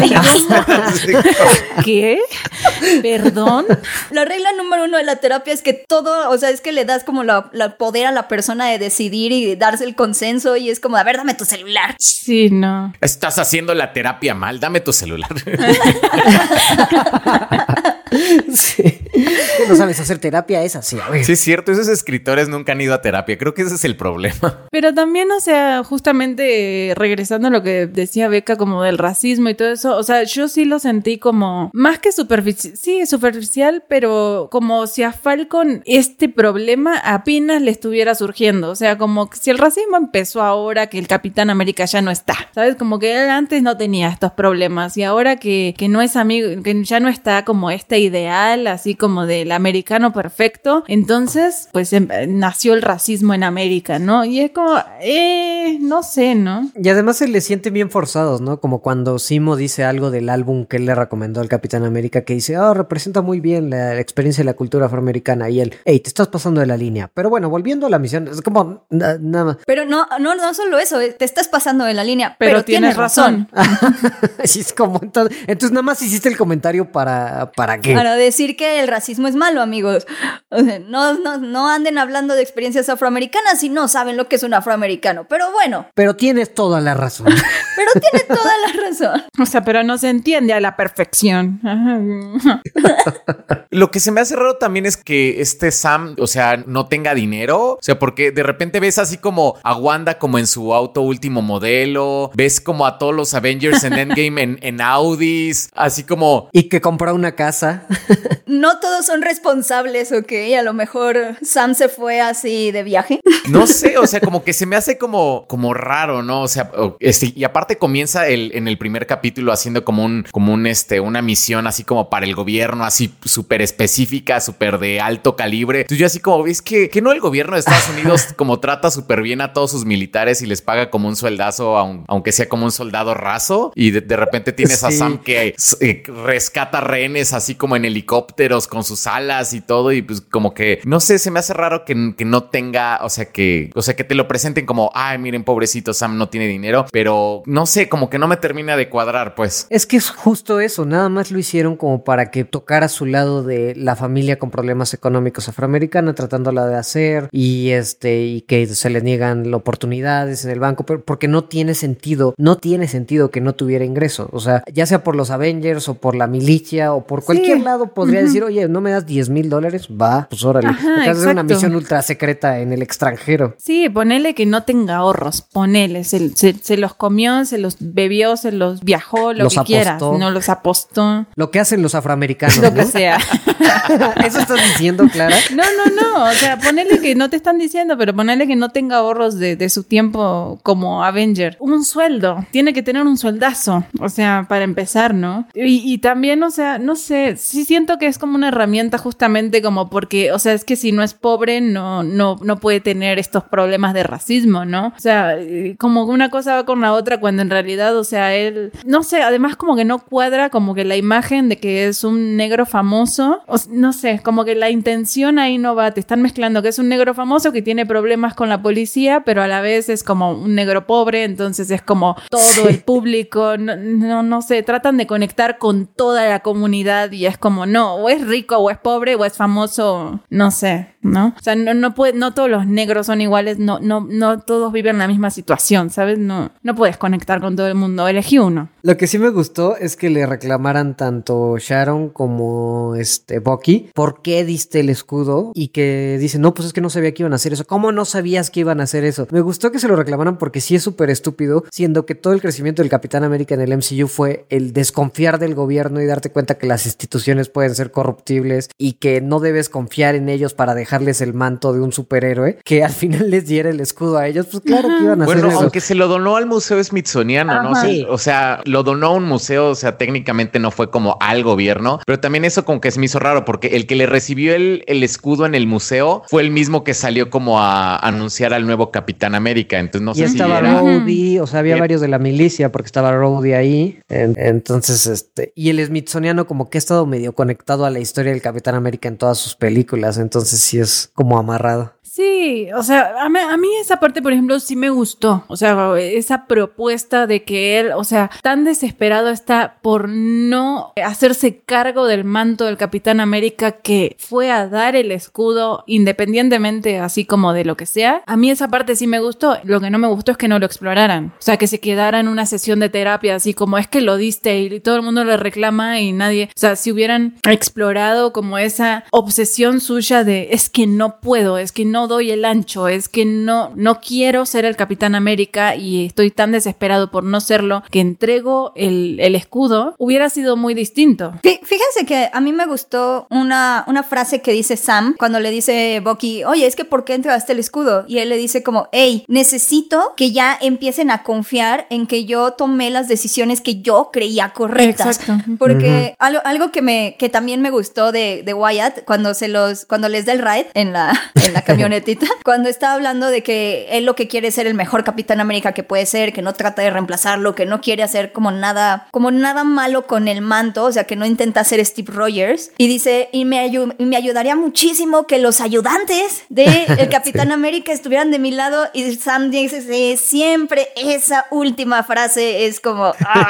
Así como- ¿Qué? ¿Perdón? La regla número uno de la terapia es que todo, o sea, es que le das como la, la poder a la persona de decidir y darse el consenso, y es como, a ver, dame tu celular. Sí, no. Estás haciendo la terapia mal, dame tu celular. Sí. No sabes hacer terapia, es así, a ver. Sí, es cierto, esos escritores nunca han ido a terapia. Creo que ese es el problema. Pero también, o sea, justamente eh, regresando a lo que decía Beca como del racismo y todo eso, o sea, yo sí lo sentí como más que superficial, sí, superficial, pero como si a Falcon este problema apenas le estuviera surgiendo, o sea, como si el racismo empezó ahora que el Capitán América ya no está, ¿sabes? Como que él antes no tenía estos problemas y ahora que, que no es amigo, que ya no está como este ideal, así como como del americano perfecto, entonces pues em, nació el racismo en América, ¿no? Y es como, eh, no sé, ¿no? Y además se le sienten bien forzados, ¿no? Como cuando Simo dice algo del álbum que él le recomendó al Capitán América, que dice, oh, representa muy bien la, la experiencia de la cultura afroamericana, y él, hey, te estás pasando de la línea. Pero bueno, volviendo a la misión, es como nada na, más. Pero no, no, no solo eso, te estás pasando de la línea, pero, pero tienes, tienes razón. razón. Sí, es como, entonces, entonces nada más hiciste el comentario para, ¿para qué? Para decir que el racismo es malo, amigos. O sea, no, no, no anden hablando de experiencias afroamericanas si no saben lo que es un afroamericano. Pero bueno. Pero tienes toda la razón. Pero tiene toda la razón. O sea, pero no se entiende a la perfección. Lo que se me hace raro también es que este Sam, o sea, no tenga dinero. O sea, porque de repente ves así como a Wanda como en su auto último modelo. Ves como a todos los Avengers en Endgame en, en Audis. Así como... Y que compró una casa. No todos son responsables, ¿ok? A lo mejor Sam se fue así de viaje. No sé, o sea, como que se me hace como, como raro, ¿no? O sea, este, y aparte comienza el, en el primer capítulo haciendo como un, como un, este, una misión así como para el gobierno, así súper específica, súper de alto calibre. Entonces yo así como, es que, que no el gobierno de Estados Unidos como trata súper bien a todos sus militares y les paga como un sueldazo, aun, aunque sea como un soldado raso, y de, de repente tienes sí. a Sam que eh, rescata rehenes así como en helicópteros con sus alas y todo, y pues como que, no sé, se me hace raro que, que no tenga, o sea, que, o sea, que te lo presenten como, ay, miren, pobrecito Sam no tiene dinero, pero no sé, como que no me termina de cuadrar, pues. Es que es justo eso, nada más lo hicieron como para que tocara su lado de la familia con problemas económicos afroamericana, tratándola de hacer, y este, y que se le niegan oportunidades en el banco, pero porque no tiene sentido, no tiene sentido que no tuviera ingreso, o sea, ya sea por los Avengers o por la milicia o por cualquier sí. lado podría uh-huh. decir, oye, ¿no me das diez mil dólares? Va, pues órale, acabas de hacer una misión ultra secreta en el extranjero. Sí, ponele que no tenga ahorros, ponele, se, se, se los comió, se los bebió, se los viajó, lo los que apostó. quieras, no los apostó. Lo que hacen los afroamericanos, Lo ¿no? que sea. ¿Eso estás diciendo, Clara? No, no, no, o sea, ponele que no te están diciendo, pero ponele que no tenga ahorros de, de su tiempo como Avenger. Un sueldo, tiene que tener un sueldazo, o sea, para empezar, ¿no? Y, y también, o sea, no sé, sí siento que es como una herramienta justamente como porque, o sea, es que si no es pobre, no, no, no puede tener estos problemas de racismo, ¿no? O sea, como una cosa va con la otra cuando en realidad, o sea, él, no sé, además como que no cuadra como que la imagen de que es un negro famoso, o, no sé, como que la intención ahí no va, te están mezclando que es un negro famoso que tiene problemas con la policía, pero a la vez es como un negro pobre, entonces es como todo sí. el público, no, no, no sé, tratan de conectar con toda la comunidad y es como, no, o es rico o es pobre o es famoso, no sé, ¿no? O sea, no, no puede, no todos los negros son iguales, no, no, no todos viven la misma situación, ¿sabes? No, no puedes conectar con todo el mundo, elegí uno. Lo que sí me gustó es que le reclamaran tanto Sharon como este Bucky, ¿por qué diste el escudo? Y que dicen, no, pues es que no sabía que iban a hacer eso. ¿Cómo no sabías que iban a hacer eso? Me gustó que se lo reclamaran porque sí es súper estúpido, siendo que todo el crecimiento del Capitán América en el M C U fue el desconfiar del gobierno y darte cuenta que las instituciones pueden ser corruptibles y que no debes confiar en ellos para dejarles el manto de un superhéroe, que al final les diera el escudo a ellos, pues claro que iban a bueno, hacer eso. Aunque se lo donó al Museo Smithsoniano, Ajá. ¿no? O sea, sí. o sea, lo donó a un museo, o sea, técnicamente no fue como al gobierno, pero también eso como que se me hizo raro, porque el que le recibió el, el escudo en el museo fue el mismo que salió como a anunciar al nuevo Capitán América, entonces no y sé si estaba era... Rhodey, o sea, había Bien. varios de la milicia, porque estaba Rhodey ahí, en, entonces, este, y el Smithsoniano como que ha estado medio conectado a la historia del Capitán América en todas sus películas, entonces sí es como amarrado. Sí, o sea, a mí, a mí esa parte, por ejemplo, sí me gustó. O sea, esa propuesta de que él, o sea, tan desesperado está por no hacerse cargo del manto del Capitán América que fue a dar el escudo independientemente así como de lo que sea. A mí esa parte sí me gustó. Lo que no me gustó es que no lo exploraran. O sea, que se quedara en una sesión de terapia así como es que lo diste y todo el mundo le reclama y nadie... O sea, si hubieran explorado como esa obsesión suya de es que no puedo, es que no no doy el ancho, es que no, no quiero ser el Capitán América y estoy tan desesperado por no serlo que entrego el, el escudo, hubiera sido muy distinto. Fíjense que a mí me gustó una, una frase que dice Sam cuando le dice Bucky, oye, es que ¿por qué entregaste el escudo? Y él le dice como, hey, necesito que ya empiecen a confiar en que yo tomé las decisiones que yo creía correctas. Exacto. Porque uh-huh. algo, algo que me que también me gustó de, de Wyatt cuando se los cuando les da el ride en la, en la camionetita, cuando está hablando de que él lo que quiere es ser el mejor Capitán América que puede ser, que no trata de reemplazarlo, que no quiere hacer como nada, como nada malo con el manto, o sea, que no intenta ser Steve Rogers. Y dice, y me, ayu- me ayudaría muchísimo que los ayudantes del Capitán sí. América estuvieran de mi lado. Y Sam dice, sí, siempre esa última frase es como... Ah.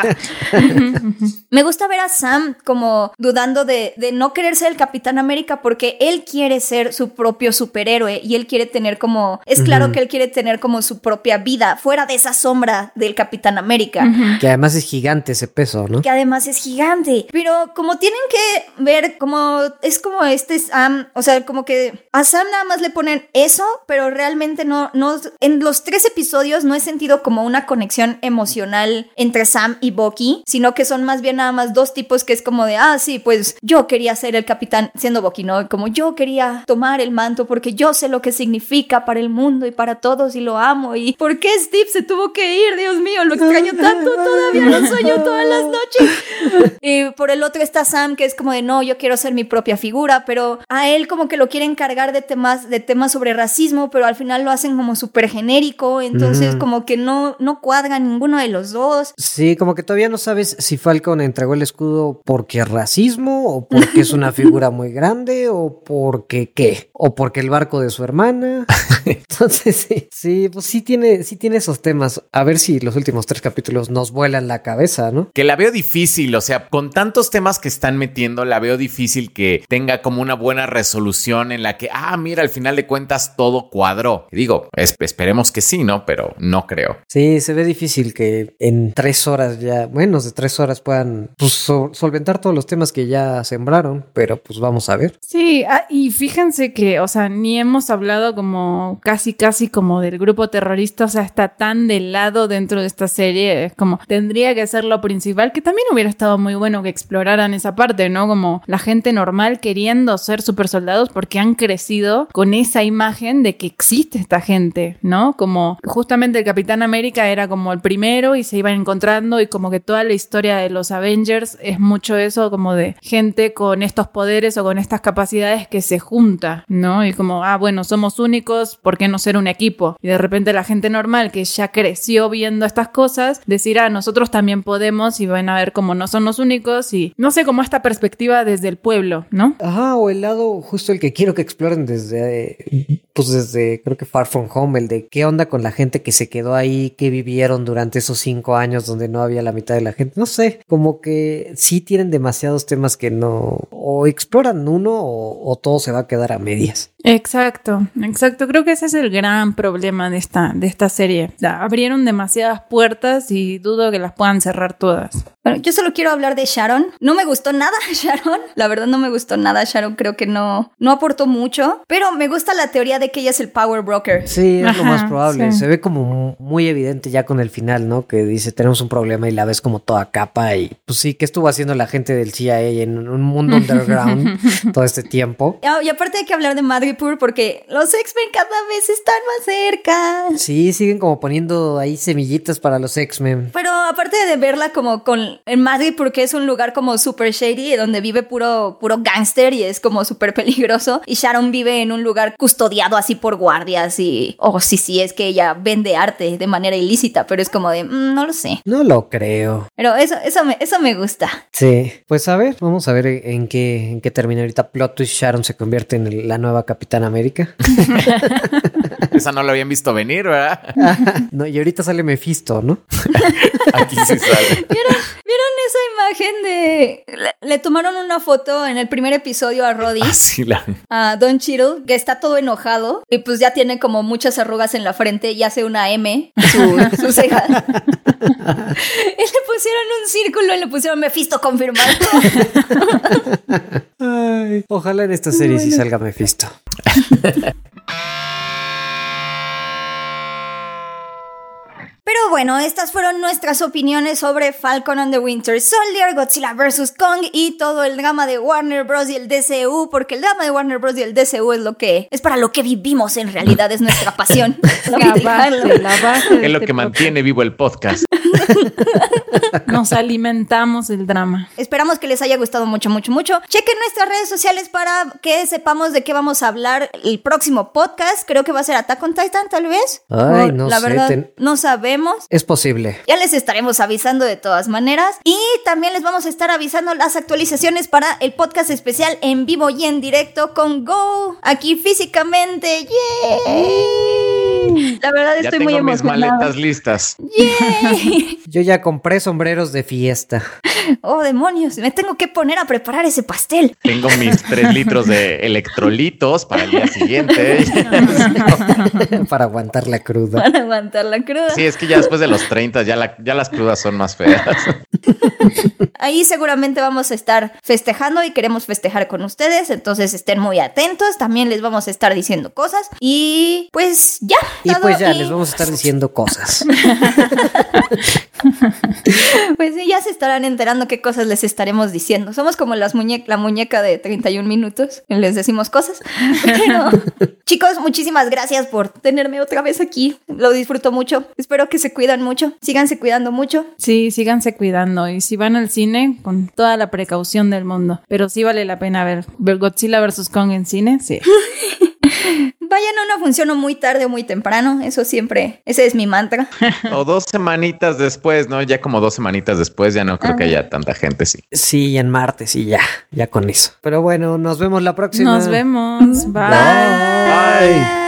Me gusta ver a Sam como dudando de, de no querer ser el Capitán América porque él quiere ser su propio superhéroe y él quiere tener como... Es claro uh-huh. que él quiere tener como su propia vida fuera de esa sombra del Capitán América. Uh-huh. Que además es gigante ese peso, ¿no? Que además es gigante. Pero como tienen que ver como... Es como este Sam... O sea, como que a Sam nada más le ponen eso, pero realmente no... no en los tres episodios no he sentido como una conexión emocional entre Sam y Bucky, sino que son más bien nada más dos tipos que es como de, ah, sí, pues yo quería ser el capitán, siendo Bucky, ¿no? Como yo quería tomar el manto porque yo sé lo que significa para el mundo y para todos y lo amo. ¿Y por qué Steve se tuvo que ir? Dios mío, lo extraño tanto, todavía lo sueño todas las noches. Y por el otro está Sam, que es como de, no, yo quiero ser mi propia figura, pero a él como que lo quieren cargar de temas, de temas sobre racismo, pero al final lo hacen como súper genérico, entonces mm. como que no, no cuadra ninguno de los dos. Sí, como que todavía no sabes si Falcon entregó el escudo porque es racismo, o porque es una figura muy grande, o porque qué, o porque el barco de su hermana. Entonces sí, sí, pues sí tiene, sí tiene esos temas. A ver si los últimos tres capítulos nos vuelan la cabeza, ¿no? Que la veo difícil, o sea, con tantos temas que están metiendo, la veo difícil que tenga como una buena resolución en la que, ah, mira, al final de cuentas todo cuadró. Digo, es, esperemos que sí, ¿no? Pero no creo. Sí, se ve difícil que en tres horas ya, menos de tres horas puedan pues, so- solventar todos los temas que ya sembraron, pero pues vamos a ver. Sí, ah, y fíjense que, o sea, ni hemos hablado como casi, casi como del grupo terrorista, o sea, está tan de lado dentro de esta serie, es como, tendría que ser lo principal, que también hubiera estado muy bueno que exploraran esa parte, ¿no? Como la gente normal queriendo ser super soldados porque han crecido con esa imagen de que existe esta gente, ¿no? Como justamente el Capitán América era como el primero y se iban encontrando y como que toda la historia de los Avengers es mucho eso como de gente con estos poderes o con estas capacidades que se junta, ¿no? Y como, ah, bueno, somos únicos, ¿por qué no ser un equipo? Y de repente la gente normal que ya creció viendo estas cosas, decir, ah, nosotros también podemos y van a ver como no son los únicos y no sé, como esta perspectiva desde el pueblo, ¿no? Ajá, o el lado justo el que quiero que exploren desde, pues desde, creo que Far From Home, el de qué onda con la gente que se quedó ahí, que vivieron durante esos cinco años donde no había la mitad de la gente. No sé, como que sí tienen demasiados temas que no, o exploran uno o, o todo se va a quedar a medias. Exacto, exacto. Creo que ese es el gran problema de esta, de esta serie. O sea, abrieron demasiadas puertas y dudo que las puedan cerrar todas. Bueno, yo solo quiero hablar de Sharon. No me gustó nada Sharon. La verdad no me gustó nada Sharon. Creo que no, no aportó mucho. Pero me gusta la teoría de que ella es el power broker. Sí, es Ajá, lo más probable. sí. Se ve como muy evidente ya con el final, ¿no? Que dice, tenemos un problema y la ves como toda capa. Y pues sí, ¿qué estuvo haciendo la gente del C I A en un mundo underground todo este tiempo? Y, y aparte hay que hablar de Madripoor porque los X-Men cada vez están más cerca. Sí, siguen como poniendo ahí semillitas para los X-Men. Pero aparte de verla como con en Madrid, porque es un lugar como super shady donde vive puro, puro gángster y es como súper peligroso, y Sharon vive en un lugar custodiado así por guardias y, oh sí, sí, es que ella vende arte de manera ilícita, pero es como de, mmm, no lo sé. No lo creo. Pero eso, eso, me, eso me gusta. Sí, pues a ver, vamos a ver en qué, en qué termina ahorita Plot Twist. Sharon se convierte en el, la nueva Capitana América. Esa no lo habían visto venir, ¿verdad? No, y ahorita sale Mephisto, ¿no? Aquí sí sale. ¿Vieron, ¿Vieron esa imagen de... Le, le tomaron una foto en el primer episodio a Roddy, ah, sí, la... a Don Cheadle, que está todo enojado y pues ya tiene como muchas arrugas en la frente y hace una M su, su ceja. Y le pusieron un círculo y le pusieron Mephisto confirmado. Ay, ojalá en esta serie bueno. sí salga Mephisto. Pero bueno, estas fueron nuestras opiniones sobre Falcon and the Winter Soldier, Godzilla versus. Kong y todo el drama de Warner Bros. Y el D C U, porque el drama de Warner Bros. Y el D C U es lo que es para lo que vivimos en realidad, es nuestra pasión. La base, la base es lo que mantiene vivo el podcast. Nos alimentamos el drama. Esperamos que les haya gustado mucho, mucho, mucho. Chequen nuestras redes sociales para que sepamos de qué vamos a hablar el próximo podcast. Creo que va a ser Attack on Titan, tal vez. Ay, no La sé. verdad, ten- no sabemos. Es posible. Ya les estaremos avisando de todas maneras. Y también les vamos a estar avisando las actualizaciones para el podcast especial en vivo y en directo con Go aquí físicamente. ¡Yay! La verdad Ya estoy tengo muy mis emocionada. maletas listas. ¡Yay! Yo ya compré sombreros de fiesta. Oh, demonios, me tengo que poner a preparar ese pastel. Tengo mis tres litros de electrolitos para el día siguiente. Para aguantar la cruda. Para aguantar la cruda. Sí, es que ya después de los treinta ya, la, ya las crudas son más feas. Ahí seguramente vamos a estar festejando y queremos festejar con ustedes, entonces estén muy atentos. También les vamos a estar diciendo cosas y pues ya. Y todo pues ya, y- les vamos a estar diciendo cosas. Pues sí, ya se estarán enterando qué cosas les estaremos diciendo. Somos como las muñe- la muñeca de treinta y un minutos, que les decimos cosas. Pero, chicos, muchísimas gracias por tenerme otra vez aquí. Lo disfruto mucho. Espero que se cuidan mucho. Síganse cuidando mucho. Sí, síganse cuidando. Y si van al cine, con toda la precaución del mundo. Pero sí vale la pena ver, ver Godzilla versus. Kong en cine, sí. Vayan a una función o muy tarde o muy temprano. Eso siempre, ese es mi mantra. O dos semanitas después, ¿no? Ya como dos semanitas después ya no creo que haya tanta gente, sí. Sí, en martes y ya, ya con eso. Pero bueno, nos vemos la próxima. Nos vemos. Bye. Bye.